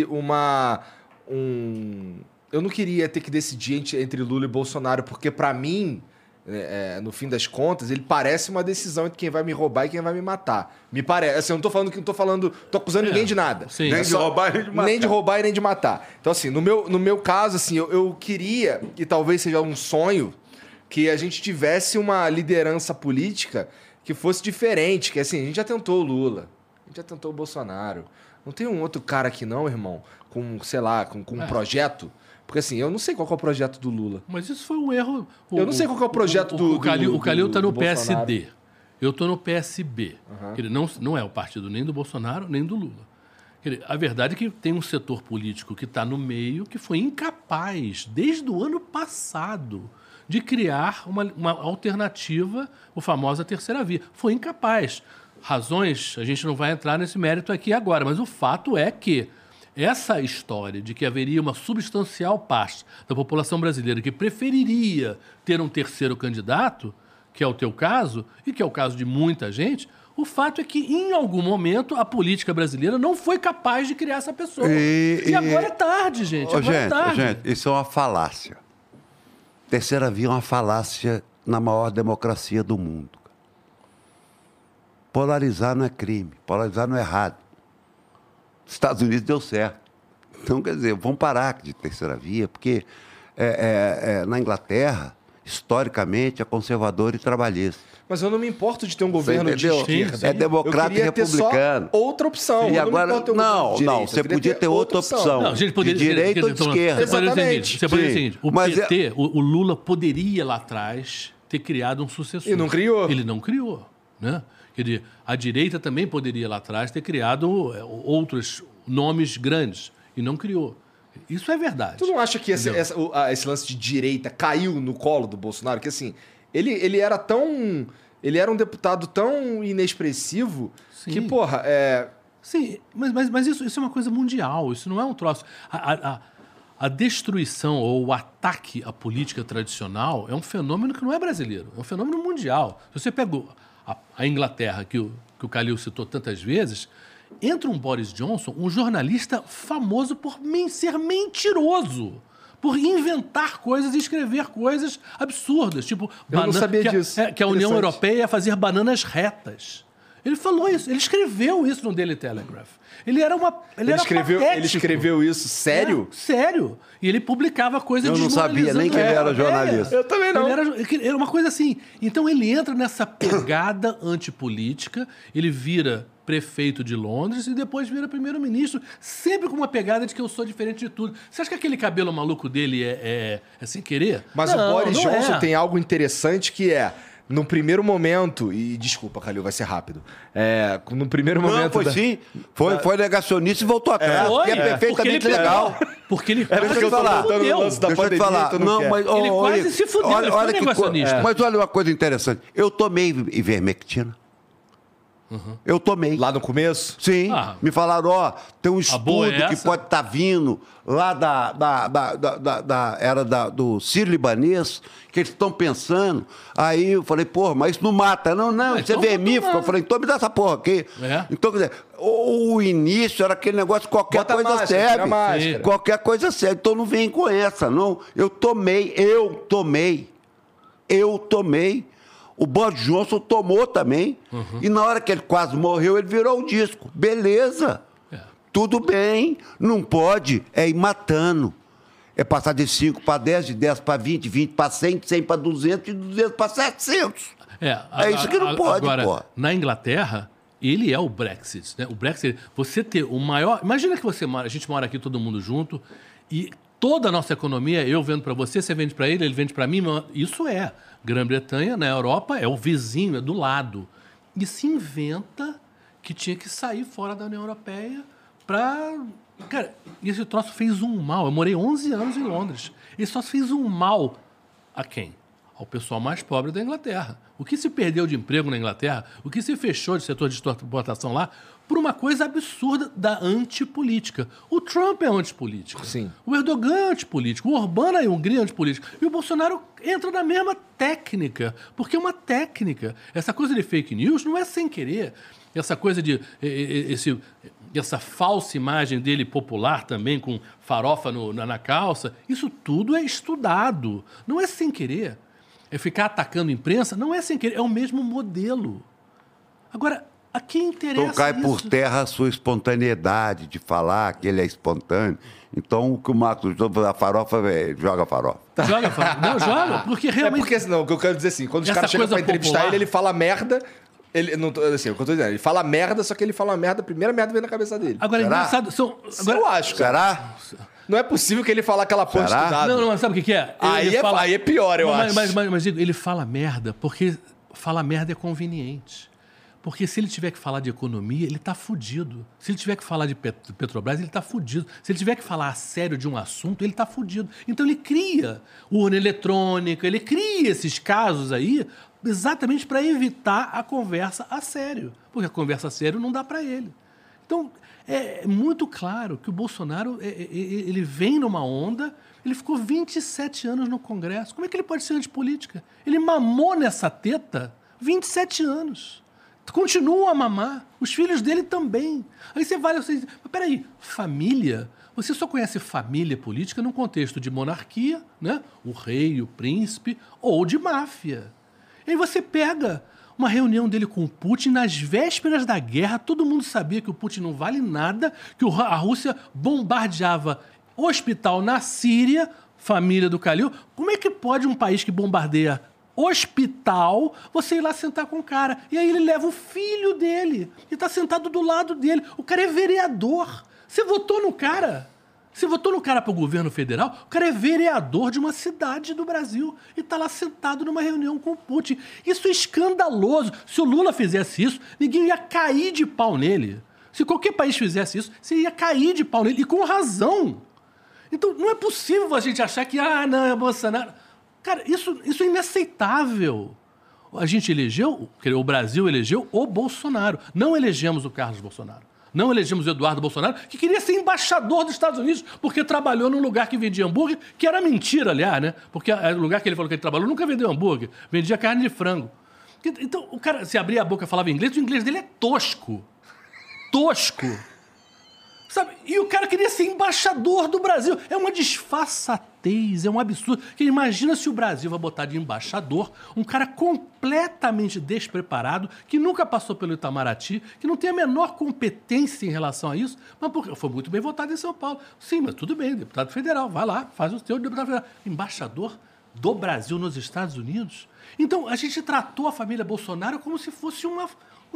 eu não queria ter que decidir entre Lula e Bolsonaro, porque pra mim, no fim das contas, ele parece uma decisão entre quem vai me roubar e quem vai me matar. Me parece. Assim, eu não tô acusando ninguém de nada. Sim. Nem de roubar nem de matar. Nem de roubar e nem de matar. Então, assim, no meu caso, assim, eu queria, e talvez seja um sonho, que a gente tivesse uma liderança política que fosse diferente, que assim, a gente já tentou o Lula. A gente já tentou o Bolsonaro. Não tem um outro cara aqui não, irmão, com, sei lá, com um projeto? Porque assim, eu não sei qual que é o projeto do Lula. Mas isso foi um erro. Eu não sei qual que é o projeto do O Calil tá no Bolsonaro. PSD. Eu tô no PSB. Ele não é o partido nem do Bolsonaro, nem do Lula. A verdade é que tem um setor político que está no meio que foi incapaz, desde o ano passado, de criar uma alternativa, a famosa terceira via. Foi incapaz. Razões, a gente não vai entrar nesse mérito aqui agora, mas o fato é que essa história de que haveria uma substancial parte da população brasileira que preferiria ter um terceiro candidato, que é o teu caso, e que é o caso de muita gente, o fato é que, em algum momento, a política brasileira não foi capaz de criar essa pessoa. E agora é tarde, gente. Agora é tarde. Gente, isso é uma falácia. Terceira via é uma falácia na maior democracia do mundo. Polarizar não é crime, polarizar não é errado. Os Estados Unidos deu certo. Então, quer dizer, vamos parar de terceira via, porque na Inglaterra, historicamente, é conservador e trabalhista. Mas eu não me importo de ter um governo de esquerda. É democrata e republicano. Ter só outra opção. E agora, você podia ter outra opção. Não, a gente poderia, de direita ou de esquerda. Exatamente. Você poderia dizer o seguinte, o PT, o Lula poderia lá atrás ter criado um sucessor. E não criou. Ele não criou, né? Quer dizer, a direita também poderia lá atrás ter criado outros nomes grandes e não criou. Isso é verdade. Tu não acha que esse lance de direita caiu no colo do Bolsonaro? Que assim, ele era tão... Ele era um deputado tão inexpressivo que, porra... Sim, mas isso é uma coisa mundial, isso não é um troço... A destruição ou o ataque à política tradicional é um fenômeno que não é brasileiro, é um fenômeno mundial. Se você pegou a Inglaterra, que o Calil citou tantas vezes, entra um Boris Johnson, um jornalista famoso por ser mentiroso, por inventar coisas e escrever coisas absurdas, tipo... Eu não sabia disso. Que a União Europeia ia fazer bananas retas. Ele falou isso, ele escreveu isso no Daily Telegraph. Ele escreveu isso sério? Sério. E ele publicava coisas desmoralizando. Eu não sabia nem que ele era jornalista. Eu também não. Era uma coisa assim. Então ele entra nessa pegada antipolítica, ele vira prefeito de Londres e depois vira primeiro-ministro, sempre com uma pegada de que eu sou diferente de tudo. Você acha que aquele cabelo maluco dele é sem querer? Mas o Boris Johnson tem algo interessante que é... No primeiro momento, e desculpa, Calil, vai ser rápido. No primeiro momento. Não, foi sim. Foi negacionista e voltou atrás. Que é perfeitamente legal. Porque ele quase se fudeu. Deixa eu te falar. Não, mas, ele quase se fudeu. Olha que negacionista. Mas olha uma coisa interessante. Eu tomei ivermectina. Eu tomei. Lá no começo? Sim. Me falaram, tem um estudo que pode estar vindo lá do sírio-libanês, que eles estão pensando. Aí eu falei, porra, mas isso não mata. Não, isso é vermífugo. Eu falei, então me dá essa porra aqui. Então, quer dizer, o início era aquele negócio, qualquer coisa serve. Qualquer coisa serve. Então não vem com essa, não. Eu tomei. O Boris Johnson tomou também. E na hora que ele quase morreu, ele virou o disco. Beleza. Tudo bem. Não pode ir matando. É passar de 5 para 10, de 10 para 20, 20 para 100, 100 para 200 e 200 para 700. É isso que não pode, pô. Na Inglaterra, ele é o Brexit, né? O Brexit, você ter o maior... Imagina que a gente mora aqui todo mundo junto e toda a nossa economia, eu vendo para você vende para ele vende para mim. Isso é... Grã-Bretanha, na Europa, é o vizinho, é do lado. E se inventa que tinha que sair fora da União Europeia para... Cara, esse troço fez um mal. Eu morei 11 anos em Londres. Esse troço fez um mal a quem? Ao pessoal mais pobre da Inglaterra. O que se perdeu de emprego na Inglaterra, o que se fechou de setor de exportação lá, por uma coisa absurda da antipolítica. O Trump é antipolítico. Sim. O Erdogan é antipolítico. O Orbán na Hungria é antipolítico. E o Bolsonaro entra na mesma técnica, porque é uma técnica. Essa coisa de fake news não é sem querer. Essa coisa de... essa falsa imagem dele popular também, com farofa na calça, isso tudo é estudado. Não é sem querer. É ficar atacando a imprensa, não é sem querer. É o mesmo modelo. Agora... A quem interessa então cai por terra a sua espontaneidade de falar que ele é espontâneo. Então o que o Marcos da farofa joga farofa. Joga farofa. Não, joga, porque realmente... porque senão, o que eu quero dizer assim, quando os caras chegam pra entrevistar ele fala merda... Não, assim, o que eu tô dizendo, ele fala merda, só que ele fala merda, a primeira merda vem na cabeça dele. Agora, engraçado... Eu acho, cara. Será? Não é possível que ele fale aquela porra estudada. Não, mas sabe o que é? Aí é pior, eu acho. Mas digo, ele fala merda porque falar merda é conveniente. Porque se ele tiver que falar de economia, ele está fudido. Se ele tiver que falar de Petrobras, ele está fudido. Se ele tiver que falar a sério de um assunto, ele está fudido. Então ele cria urna eletrônica, ele cria esses casos aí exatamente para evitar a conversa a sério. Porque a conversa a sério não dá para ele. Então é muito claro que o Bolsonaro ele vem numa onda, ele ficou 27 anos no Congresso. Como é que ele pode ser antipolítica? Ele mamou nessa teta 27 anos. Continuam a mamar. Os filhos dele também. Aí você vai... Mas peraí, família? Você só conhece família política num contexto de monarquia, né? O rei, o príncipe, ou de máfia. E aí você pega uma reunião dele com o Putin nas vésperas da guerra, todo mundo sabia que o Putin não vale nada, que a Rússia bombardeava hospital na Síria, família do Kalil. Como é que pode um país que bombardeia hospital, você ir lá sentar com o cara? E aí ele leva o filho dele e está sentado do lado dele. O cara é vereador. Você votou no cara? Você votou no cara para o governo federal? O cara é vereador de uma cidade do Brasil e está lá sentado numa reunião com o Putin. Isso é escandaloso. Se o Lula fizesse isso, ninguém ia cair de pau nele. Se qualquer país fizesse isso, você ia cair de pau nele. E com razão. Então, não é possível a gente achar que, não, é Bolsonaro... Cara, isso é inaceitável. A gente elegeu, o Brasil elegeu o Bolsonaro. Não elegemos o Carlos Bolsonaro. Não elegemos o Eduardo Bolsonaro, que queria ser embaixador dos Estados Unidos, porque trabalhou num lugar que vendia hambúrguer, que era mentira, aliás, né? Porque o lugar que ele falou que ele trabalhou nunca vendeu hambúrguer, vendia carne de frango. Então, o cara, se abria a boca e falava inglês, o inglês dele é tosco. Tosco. Sabe? E o cara queria ser embaixador do Brasil. É uma disfarçatez, é um absurdo. Porque imagina se o Brasil vai botar de embaixador um cara completamente despreparado, que nunca passou pelo Itamaraty, que não tem a menor competência em relação a isso, mas porque foi muito bem votado em São Paulo. Sim, mas tudo bem, deputado federal, vai lá, faz o seu deputado federal. Embaixador do Brasil nos Estados Unidos? Então, a gente tratou a família Bolsonaro como se fosse uma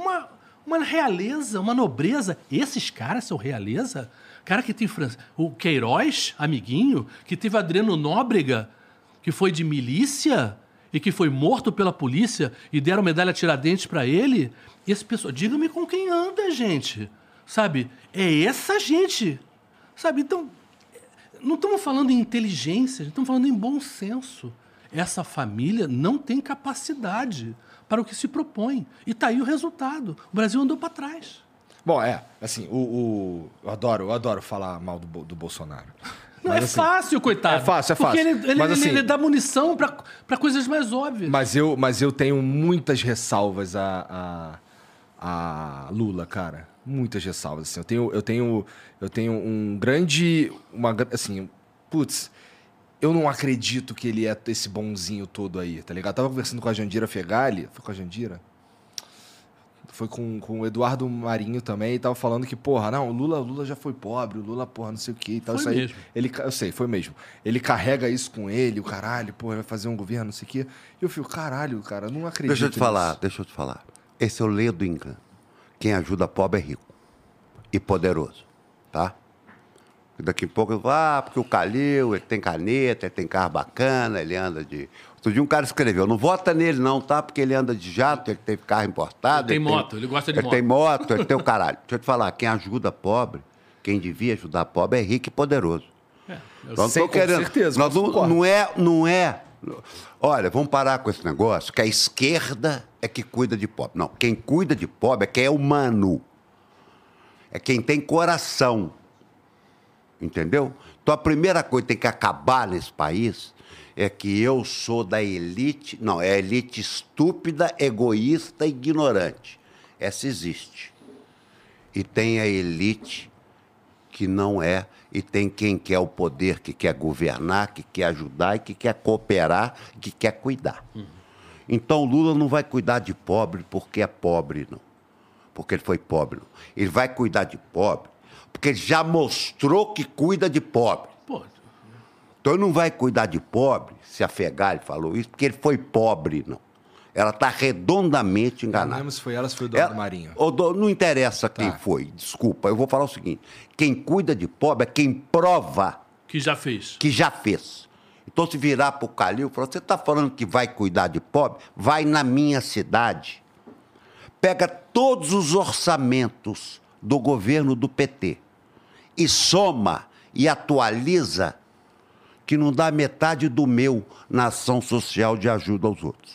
realeza, uma nobreza. Esses caras são realeza? Cara que tem o Queiroz, amiguinho, que teve Adriano Nóbrega, que foi de milícia e que foi morto pela polícia e deram medalha Tiradentes para ele. Esse pessoal, diga-me com quem anda, gente. Sabe? É essa gente. Sabe? Então, não estamos falando em inteligência, estamos falando em bom senso. essa família não tem capacidade para o que se propõe. E está aí o resultado. O Brasil andou para trás. Bom, assim, eu adoro falar mal do Bolsonaro. Não, mas, fácil, coitado. É fácil. Porque ele dá munição para coisas mais óbvias. Mas eu tenho muitas ressalvas a Lula, cara. Muitas ressalvas. Assim. Eu tenho um grande... assim, putz, eu não acredito que ele é esse bonzinho todo aí, tá ligado? Eu tava conversando com a Jandira Fegali. Foi com a Jandira? Foi com o Eduardo Marinho também, e tava falando que, porra, não, o Lula já foi pobre, o Lula, porra, não sei o quê e tal. Foi isso aí, mesmo. eu sei, foi mesmo. Ele carrega isso com ele, o caralho, porra, vai fazer um governo, não sei o quê. E eu fico, caralho, cara, eu não acredito Deixa eu te falar. Esse é o ledo do engano. Quem ajuda pobre é rico e poderoso, tá? E daqui a pouco eu vou, porque o Calil, ele tem caneta, ele tem carro bacana, ele anda de... Outro dia um cara escreveu, não vota nele não, tá? Porque ele anda de jato, ele tem carro importado. Ele tem moto, ele gosta de moto. Ele tem moto, ele tem o caralho. Deixa eu te falar, quem ajuda pobre, quem devia ajudar pobre é rico e poderoso. Com certeza. Não é... Olha, vamos parar com esse negócio, que a esquerda é que cuida de pobre. Não, quem cuida de pobre é quem é humano. É quem tem coração. Entendeu? Então a primeira coisa que tem que acabar nesse país é que eu sou da elite... Não, é a elite estúpida, egoísta e ignorante. Essa existe. E tem a elite que não é... E tem quem quer o poder, que quer governar, que quer ajudar e que quer cooperar, que quer cuidar. Então, Lula não vai cuidar de pobre porque é pobre, não. Porque ele foi pobre, não. Ele vai cuidar de pobre porque ele já mostrou que cuida de pobre. Pô. Então, ele não vai cuidar de pobre, se a Fegali falou isso, porque ele foi pobre, não. Ela está redondamente enganada. Não lembro se foi ela, se foi o Eduardo Marinho. Não interessa quem foi, desculpa. Eu vou falar o seguinte. Quem cuida de pobre é quem prova... Que já fez. Que já fez. Então, se virar para o Calil e falar, você está falando que vai cuidar de pobre? Vai na minha cidade. Pega todos os orçamentos do governo do PT e soma e atualiza que não dá metade do meu na ação social de ajuda aos outros.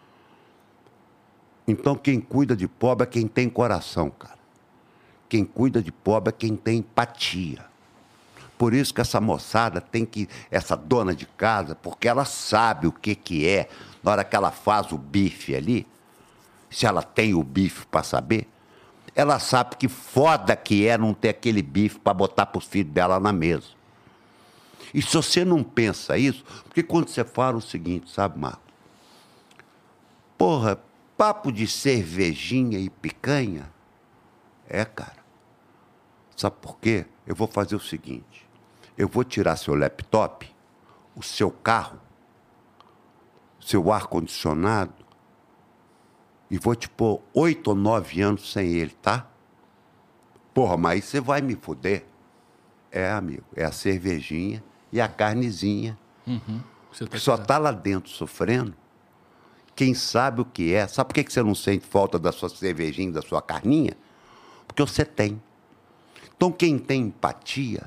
Então, quem cuida de pobre é quem tem coração, cara. Quem cuida de pobre é quem tem empatia. Por isso que essa moçada tem que... Essa dona de casa, porque ela sabe o que é, na hora que ela faz o bife ali, se ela tem o bife para saber, ela sabe que foda que é não ter aquele bife para botar para os filhos dela na mesa. E se você não pensa isso... Porque quando você fala o seguinte, sabe, Marco? Porra... Papo de cervejinha e picanha? Cara. Sabe por quê? Eu vou fazer o seguinte. Eu vou tirar seu laptop, o seu carro, seu ar-condicionado e vou te pôr 8 ou 9 anos sem ele, tá? Porra, mas você vai me foder? Amigo, é a cervejinha e a carnezinha. Que só tá lá dentro sofrendo. Quem sabe o que é. Sabe por que você não sente falta da sua cervejinha, da sua carninha? Porque você tem. Então, quem tem empatia,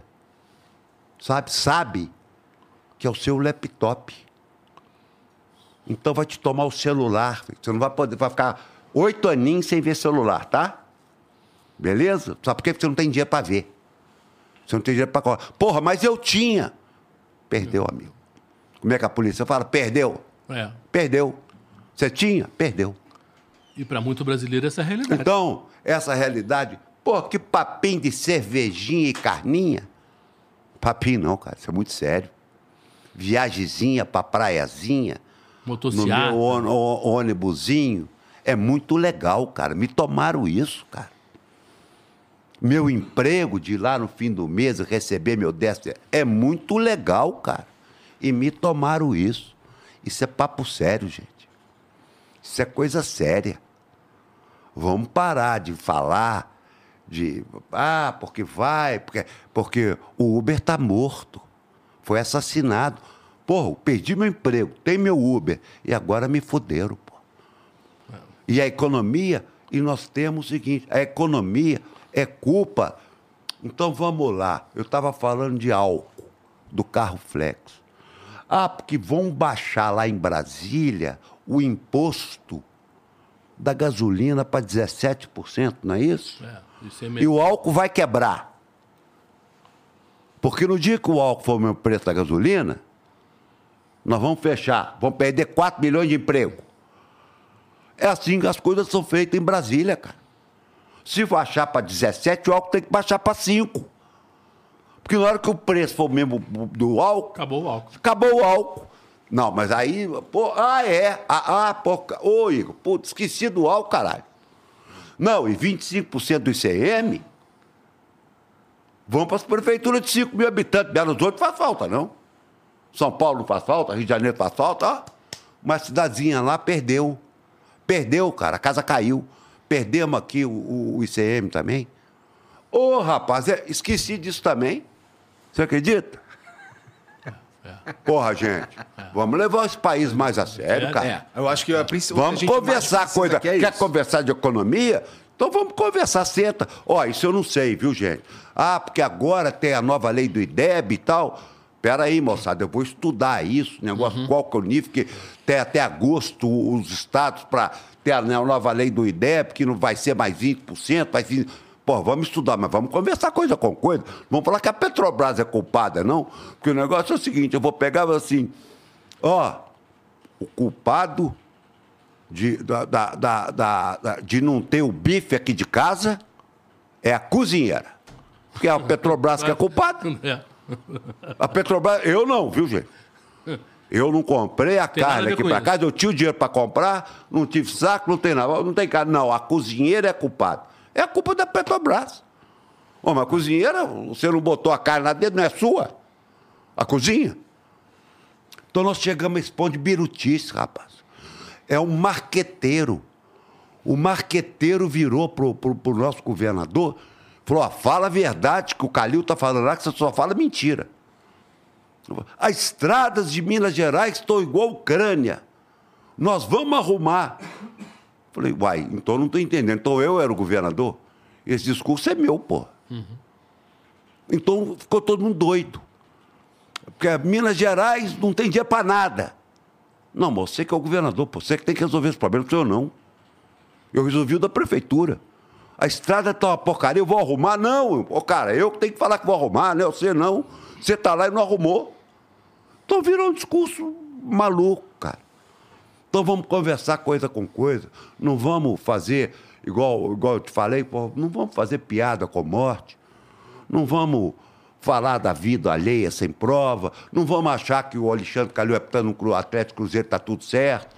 sabe que é o seu laptop. Então, vai te tomar o celular. Você não vai poder, vai ficar 8 aninhos sem ver celular, tá? Beleza? Sabe por quê? Porque você não tem dinheiro para ver. Você não tem dinheiro para... Porra, mas eu tinha. Perdeu, amigo. Como é que a polícia fala? Perdeu. Perdeu. Você tinha? Perdeu. E para muito brasileiro essa é a realidade. Então, essa realidade... Pô, que papinho de cervejinha e carninha. Papinho não, cara. Isso é muito sério. Viagemzinha pra praiazinha. Motociata. No meu ônibusinho. É muito legal, cara. Me tomaram isso, cara. Meu emprego de ir lá no fim do mês receber meu 10º é muito legal, cara. E me tomaram isso. Isso é papo sério, gente. Isso é coisa séria. Vamos parar de falar de... porque vai... Porque o Uber está morto. Foi assassinado. Porra, perdi meu emprego, tem meu Uber. E agora me fuderam, pô. E a economia... E nós temos o seguinte... A economia é culpa... Então vamos lá. Eu estava falando de álcool, do carro flex. porque vão baixar lá em Brasília o imposto da gasolina para 17%, não é isso? Isso é mesmo. E o álcool vai quebrar. Porque no dia que o álcool for o mesmo preço da gasolina, nós vamos fechar, vamos perder 4 milhões de emprego. É assim que as coisas são feitas em Brasília, cara. Se baixar para 17, o álcool tem que baixar para 5. Porque na hora que o preço for o mesmo do álcool... Acabou o álcool. Acabou o álcool. Não, mas aí... Pô, ô, Igor, putz, esqueci do álcool, caralho. Não, e 25% do ICM vão para as prefeituras de 5 mil habitantes. Belo Horizonte faz falta, não? São Paulo não faz falta, Rio de Janeiro faz falta, ó. Uma cidadezinha lá perdeu. Perdeu, cara, a casa caiu. Perdemos aqui o ICM também. Ô, rapaz, esqueci disso também. Você acredita? Porra, gente, vamos levar esse país mais a sério, cara. Eu acho que vamos conversar coisa. Quer conversar de economia? Então vamos conversar, senta. Ó, isso eu não sei, viu, gente? Porque agora tem a nova lei do IDEB e tal. Pera aí, moçada, eu vou estudar isso, negócio, qual que é o nível, que tem até agosto os estados para ter a nova lei do IDEB, que não vai ser mais 20%, vai ser... Pô, vamos estudar, mas vamos conversar coisa com coisa. Vamos falar que a Petrobras é culpada, não? Porque o negócio é o seguinte, eu vou pegar assim, o culpado de não ter o bife aqui de casa é a cozinheira. Porque é a Petrobras que é culpada. A Petrobras, eu não, viu, gente? Eu não comprei a carne aqui para casa, eu tinha o dinheiro para comprar, não tive saco, não tem nada, não tem carne. Não, a cozinheira é culpada. É a culpa da Petrobras. Mas a cozinheira, você não botou a carne lá dentro, não é sua? A cozinha? Então nós chegamos a esse ponto de birutice, rapaz. É um marqueteiro. O marqueteiro virou pro nosso governador, falou, fala a verdade, que o Calil está falando lá, que você só fala mentira. As estradas de Minas Gerais estão igual a Ucrânia. Nós vamos arrumar. Falei, então não estou entendendo. Então eu era o governador? Esse discurso é meu, pô. Então ficou todo mundo doido. Porque Minas Gerais não tem dinheiro para nada. Não, mas você que é o governador, pô, você que tem que resolver esse problema, não sou eu não. Eu resolvi o da prefeitura. A estrada está uma porcaria, eu vou arrumar? Não, cara, eu que tenho que falar que vou arrumar, né? Você não. Você está lá e não arrumou. Então virou um discurso maluco, cara. Então vamos conversar coisa com coisa. Não vamos fazer, igual eu te falei, pô, não vamos fazer piada com morte. Não vamos falar da vida alheia sem prova. Não vamos achar que o Alexandre Calil é no Atlético Cruzeiro, está tudo certo.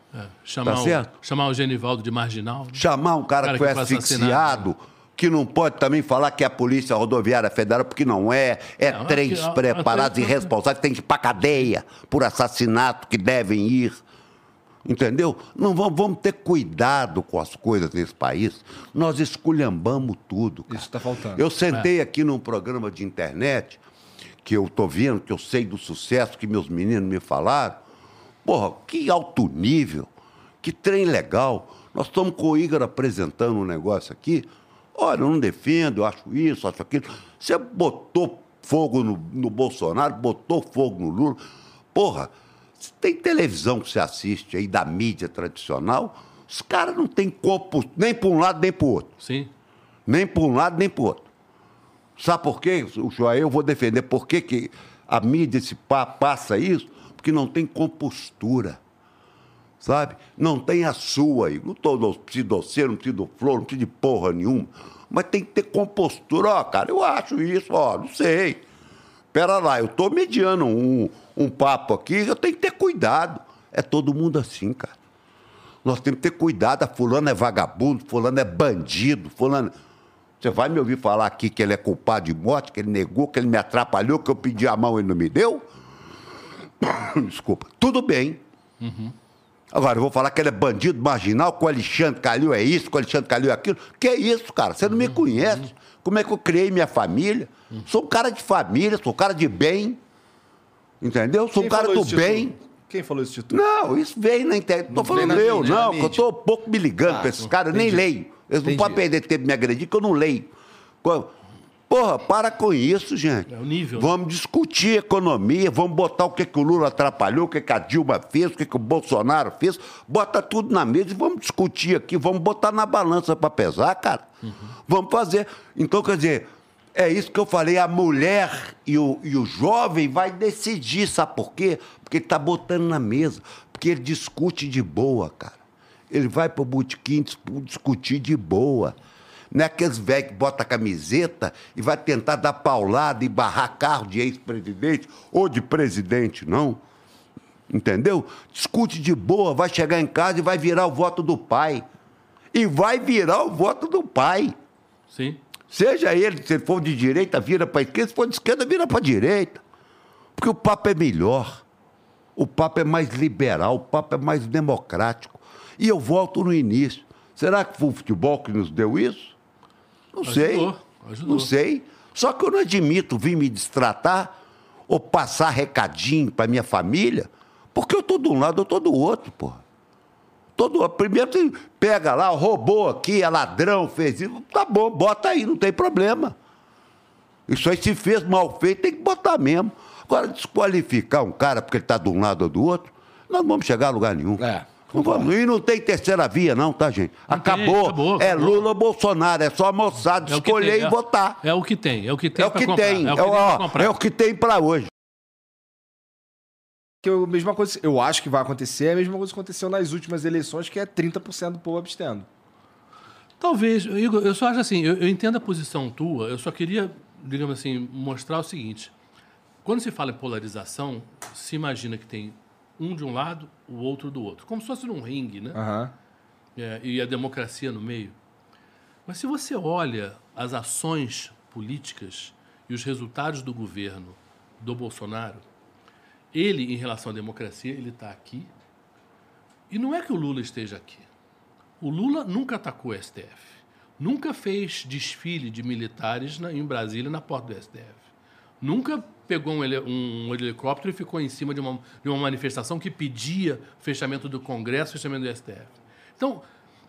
Chamar o Genivaldo de marginal. Né? Chamar um cara que foi asfixiado, que não pode também falar que é a Polícia Rodoviária Federal, porque não é. Trem despreparados e irresponsáveis, tem que ir para cadeia por assassinato que devem ir. Entendeu? Não vamos ter cuidado com as coisas nesse país. Nós esculhambamos tudo, cara. Isso está faltando. Eu sentei aqui num programa de internet, que eu estou vendo, que eu sei do sucesso que meus meninos me falaram. Porra, que alto nível, que trem legal. Nós estamos com o Igor apresentando um negócio aqui. Olha, eu não defendo, eu acho isso, acho aquilo. Você botou fogo no Bolsonaro, botou fogo no Lula. Porra, se tem televisão que você assiste aí da mídia tradicional, os caras não têm corpo nem para um lado nem para o outro. Sim. Nem para um lado nem para o outro. Sabe por quê? Eu vou defender por que a mídia passa isso. Que não tem compostura, sabe? Não tem a sua aí. Não preciso de você, não preciso do Flor, não preciso de porra nenhuma. Mas tem que ter compostura. Cara, eu acho isso, não sei. Pera lá, eu estou mediando um papo aqui, eu tenho que ter cuidado. É todo mundo assim, cara. Nós temos que ter cuidado. Fulano é vagabundo, fulano é bandido, fulano... Você vai me ouvir falar aqui que ele é culpado de morte, que ele negou, que ele me atrapalhou, que eu pedi a mão e ele não me deu? Desculpa. Tudo bem. Agora, eu vou falar que ele é bandido marginal, que o Alexandre Calil é isso, que o Alexandre Calil é aquilo. Que é isso, cara? Você não me conhece. Como é que eu criei minha família? Sou um cara de família, sou um cara de bem. Entendeu? Sou um cara do bem. Quem falou isso de tudo? Não, isso veio na internet. Não tô falando eu, não, que eu tô um pouco me ligando pra esses caras, eu nem leio. Eles não podem perder tempo me agredir, que eu não leio. Porra, para com isso, gente. É o nível. Vamos discutir economia, vamos botar o que o Lula atrapalhou, o que a Dilma fez, o que o Bolsonaro fez. Bota tudo na mesa e vamos discutir aqui, vamos botar na balança para pesar, cara. Vamos fazer. Então, quer dizer, é isso que eu falei, a mulher e o jovem vai decidir, sabe por quê? Porque ele está botando na mesa, porque ele discute de boa, cara. Ele vai para o botequim discutir de boa. Não é aqueles velhos que botam a camiseta e vai tentar dar paulada e barrar carro de ex-presidente ou de presidente, não. Entendeu? Discute de boa, vai chegar em casa e vai virar o voto do pai. E vai virar o voto do pai. Sim. Seja ele, se for de direita, vira para a esquerda, se for de esquerda, vira para a direita. Porque o papo é melhor. O papo é mais liberal, o papo é mais democrático. E eu volto no início. Será que foi o futebol que nos deu isso? Não sei. Ajudou. Não sei. Só que eu não admito vir me destratar ou passar recadinho para minha família, porque eu estou de um lado, eu estou do outro, porra. Primeiro você pega lá, roubou aqui, é ladrão, fez isso. Tá bom, bota aí, não tem problema. Isso aí, se fez mal feito, tem que botar mesmo. Agora, desqualificar um cara porque ele está de um lado ou do outro, nós não vamos chegar a lugar nenhum. Não vamos. E não tem terceira via, não, tá, gente? Acabou. É Lula ou Bolsonaro. É só a moçada escolher e votar. É o que tem. É o que tem para comprar. É o que tem para hoje. Mesma coisa, eu acho que vai acontecer, é a mesma coisa que aconteceu nas últimas eleições, que é 30% do povo abstendo. Talvez, Igor, eu só acho assim, eu entendo a posição tua, eu só queria, digamos assim, mostrar o seguinte. Quando se fala em polarização, se imagina que tem um de um lado, o outro do outro. Como se fosse num ringue, né? E a democracia no meio. Mas se você olha as ações políticas e os resultados do governo do Bolsonaro, ele, em relação à democracia, ele está aqui. E não é que o Lula esteja aqui. O Lula nunca atacou o STF. Nunca fez desfile de militares em Brasília, na porta do STF. Nunca pegou um helicóptero e ficou em cima de uma manifestação que pedia fechamento do Congresso, fechamento do STF. Então,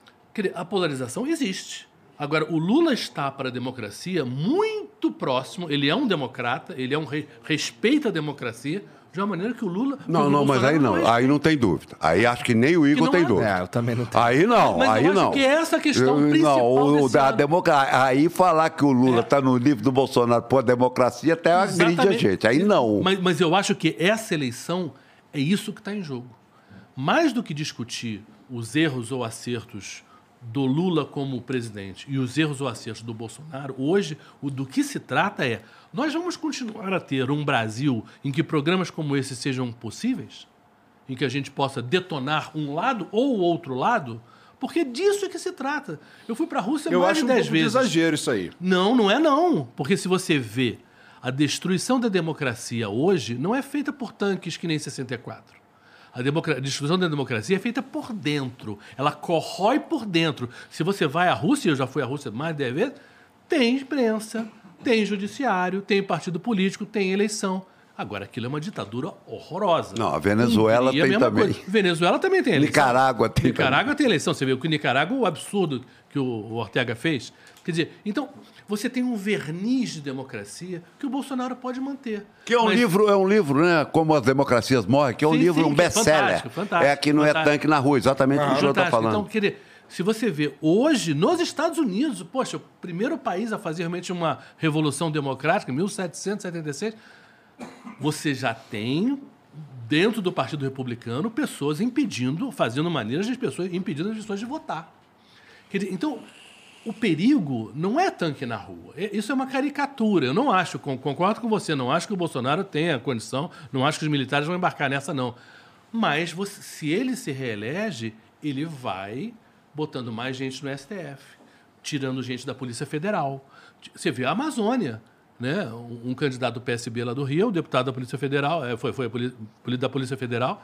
a polarização existe. Agora, o Lula está para a democracia muito próximo, ele é um democrata, ele é respeita a democracia, de uma maneira que o Lula... Não, mas aí não. Aí não tem dúvida. Aí acho que nem o Igor tem dúvida. Eu também não tenho. Aí não, mas aí eu não. acho que essa é a questão principal da democracia. Aí falar que o Lula está no livro do Bolsonaro por democracia até agride a gente. Aí não. Mas eu acho que essa eleição é isso que está em jogo. Mais do que discutir os erros ou acertos do Lula como presidente e os erros ou acertos do Bolsonaro, hoje, do que se trata é: nós vamos continuar a ter um Brasil em que programas como esse sejam possíveis? Em que a gente possa detonar um lado ou o outro lado? Porque disso é que se trata. Eu fui para a Rússia mais de 10 vezes. Eu acho um pouco de exagero isso aí. Não é não. Porque se você vê a destruição da democracia hoje, não é feita por tanques que nem 64. A destruição da democracia é feita por dentro. Ela corrói por dentro. Se você vai à Rússia, eu já fui à Rússia mais de 10 vezes, tem imprensa, tem judiciário, tem partido político, tem eleição. Agora, aquilo é uma ditadura horrorosa. Não, a Venezuela tem também. Venezuela também tem eleição. Nicarágua tem Nicarágua tem eleição. Você vê o que Nicarágua, o absurdo que o Ortega fez. Quer dizer, então, você tem um verniz de democracia que o Bolsonaro pode manter. Que é um livro, né? Como as democracias morrem, que é um livro, um best-seller. Fantástico. Aqui não é tanque na rua, exatamente o que o senhor está falando. Então, quer dizer, se você vê hoje, nos Estados Unidos, poxa, o primeiro país a fazer realmente uma revolução democrática, 1776, você já tem, dentro do Partido Republicano, pessoas fazendo maneiras de pessoas, impedindo as pessoas de votar. Quer dizer, então, o perigo não é tanque na rua. Isso é uma caricatura. Eu não acho, concordo com você, não acho que o Bolsonaro tenha condição, não acho que os militares vão embarcar nessa, não. Mas, se ele se reelege, ele vai botando mais gente no STF, tirando gente da Polícia Federal. Você vê a Amazônia, né? Um candidato do PSB lá do Rio, deputado da Polícia Federal, da Polícia Federal,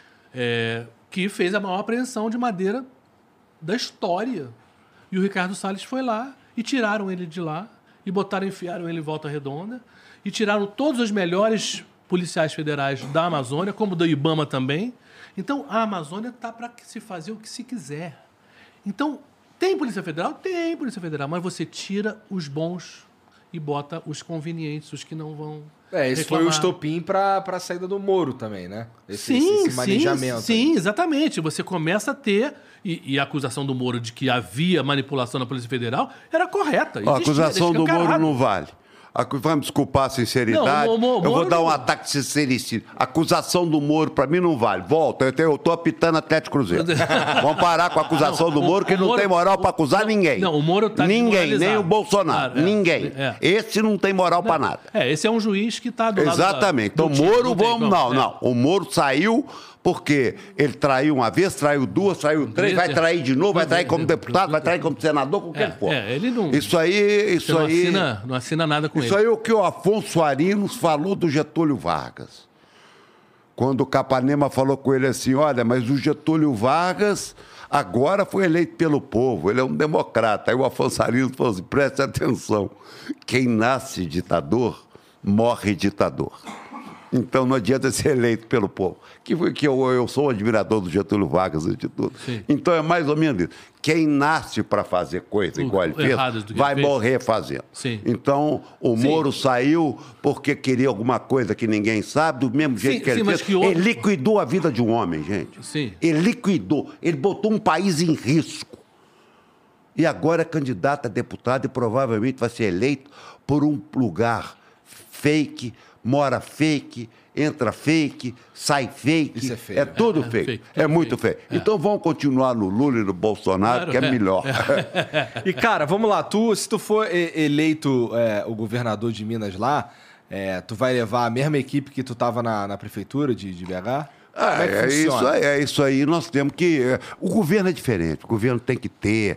que fez a maior apreensão de madeira da história. E o Ricardo Salles foi lá e tiraram ele de lá e enfiaram ele em Volta Redonda e tiraram todos os melhores policiais federais da Amazônia, como do Ibama também. Então, a Amazônia está para se fazer o que se quiser. Então, tem Polícia Federal? Tem Polícia Federal, mas você tira os bons e bota os convenientes, os que não vão esse reclamar. foi o estopim para a saída do Moro também, né? Sim, esse manejamento. Sim, exatamente. Você começa a ter... E a acusação do Moro de que havia manipulação na Polícia Federal era correta. A acusação do Moro não vale. Vai me desculpar a sinceridade. Não, eu vou dar um ataque de sincericídio. A acusação do Moro, pra mim, não vale. Volta, eu tô apitando Atlético Cruzeiro. Vamos parar com a acusação do Moro, que não tem moral pra acusar ninguém. Não, o Moro tá ninguém, nem o Bolsonaro. Claro, ninguém. Esse não tem moral pra nada. Esse é um juiz que tá do Exatamente. lado Então, Moro, não. O Moro saiu porque ele traiu uma vez, traiu duas, traiu três, vai trair de novo, vai trair como deputado, vai trair como senador, com o que ele for. Ele não... Isso aí... Não assina nada com ele. Isso aí é o que o Afonso Arinos falou do Getúlio Vargas. Quando o Capanema falou com ele assim, olha, mas o Getúlio Vargas agora foi eleito pelo povo, ele é um democrata. Aí o Afonso Arinos falou assim, preste atenção, quem nasce ditador, morre ditador. Então não adianta ser eleito pelo povo. Que eu sou um admirador do Getúlio Vargas e de tudo. Sim. Então é mais ou menos isso. Quem nasce para fazer coisa igual ele fez, vai morrer fazendo. Sim. Então o Moro saiu porque queria alguma coisa que ninguém sabe, do mesmo jeito que ele fez. Ele liquidou a vida de um homem, gente. Sim. Ele liquidou. Ele botou um país em risco. E agora é candidato a deputado e provavelmente vai ser eleito por um lugar fake, mora fake, entra fake, sai fake. Isso é fake. É tudo fake. É muito fake. Então vamos continuar no Lula e no Bolsonaro, que é melhor. E, cara, vamos lá. Se tu for eleito o governador de Minas lá, tu vai levar a mesma equipe que tu tava na prefeitura de BH? Isso aí. Nós temos que... o governo é diferente. O governo tem que ter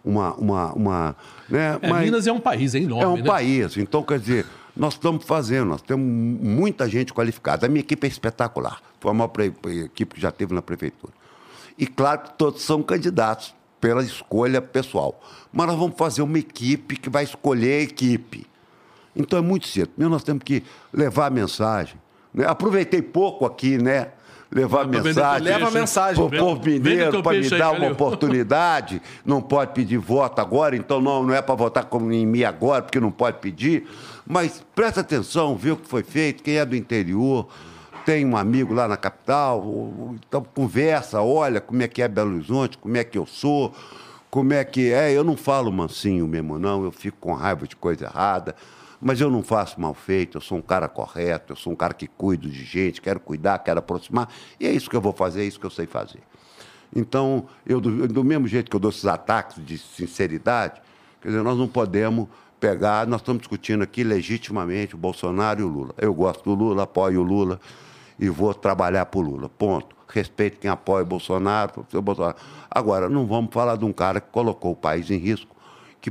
né? Mas Minas é um país, é enorme. É um país. Então, quer dizer... Nós estamos fazendo, nós temos muita gente qualificada. A minha equipe é espetacular. Foi a maior equipe que já teve na prefeitura. E claro que todos são candidatos pela escolha pessoal. Mas nós vamos fazer uma equipe que vai escolher a equipe. Então é muito cedo. Nós temos que levar a mensagem. Né? Aproveitei pouco aqui, né? Levar mensagem. Leva a mensagem. Para o povo mineiro, para me dar uma oportunidade. Não pode pedir voto agora, então não é para votar em mim agora, porque não pode pedir. Mas presta atenção, vê o que foi feito, quem é do interior, tem um amigo lá na capital, então conversa, olha como é que é Belo Horizonte, como é que eu sou, como é que é. Eu não falo mansinho mesmo, não, eu fico com raiva de coisa errada, mas eu não faço mal feito, eu sou um cara correto, eu sou um cara que cuido de gente, quero cuidar, quero aproximar, e é isso que eu vou fazer, é isso que eu sei fazer. Então, do mesmo jeito que eu dou esses ataques de sinceridade, quer dizer, nós não podemos... nós estamos discutindo aqui legitimamente o Bolsonaro e o Lula. Eu gosto do Lula, apoio o Lula e vou trabalhar por Lula. Ponto. Respeito quem apoia o Bolsonaro. Agora, não vamos falar de um cara que colocou o país em risco, que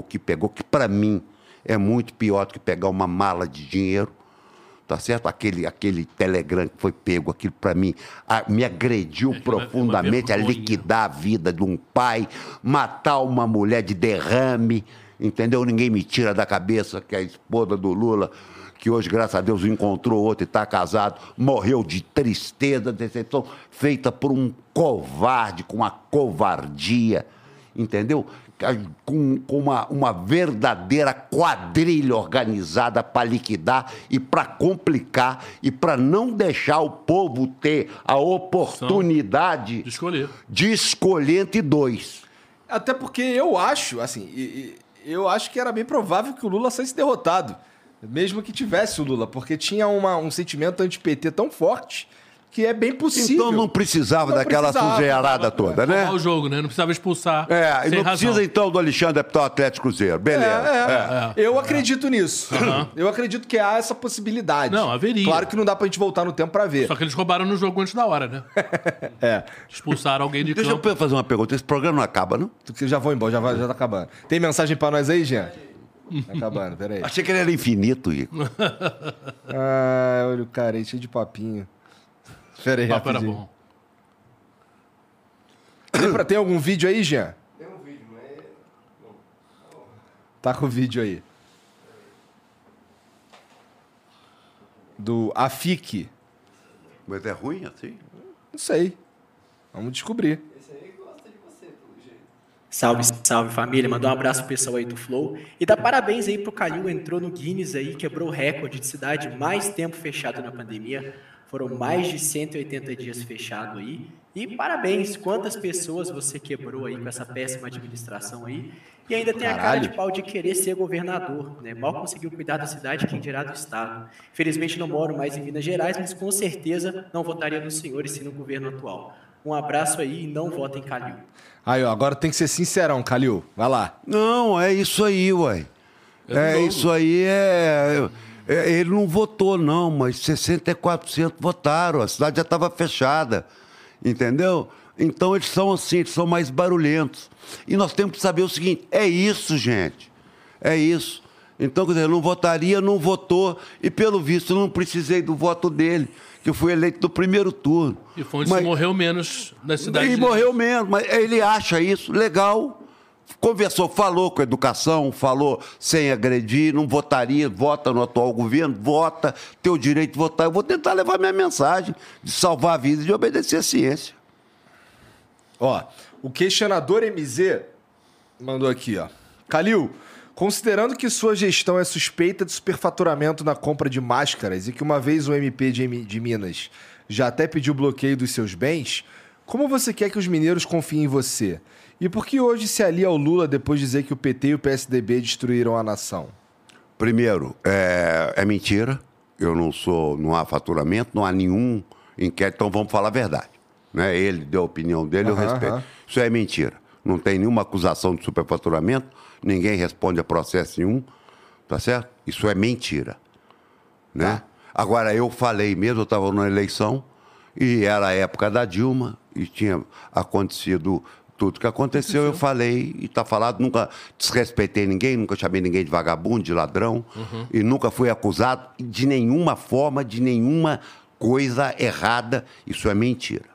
para mim é muito pior do que pegar uma mala de dinheiro, tá certo? Aquele telegram que foi pego, aquilo para mim me agrediu profundamente, a liquidar a vida de um pai, matar uma mulher de derrame, entendeu? Ninguém me tira da cabeça que a esposa do Lula, que hoje, graças a Deus, encontrou outro e está casado, morreu de tristeza, decepção, feita por um covarde, com uma covardia, entendeu? Com uma verdadeira quadrilha organizada para liquidar e para complicar e para não deixar o povo ter a oportunidade de escolher entre dois. Até porque eu acho, assim... Eu acho que era bem provável que o Lula saísse derrotado, mesmo que tivesse o Lula, porque tinha um sentimento anti-PT tão forte que é bem possível. Então não precisava daquela sujeirada toda, né? O jogo, né? Não precisava expulsar. E não precisa então do Alexandre para o Atlético Cruzeiro. Beleza. Eu acredito nisso. Eu acredito que há essa possibilidade. Não, haveria. Claro que não dá pra gente voltar no tempo para ver. Só que eles roubaram no jogo antes da hora, né? Expulsaram alguém de campo. Deixa eu fazer uma pergunta. Esse programa não acaba, não? Já vou embora, já tá acabando. Tem mensagem para nós aí, Jean? Tá acabando, peraí. Achei que ele era infinito, Igor. Olha o cara aí, cheio de papinho. Pera aí, papo era bom. Tem algum vídeo aí, Jean? Tem um vídeo, mas... Tá com o vídeo aí. Do Afik. Mas é ruim assim? Não sei. Vamos descobrir. Esse aí gosta de você, pelo jeito. Salve, salve família, mandar um abraço pro pessoal aí do Flow e dá parabéns aí pro Calil, entrou no Guinness aí, quebrou o recorde de cidade mais tempo fechado na pandemia, foram mais de 180 dias fechado aí e parabéns, quantas pessoas você quebrou aí com essa péssima administração aí e ainda tem a cara de pau de querer ser governador, né? Mal conseguiu cuidar da cidade, quem dirá do estado. Felizmente não moro mais em Minas Gerais, mas com certeza não votaria no senhor e sim no governo atual. Um abraço aí e não votem Calil. Aí, ó, agora tem que ser sincerão, Calil. Vai lá. Não, é isso aí, ué. Isso aí ele não votou, não, mas 64% votaram. A cidade já estava fechada. Entendeu? Então eles são assim, eles são mais barulhentos. E nós temos que saber o seguinte: é isso, gente. É isso. Então, quer dizer, não votaria, não votou, e pelo visto eu não precisei do voto dele, que eu fui eleito no primeiro turno. E foi onde morreu menos na cidade. E morreu menos, mas ele acha isso legal. Conversou, falou com a educação, falou sem agredir, não votaria, vota no atual governo, vota, tem o direito de votar. Eu vou tentar levar minha mensagem de salvar a vida e de obedecer a ciência. Ó, o questionador MZ mandou aqui, ó. Calil, considerando que sua gestão é suspeita de superfaturamento na compra de máscaras e que uma vez o MP de Minas já até pediu bloqueio dos seus bens, como você quer que os mineiros confiem em você? E por que hoje se alia ao Lula depois de dizer que o PT e o PSDB destruíram a nação? Primeiro, é mentira. Não há faturamento, não há nenhum inquérito, então vamos falar a verdade. Né? Ele deu a opinião dele, eu respeito. Isso é mentira. Não tem nenhuma acusação de superfaturamento, ninguém responde a processo nenhum, tá certo? Isso é mentira. Né? Agora, eu falei mesmo, eu estava na eleição, e era a época da Dilma, e tinha acontecido tudo que aconteceu, eu falei, e está falado, nunca desrespeitei ninguém, nunca chamei ninguém de vagabundo, de ladrão, e nunca fui acusado de nenhuma forma, de nenhuma coisa errada. Isso é mentira.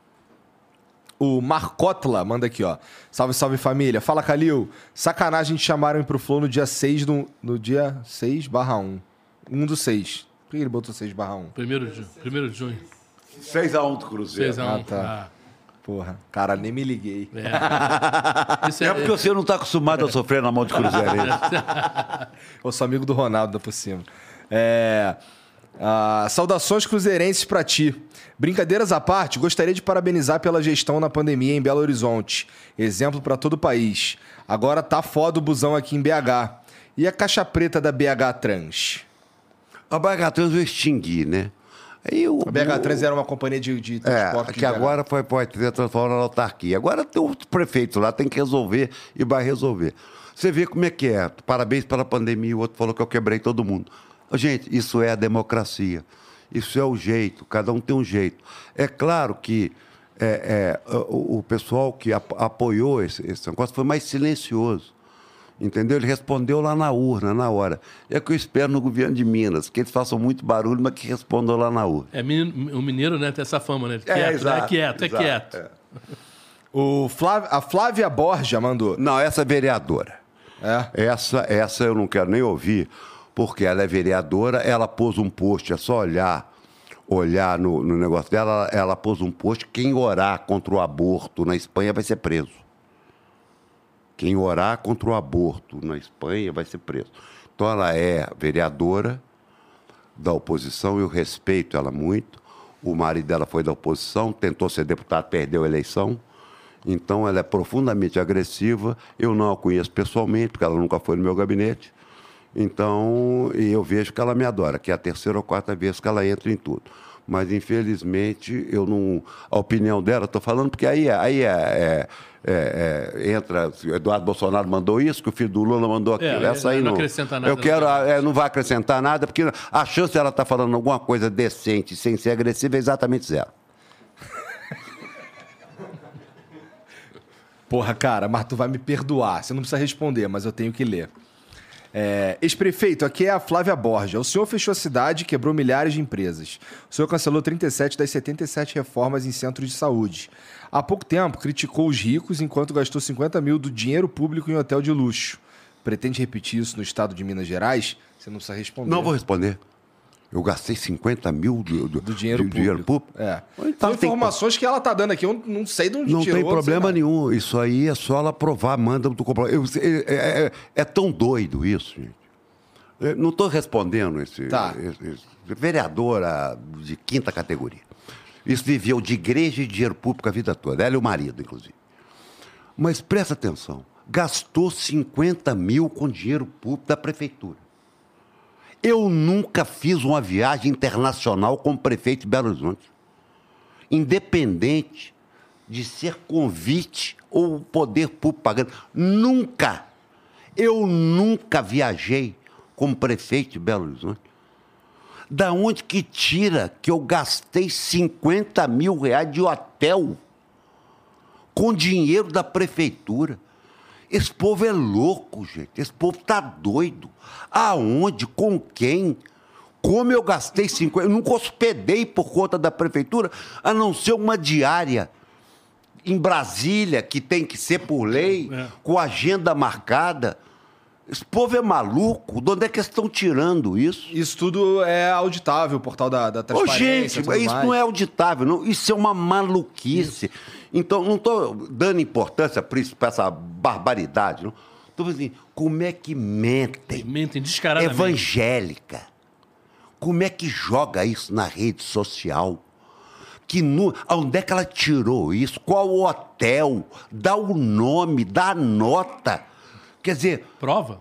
O Marcotla manda aqui, ó. Salve, salve família. Fala, Calil. Sacanagem te chamaram pro Flow no dia 6, no dia 6/1. 1/6. Por que ele botou 6/1? 1º de junho. 6-1 do Cruzeiro. 6-1. Tá. Porra, cara, nem me liguei. Isso é porque você não tá acostumado a sofrer na mão de cruzeirense. Eu sou amigo do Ronaldo, por cima. Saudações cruzeirenses pra ti. Brincadeiras à parte, gostaria de parabenizar pela gestão na pandemia em Belo Horizonte. Exemplo pra todo o país. Agora tá foda o busão aqui em BH. E a caixa preta da BH Trans? A BH Trans eu extingui, né? A BH Trans era uma companhia de transporte. Que agora pode ser transformada na autarquia. Agora tem o prefeito lá, tem que resolver e vai resolver. Você vê como é que é. Parabéns pela pandemia, o outro falou que eu quebrei todo mundo. Gente, isso é a democracia. Isso é o jeito, cada um tem um jeito. É claro que o pessoal que apoiou esse negócio foi mais silencioso. Entendeu? Ele respondeu lá na urna, na hora. É o que eu espero no governo de Minas, que eles façam muito barulho, mas que respondam lá na urna. O mineiro, né, tem essa fama, né? Quieto, exato, né? Quieto. A Flávia Borja mandou. Não, essa é vereadora. Essa eu não quero nem ouvir, porque ela é vereadora, ela pôs um post, é só olhar no negócio dela, ela pôs um post, quem orar contra o aborto na Espanha vai ser preso. Quem orar contra o aborto na Espanha vai ser preso. Então, ela é vereadora da oposição, eu respeito ela muito. O marido dela foi da oposição, tentou ser deputado, perdeu a eleição. Então, ela é profundamente agressiva. Eu não a conheço pessoalmente, porque ela nunca foi no meu gabinete. Então, eu vejo que ela me adora, que é a 3ª ou 4ª vez que ela entra em tudo. Mas, infelizmente, eu não... A opinião dela, estou falando, porque entra... Eduardo Bolsonaro mandou isso, que o filho do Lula mandou aquilo. Essa aí não acrescenta nada. Eu quero... não vai acrescentar nada, porque a chance de ela estar falando alguma coisa decente, sem ser agressiva, é exatamente zero. Porra, cara, mas tu vai me perdoar. Você não precisa responder, mas eu tenho que ler. Ex-prefeito, aqui é a Flávia Borja. O senhor fechou a cidade e quebrou milhares de empresas. O senhor cancelou 37 das 77 reformas em centros de saúde. Há pouco tempo, criticou os ricos enquanto gastou 50 mil do dinheiro público em hotel de luxo. Pretende repetir isso no estado de Minas Gerais? Você não precisa responder. Não vou responder. Eu gastei 50 mil do dinheiro público. Então, são informações que ela tá dando aqui, eu não sei de onde tirou. Não tem problema nenhum. Isso aí é só ela provar, manda do comprovante. É tão doido isso, gente. Eu não estou respondendo esse vereadora de quinta categoria. Isso viveu de igreja e dinheiro público a vida toda. Ela e o marido, inclusive. Mas presta atenção. Gastou 50 mil com dinheiro público da prefeitura. Eu nunca fiz uma viagem internacional como prefeito de Belo Horizonte. Independente de ser convite ou o poder público pagando. Nunca. Eu nunca viajei como prefeito de Belo Horizonte. Da onde que tira que eu gastei 50 mil reais de hotel com dinheiro da prefeitura? Esse povo é louco, gente. Esse povo tá doido. Aonde? Com quem? Como eu gastei 50... Eu nunca hospedei por conta da prefeitura, a não ser uma diária em Brasília, que tem que ser por lei, com agenda marcada. Esse povo é maluco? De onde é que eles estão tirando isso? Isso tudo é auditável, o portal da transparência. Gente, isso não é auditável. Não, isso é uma maluquice. Isso. Então, não estou dando importância para essa barbaridade. Estou dizendo assim, como é que mentem? Mentem descaradamente. Evangélica. Como é que joga isso na rede social? Onde é que ela tirou isso? Qual hotel? Dá o nome, dá a nota. Quer dizer... Prova.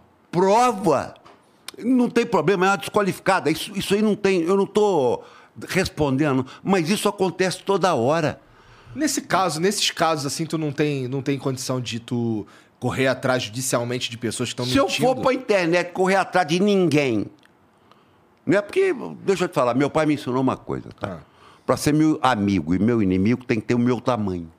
Não tem problema, é uma desqualificada. Isso aí não tem... Eu não estou respondendo, mas isso acontece toda hora. Nesses casos, assim, tu não tem condição de tu correr atrás judicialmente de pessoas que estão mentindo? Se eu for pra internet correr atrás de ninguém... Não é porque... Deixa eu te falar, meu pai me ensinou uma coisa, tá? Para ser meu amigo e meu inimigo, tem que ter o meu tamanho.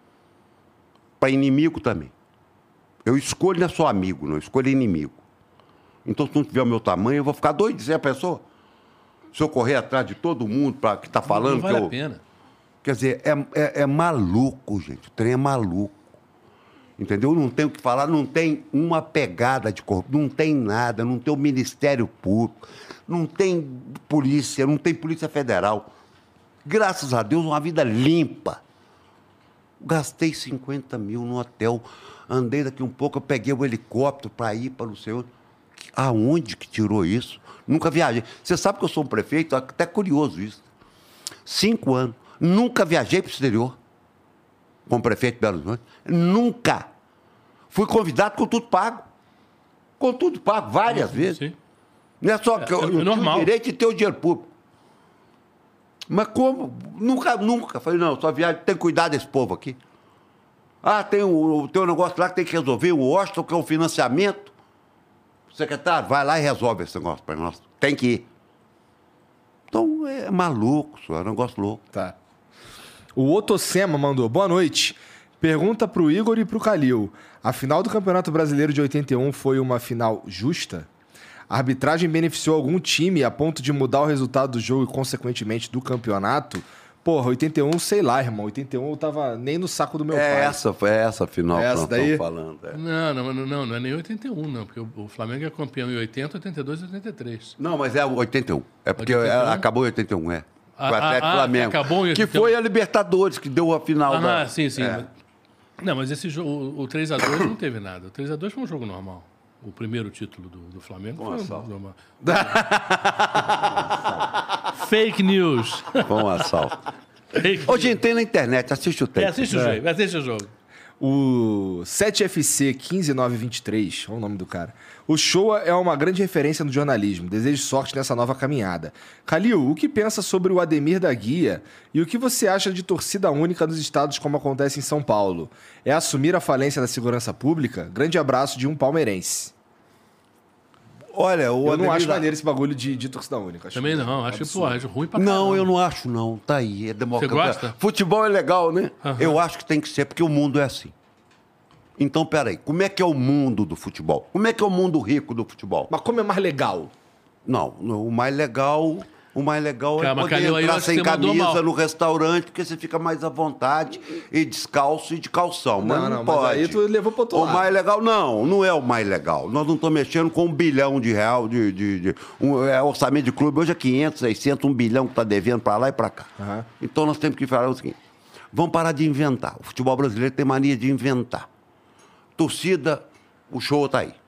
Para inimigo também. Eu escolho, não é só amigo, não. Eu escolho inimigo. Então, se não tiver o meu tamanho, eu vou ficar doido de ser a pessoa. Se eu correr atrás de todo mundo que está falando... Não vale a pena. Quer dizer, é maluco, gente. O trem é maluco. Entendeu? Não tem o que falar, não tem uma pegada de corrupção, não tem nada, não tem o Ministério Público, não tem polícia, não tem Polícia Federal. Graças a Deus, uma vida limpa. Gastei 50 mil no hotel, andei daqui um pouco, eu peguei o helicóptero para ir para o Senhor. Aonde que tirou isso? Nunca viajei. Você sabe que eu sou um prefeito, até curioso isso. 5 anos. Nunca viajei para o exterior como prefeito de Belo Horizonte. Nunca. Fui convidado com tudo pago. Com tudo pago, várias vezes. Sim. Não é só que eu tinha o direito de ter o dinheiro público. Mas como? Nunca. Falei, não, só viagem, tem que cuidar desse povo aqui. Tem um negócio lá que tem que resolver, o Washington, que é o financiamento. Secretário, vai lá e resolve esse negócio para nós. Tem que ir. Então, é maluco, é um negócio louco. Tá. O Otocema mandou, boa noite. Pergunta pro Igor e pro Calil. A final do Campeonato Brasileiro de 81 foi uma final justa? A arbitragem beneficiou algum time a ponto de mudar o resultado do jogo e, consequentemente, do campeonato? Porra, 81, sei lá, irmão. 81 eu tava nem no saco do meu pai. Foi essa a final que nós estamos falando. Não é nem 81, não. Porque o Flamengo é campeão em 80, 82 e 83. Não, mas é 81. É porque 81? Acabou em 81, é. O Atlético Flamengo. Acabou em 81. Que foi a Libertadores que deu a final. Sim. Não, mas esse jogo, o 3x2 não teve nada. O 3x2 foi um jogo normal. O primeiro título do Flamengo foi um jogo normal. Fake news. Foi um assalto. Hoje tem na internet, assiste o tempo. Assiste o jogo. O 7FC 15923, olha o nome do cara. O Shoa é uma grande referência no jornalismo. Desejo sorte nessa nova caminhada. Calil, o que pensa sobre o Ademir da Guia e o que você acha de torcida única nos estados como acontece em São Paulo? É assumir a falência da segurança pública? Grande abraço de um palmeirense. Olha, eu não acho maneiro esse bagulho de torcida única. Também não, acho ruim pra caramba. Não, eu não acho não, tá aí, é democrático. Você gosta? Futebol é legal, né? Uhum. Eu acho que tem que ser, porque o mundo é assim. Então, peraí, como é que é o mundo do futebol? Como é que é o mundo rico do futebol? Mas como é mais legal? Não, o mais legal O mais legal é poder Calil, entrar sem camisa no restaurante, porque você fica mais à vontade e descalço e de calção. Mas não pode. Mas aí tu levou pro outro lado. O mais legal, não é o mais legal. Nós não estamos mexendo com R$1 bilhão orçamento de clube. Hoje é 500, 600, 1 bilhão que está devendo para lá e para cá. Uhum. Então nós temos que falar o seguinte, vamos parar de inventar. O futebol brasileiro tem mania de inventar. Torcida, o show está aí.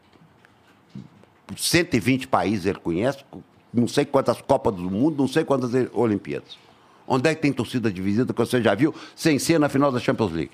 120 países ele conhece, não sei quantas Copas do Mundo, não sei quantas Olimpíadas. Onde é que tem torcida dividida que você já viu sem ser na final da Champions League?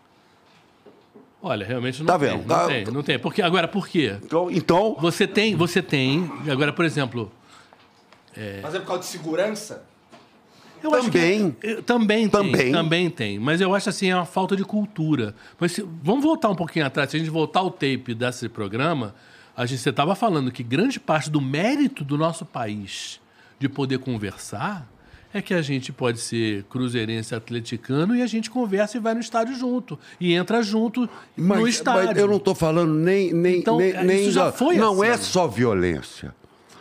Olha, realmente não tá tem. Vendo? Não tem. Agora, por quê? Então... Você tem... Agora, por exemplo... Mas é por causa de segurança? Eu acho que também tem. Mas eu acho assim, é uma falta de cultura. Mas vamos voltar um pouquinho atrás. Se a gente voltar ao tape desse programa... Você estava falando que grande parte do mérito do nosso país de poder conversar é que a gente pode ser cruzeirense, atleticano e a gente conversa e vai no estádio junto. E entra junto no estádio. Mas eu não estou falando nem isso já foi não assim. É só violência.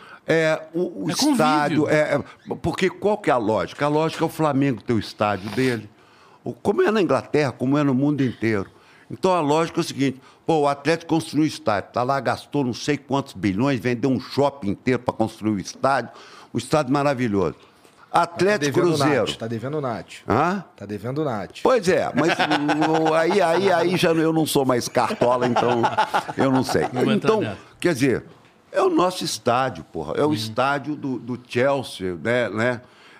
O estádio... porque qual que é a lógica? A lógica é o Flamengo ter o estádio dele. Como é na Inglaterra, como é no mundo inteiro. Então a lógica é o seguinte... o Atlético construiu o estádio, tá lá, gastou não sei quantos bilhões, vendeu um shopping inteiro para construir o estádio, um estádio maravilhoso. Atlético Cruzeiro. Tá devendo o Nath. Hã? Tá devendo o Nath. Pois é, mas aí já eu não sou mais cartola, então eu não sei. Então, quer dizer, é o nosso estádio, porra. É o estádio do Chelsea, né?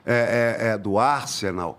Do Arsenal.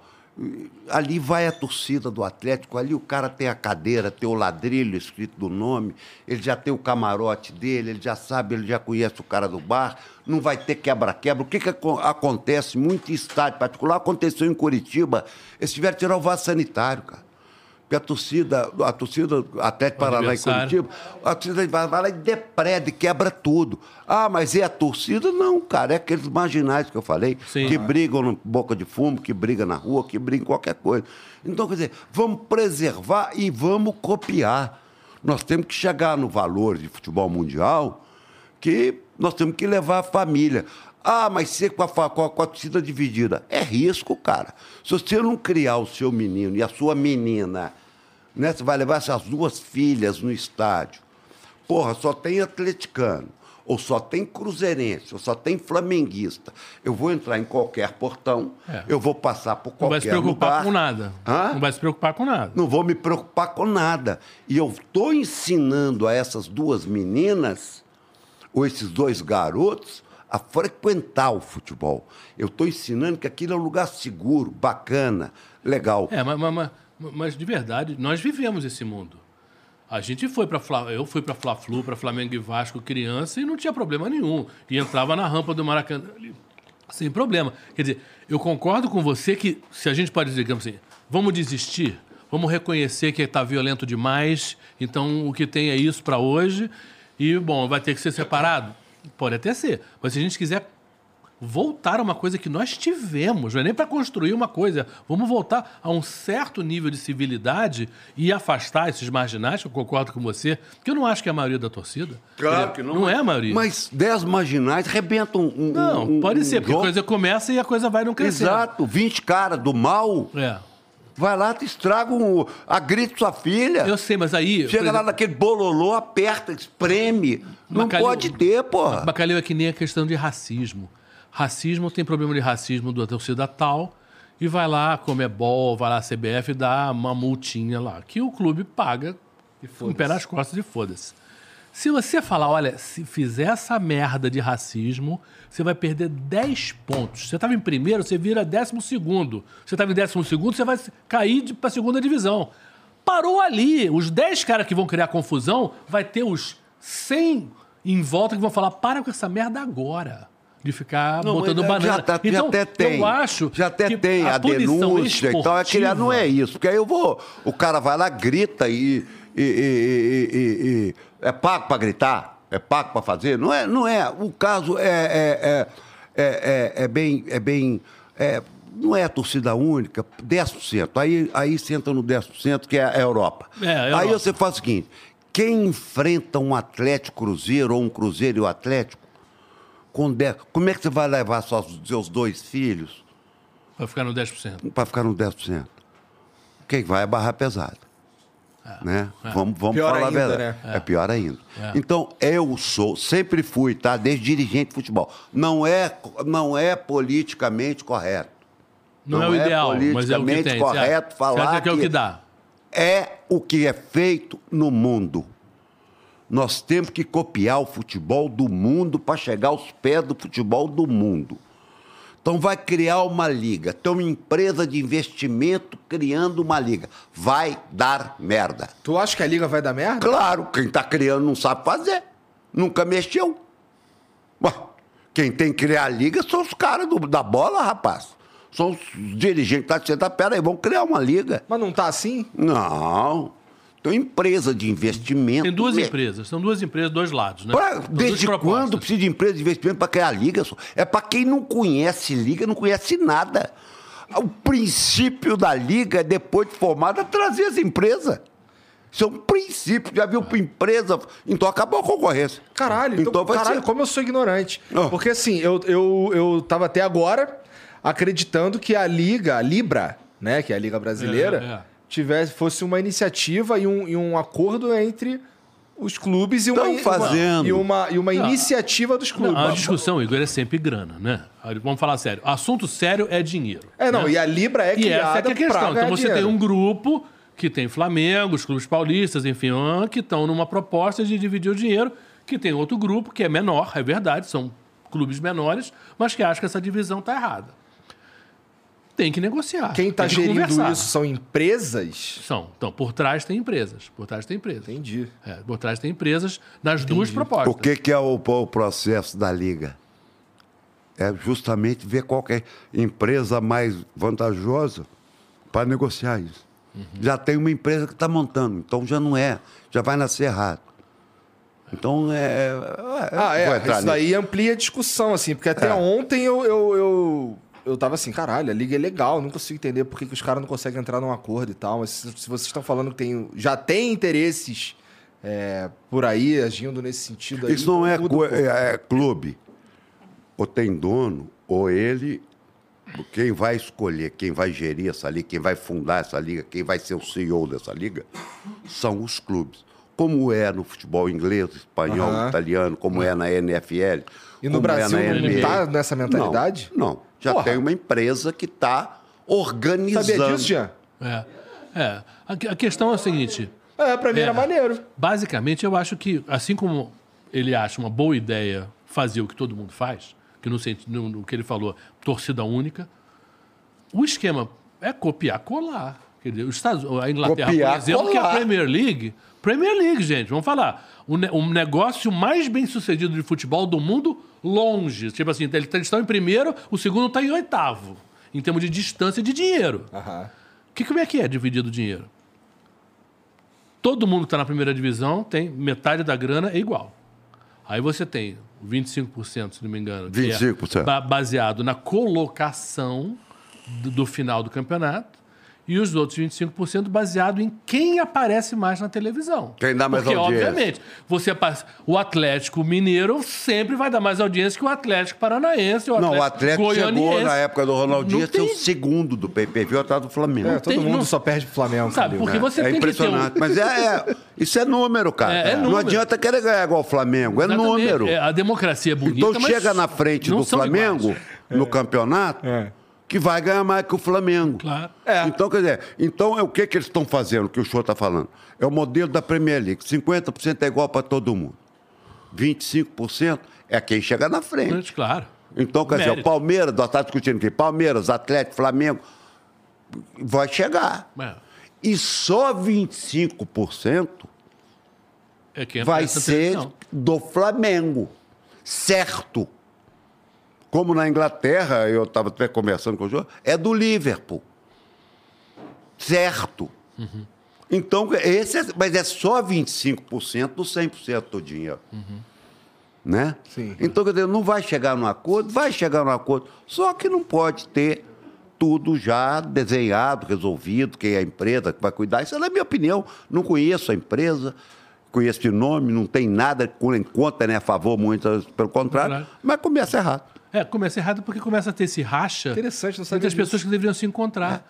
Ali vai a torcida do Atlético, ali o cara tem a cadeira, tem o ladrilho escrito do nome, ele já tem o camarote dele, ele já sabe, ele já conhece o cara do bar, não vai ter quebra-quebra. O que acontece muito em estádio particular, aconteceu em Curitiba, eles tiveram que tirar o vaso sanitário, cara. Porque a torcida Atlético Paraná e Curitiba, a torcida vai lá e depreda, quebra tudo. Ah, mas é a torcida? Não, cara, é aqueles marginais que eu falei, sim, que brigam no boca de fumo, que brigam na rua, que brigam em qualquer coisa. Então, quer dizer, vamos preservar e vamos copiar. Nós temos que chegar no valor de futebol mundial que nós temos que levar a família. Ah, mas ser com a torcida dividida. É risco, cara. Se você não criar o seu menino e a sua menina, né, você vai levar essas duas filhas no estádio. Porra, só tem atleticano, ou só tem cruzeirense, ou só tem flamenguista. Eu vou entrar em qualquer portão, eu vou passar por qualquer lugar. Não vai se preocupar com nada. Hã? Não vai se preocupar com nada. Não vou me preocupar com nada. E eu estou ensinando a essas duas meninas, ou esses dois garotos, a frequentar o futebol. Eu estou ensinando que aquilo é um lugar seguro, bacana, legal. Mas de verdade, nós vivemos esse mundo. A gente foi para eu fui para Fla-Flu, para Flamengo e Vasco criança e não tinha problema nenhum. E entrava na rampa do Maracanã ali, sem problema. Quer dizer, eu concordo com você que se a gente pode dizer, digamos assim, vamos desistir, vamos reconhecer que está violento demais, então o que tem é isso para hoje e, bom, vai ter que ser separado. Pode até ser, mas se a gente quiser voltar a uma coisa que nós tivemos, não é nem para construir uma coisa, vamos voltar a um certo nível de civilidade e afastar esses marginais, que eu concordo com você, que eu não acho que é a maioria da torcida. Claro que não. Não é a maioria. Mas 10 marginais rebentam Não, pode ser, porque a coisa começa e a coisa vai não crescer. Exato, 20 caras do mal... Vai lá, te estraga agride sua filha. Eu sei, mas aí... Chega lá naquele bololô, aperta, espreme. Não pode ter, porra. Bacalhau é que nem a questão de racismo. Racismo tem problema de racismo da torcida tal e vai lá, Comebol, vai lá, CBF, dá uma multinha lá, que o clube paga com o pé nas costas e foda-se. Se você falar, olha, se fizer essa merda de racismo, você vai perder 10 pontos. Você estava em primeiro, você vira 12º. Você estava em 12º, você vai cair para a segunda divisão. Parou ali. Os 10 caras que vão criar confusão, vai ter os 100 em volta que vão falar, para com essa merda agora. De ficar botando banana. Então, já até tem. Eu acho já até que tem a denúncia. Então, não é isso. Porque aí o cara vai lá, grita e é pago para gritar? É pago para fazer? Não é. O caso não é a torcida única, 10%. Aí você entra no 10%, que é a Europa. Aí você faz o seguinte, quem enfrenta um Atlético Cruzeiro ou um Cruzeiro e o Atlético, Com 10. Como é que você vai levar seus 2 filhos? Para ficar no 10%. Para ficar no 10%. Quem vai é barra pesada. Né? Vamos falar a verdade. Né? É pior ainda. Então, eu sempre fui, tá? Desde dirigente de futebol. Não é politicamente correto. Não é o ideal, mas é o que tem. Correto falar que é o que dá. É o que é feito no mundo. Nós temos que copiar o futebol do mundo para chegar aos pés do futebol do mundo. Então vai criar uma liga. Tem uma empresa de investimento criando uma liga. Vai dar merda. Tu acha que a liga vai dar merda? Claro, quem está criando não sabe fazer. Nunca mexeu. Ué, quem tem que criar a liga são os caras da bola, rapaz. São os dirigentes que estão dizendo, peraí, vamos criar uma liga. Mas não tá assim? Não. Tem uma empresa de investimento. Tem 2 empresas. São 2 empresas, 2 lados, né? Desde quando precisa de empresa de investimento para criar a liga? É para quem não conhece liga, não conhece nada. O princípio da liga é, depois de formada, trazer as empresas. Isso é um princípio. Já viu para empresa? Então acabou a concorrência. Caralho, como eu sou ignorante. Porque assim, eu tava até agora acreditando que a Libra, né, que é a Liga Brasileira, fosse uma iniciativa e um acordo entre os clubes e uma iniciativa dos clubes. A discussão, Igor, é sempre grana, né? Vamos falar sério. Assunto sério é dinheiro. Né? E a Libra é criada essa é que é a questão. Então você dinheiro. tem um grupo que tem Flamengo, os clubes paulistas, enfim, que estão numa proposta de dividir o dinheiro, que tem outro grupo que é menor, é verdade, são clubes menores, mas que acha que essa divisão está errada. Tem que negociar. Quem está gerindo isso são empresas? São. Então, por trás tem empresas. Entendi. Por trás tem empresas nas 2 propostas. O que é o processo da Liga? É justamente ver qual é a empresa mais vantajosa para negociar isso. Já tem uma empresa que está montando, então já vai nascer errado. Então, isso daí amplia a discussão, assim, porque até ontem eu tava assim, caralho, a liga é legal, não consigo entender por que os caras não conseguem entrar num acordo e tal, mas se vocês estão falando que já tem interesses por aí, agindo nesse sentido aí... Isso não é clube. Ou tem dono, ou ele... Quem vai escolher, quem vai gerir essa liga, quem vai fundar essa liga, quem vai ser o CEO dessa liga, são os clubes. Como é no futebol inglês, espanhol, italiano, como é na NFL. E no Brasil não está nessa mentalidade? Não. Já tem uma empresa que está organizando. Sabia disso, Jean? A questão é a seguinte... Pra mim era maneiro. Basicamente, eu acho que, assim como ele acha uma boa ideia fazer o que todo mundo faz, que no que ele falou, torcida única, o esquema é copiar, colar. Quer dizer, a Inglaterra, por exemplo, que é a Premier League, gente, vamos falar. O negócio mais bem sucedido de futebol do mundo, longe. Tipo assim, eles estão em primeiro, o segundo está em 8º, em termos de distância de dinheiro. Como é que é dividido o dinheiro? Todo mundo que está na primeira divisão tem metade da grana é igual. Aí você tem 25%, se não me engano, 25%. Que é baseado na colocação do final do campeonato, e os outros 25% baseado em quem aparece mais na televisão. Quem dá mais audiência. Obviamente, o Atlético Mineiro sempre vai dar mais audiência que o Atlético Paranaense, o Atlético chegou na época do Ronaldinho a ser o segundo do PPV atrás do Flamengo. Todo mundo só perde pro Flamengo. Sabe, porque você tem impressionante. Que ter Mas isso é número, cara. Não adianta querer ganhar igual o Flamengo, é número. A democracia é bonita, então chega na frente do Flamengo, no campeonato... que vai ganhar mais que o Flamengo. Claro. Então, quer dizer, o que eles estão fazendo, que o senhor está falando? É o modelo da Premier League. 50% é igual para todo mundo. 25% é quem chega na frente. Claro. Então, quer dizer, o Palmeiras, nós estamos discutindo aqui, Palmeiras, Atlético, Flamengo, vai chegar. E só 25% vai ser do Flamengo. Certo. Como na Inglaterra, eu estava até conversando com o João, é do Liverpool. Certo. Então, mas é só 25% do 100% do dinheiro. Né? Sim. Então, quer dizer, não vai chegar num acordo, vai chegar num acordo, só que não pode ter tudo já desenhado, resolvido, quem é a empresa que vai cuidar. Isso é a minha opinião. Não conheço a empresa, conheço de nome, não tem nada em conta, né? A favor, muitas, pelo contrário. Mas começa errado. Começa errado porque começa a ter esse racha entre as pessoas que deveriam se encontrar.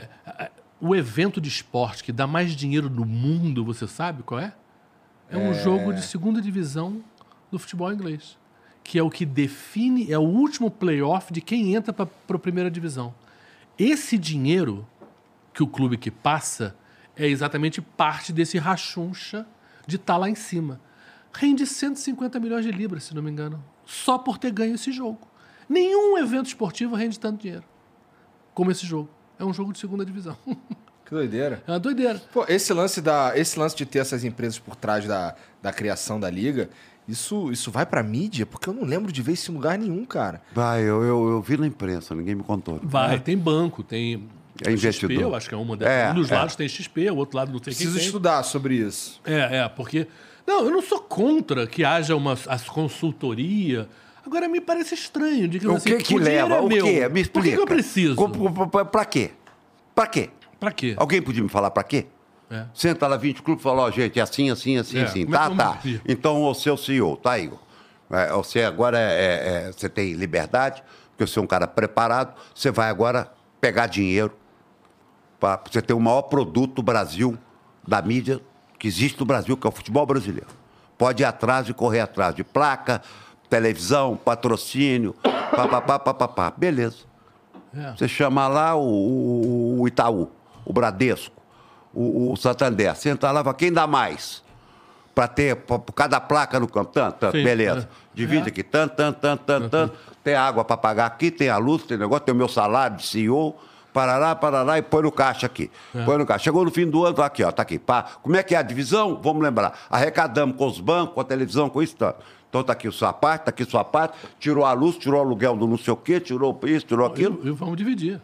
O evento de esporte que dá mais dinheiro no mundo, você sabe qual é? É um jogo de segunda divisão do futebol inglês. Que é o que define, é o último playoff de quem entra para a primeira divisão. Esse dinheiro que o clube que passa é exatamente parte desse rachuncha de estar lá em cima. Rende 150 milhões de libras, se não me engano, só por ter ganho esse jogo. Nenhum evento esportivo rende tanto dinheiro como esse jogo. É um jogo de segunda divisão. Que doideira. É uma doideira. Pô, esse lance de ter essas empresas por trás da criação da liga, isso vai pra mídia? Porque eu não lembro de ver isso em lugar nenhum, cara. Vai, eu vi na imprensa, ninguém me contou. Vai, tem banco, tem... É investidor. XP, eu acho que é uma um dos lados tem XP, o outro lado não tem. Preciso estudar sobre isso. Porque... Não, eu não sou contra que haja a consultoria. Agora, me parece estranho. O que leva? O quê? Me explica. Por que eu preciso? Pra quê? Pra quê? Pra quê? Alguém podia me falar pra quê? Senta lá 20 clubes e fala, gente, é assim. Tá. Então, o seu CEO, tá, Igor? Você agora você tem liberdade, porque você é um cara preparado, você vai agora pegar dinheiro para você ter o maior produto do Brasil, da mídia que existe no Brasil, que é o futebol brasileiro. Pode ir atrás e correr atrás de placa, televisão, patrocínio, papapá. Beleza. Você chama lá o Itaú, o Bradesco, o Santander. Senta lá e fala, quem dá mais? Para ter, por cada placa no campo, tanto. Beleza. Divide aqui, tanto. Tem água para pagar aqui, tem a luz, tem negócio, tem o meu salário de CEO. Parará, e põe no caixa aqui. Põe no caixa. Chegou no fim do ano, aqui, ó, tá aqui. Pá. Como é que é a divisão? Vamos lembrar. Arrecadamos com os bancos, com a televisão, com isso, tanto. Então tá aqui sua parte, tá aqui sua parte. Tirou a luz, tirou o aluguel do não sei o quê, tirou isso, tirou aquilo. E vamos dividir.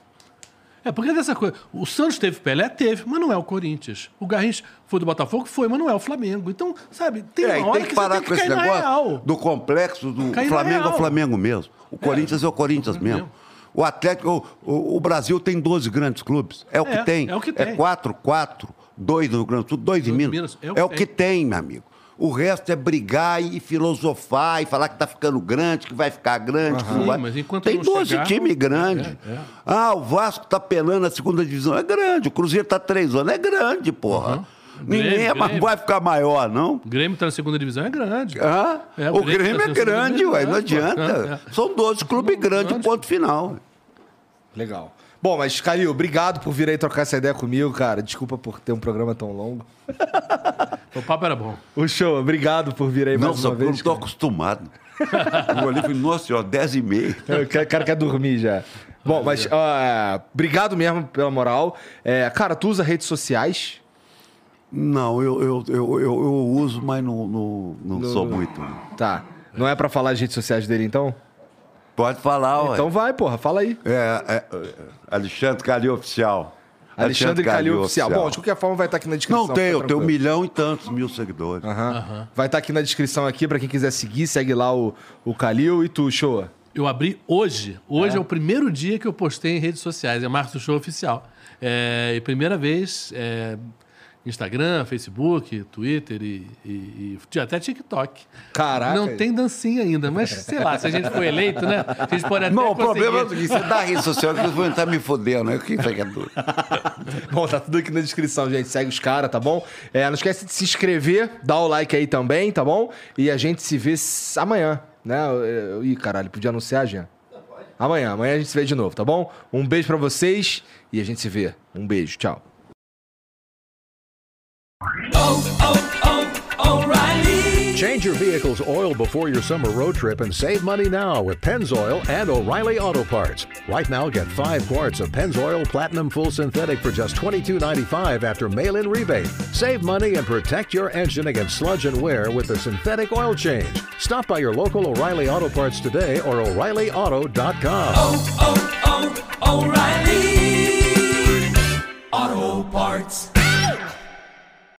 Porque dessa coisa... O Santos teve Pelé? Teve, mas não é o Corinthians. O Garrincha foi do Botafogo? Foi, mas não é o Flamengo. Então, sabe, tem uma hora tem que parar com esse negócio real. Do complexo do Flamengo é o Flamengo mesmo. O Corinthians é o Corinthians mesmo. O Atlético, o Brasil tem 12 grandes clubes. É o que tem. É o que tem. É 4, 2 no Rio Grande do Sul, 2 em Minas. É o que tem, meu amigo. O resto é brigar e filosofar e falar que tá ficando grande, que vai ficar grande. Que não vai. Mas enquanto tem não 12 chegar, times grandes. O Vasco tá pelando a segunda divisão. É grande. O Cruzeiro tá 3 anos. É grande, porra. Ninguém vai ficar maior, não? O Grêmio tá na segunda divisão, é grande. O Grêmio é grande, ué. Não adianta. São 12 clubes grandes, ponto final. Legal. Bom, mas, Calil, obrigado por vir aí trocar essa ideia comigo, cara. Desculpa por ter um programa tão longo. O papo era bom. O show, obrigado por vir aí mais uma vez. Eu não tô acostumado. Eu olhei e falei, nossa senhora, 10h30. O cara quer dormir já. Bom, mas obrigado mesmo pela moral. Cara, tu usa redes sociais? Não, eu uso, mas não sou muito. Tá. Não é pra falar as redes sociais dele, então? Pode falar, ué. Então vai, porra, fala aí. Alexandre Calil Oficial. Alexandre Calil Oficial. Bom, de qualquer forma vai estar aqui na descrição. Não tem, eu tenho 1 milhão e tantos mil seguidores. Vai estar aqui na descrição aqui pra quem quiser seguir, segue lá o Calil. E tu, Shoa? Eu abri hoje. Hoje é o primeiro dia que eu postei em redes sociais. É Marcos do Show Oficial. E primeira vez... Instagram, Facebook, Twitter e até TikTok. Caraca. Não tem dancinha ainda, mas sei lá, se a gente for eleito, né? A gente pode até o problema é o seguinte, você dá rede social que eu vou estar me fodendo, né? Quem foi que é doido? Bom, tá tudo aqui na descrição, gente. Segue os caras, tá bom? Não esquece de se inscrever, dá o like aí também, tá bom? E a gente se vê amanhã, né? Ih, caralho, podia anunciar, Jean? Amanhã a gente se vê de novo, tá bom? Um beijo pra vocês e a gente se vê. Um beijo, tchau. O'Reilly. Change your vehicle's oil before your summer road trip and save money now with Pennzoil and O'Reilly Auto Parts. Right now, get 5 quarts of Pennzoil Platinum Full Synthetic for just $22.95 after mail-in rebate. Save money and protect your engine against sludge and wear with the synthetic oil change. Stop by your local O'Reilly Auto Parts today or O'ReillyAuto.com. O'Reilly Auto Parts.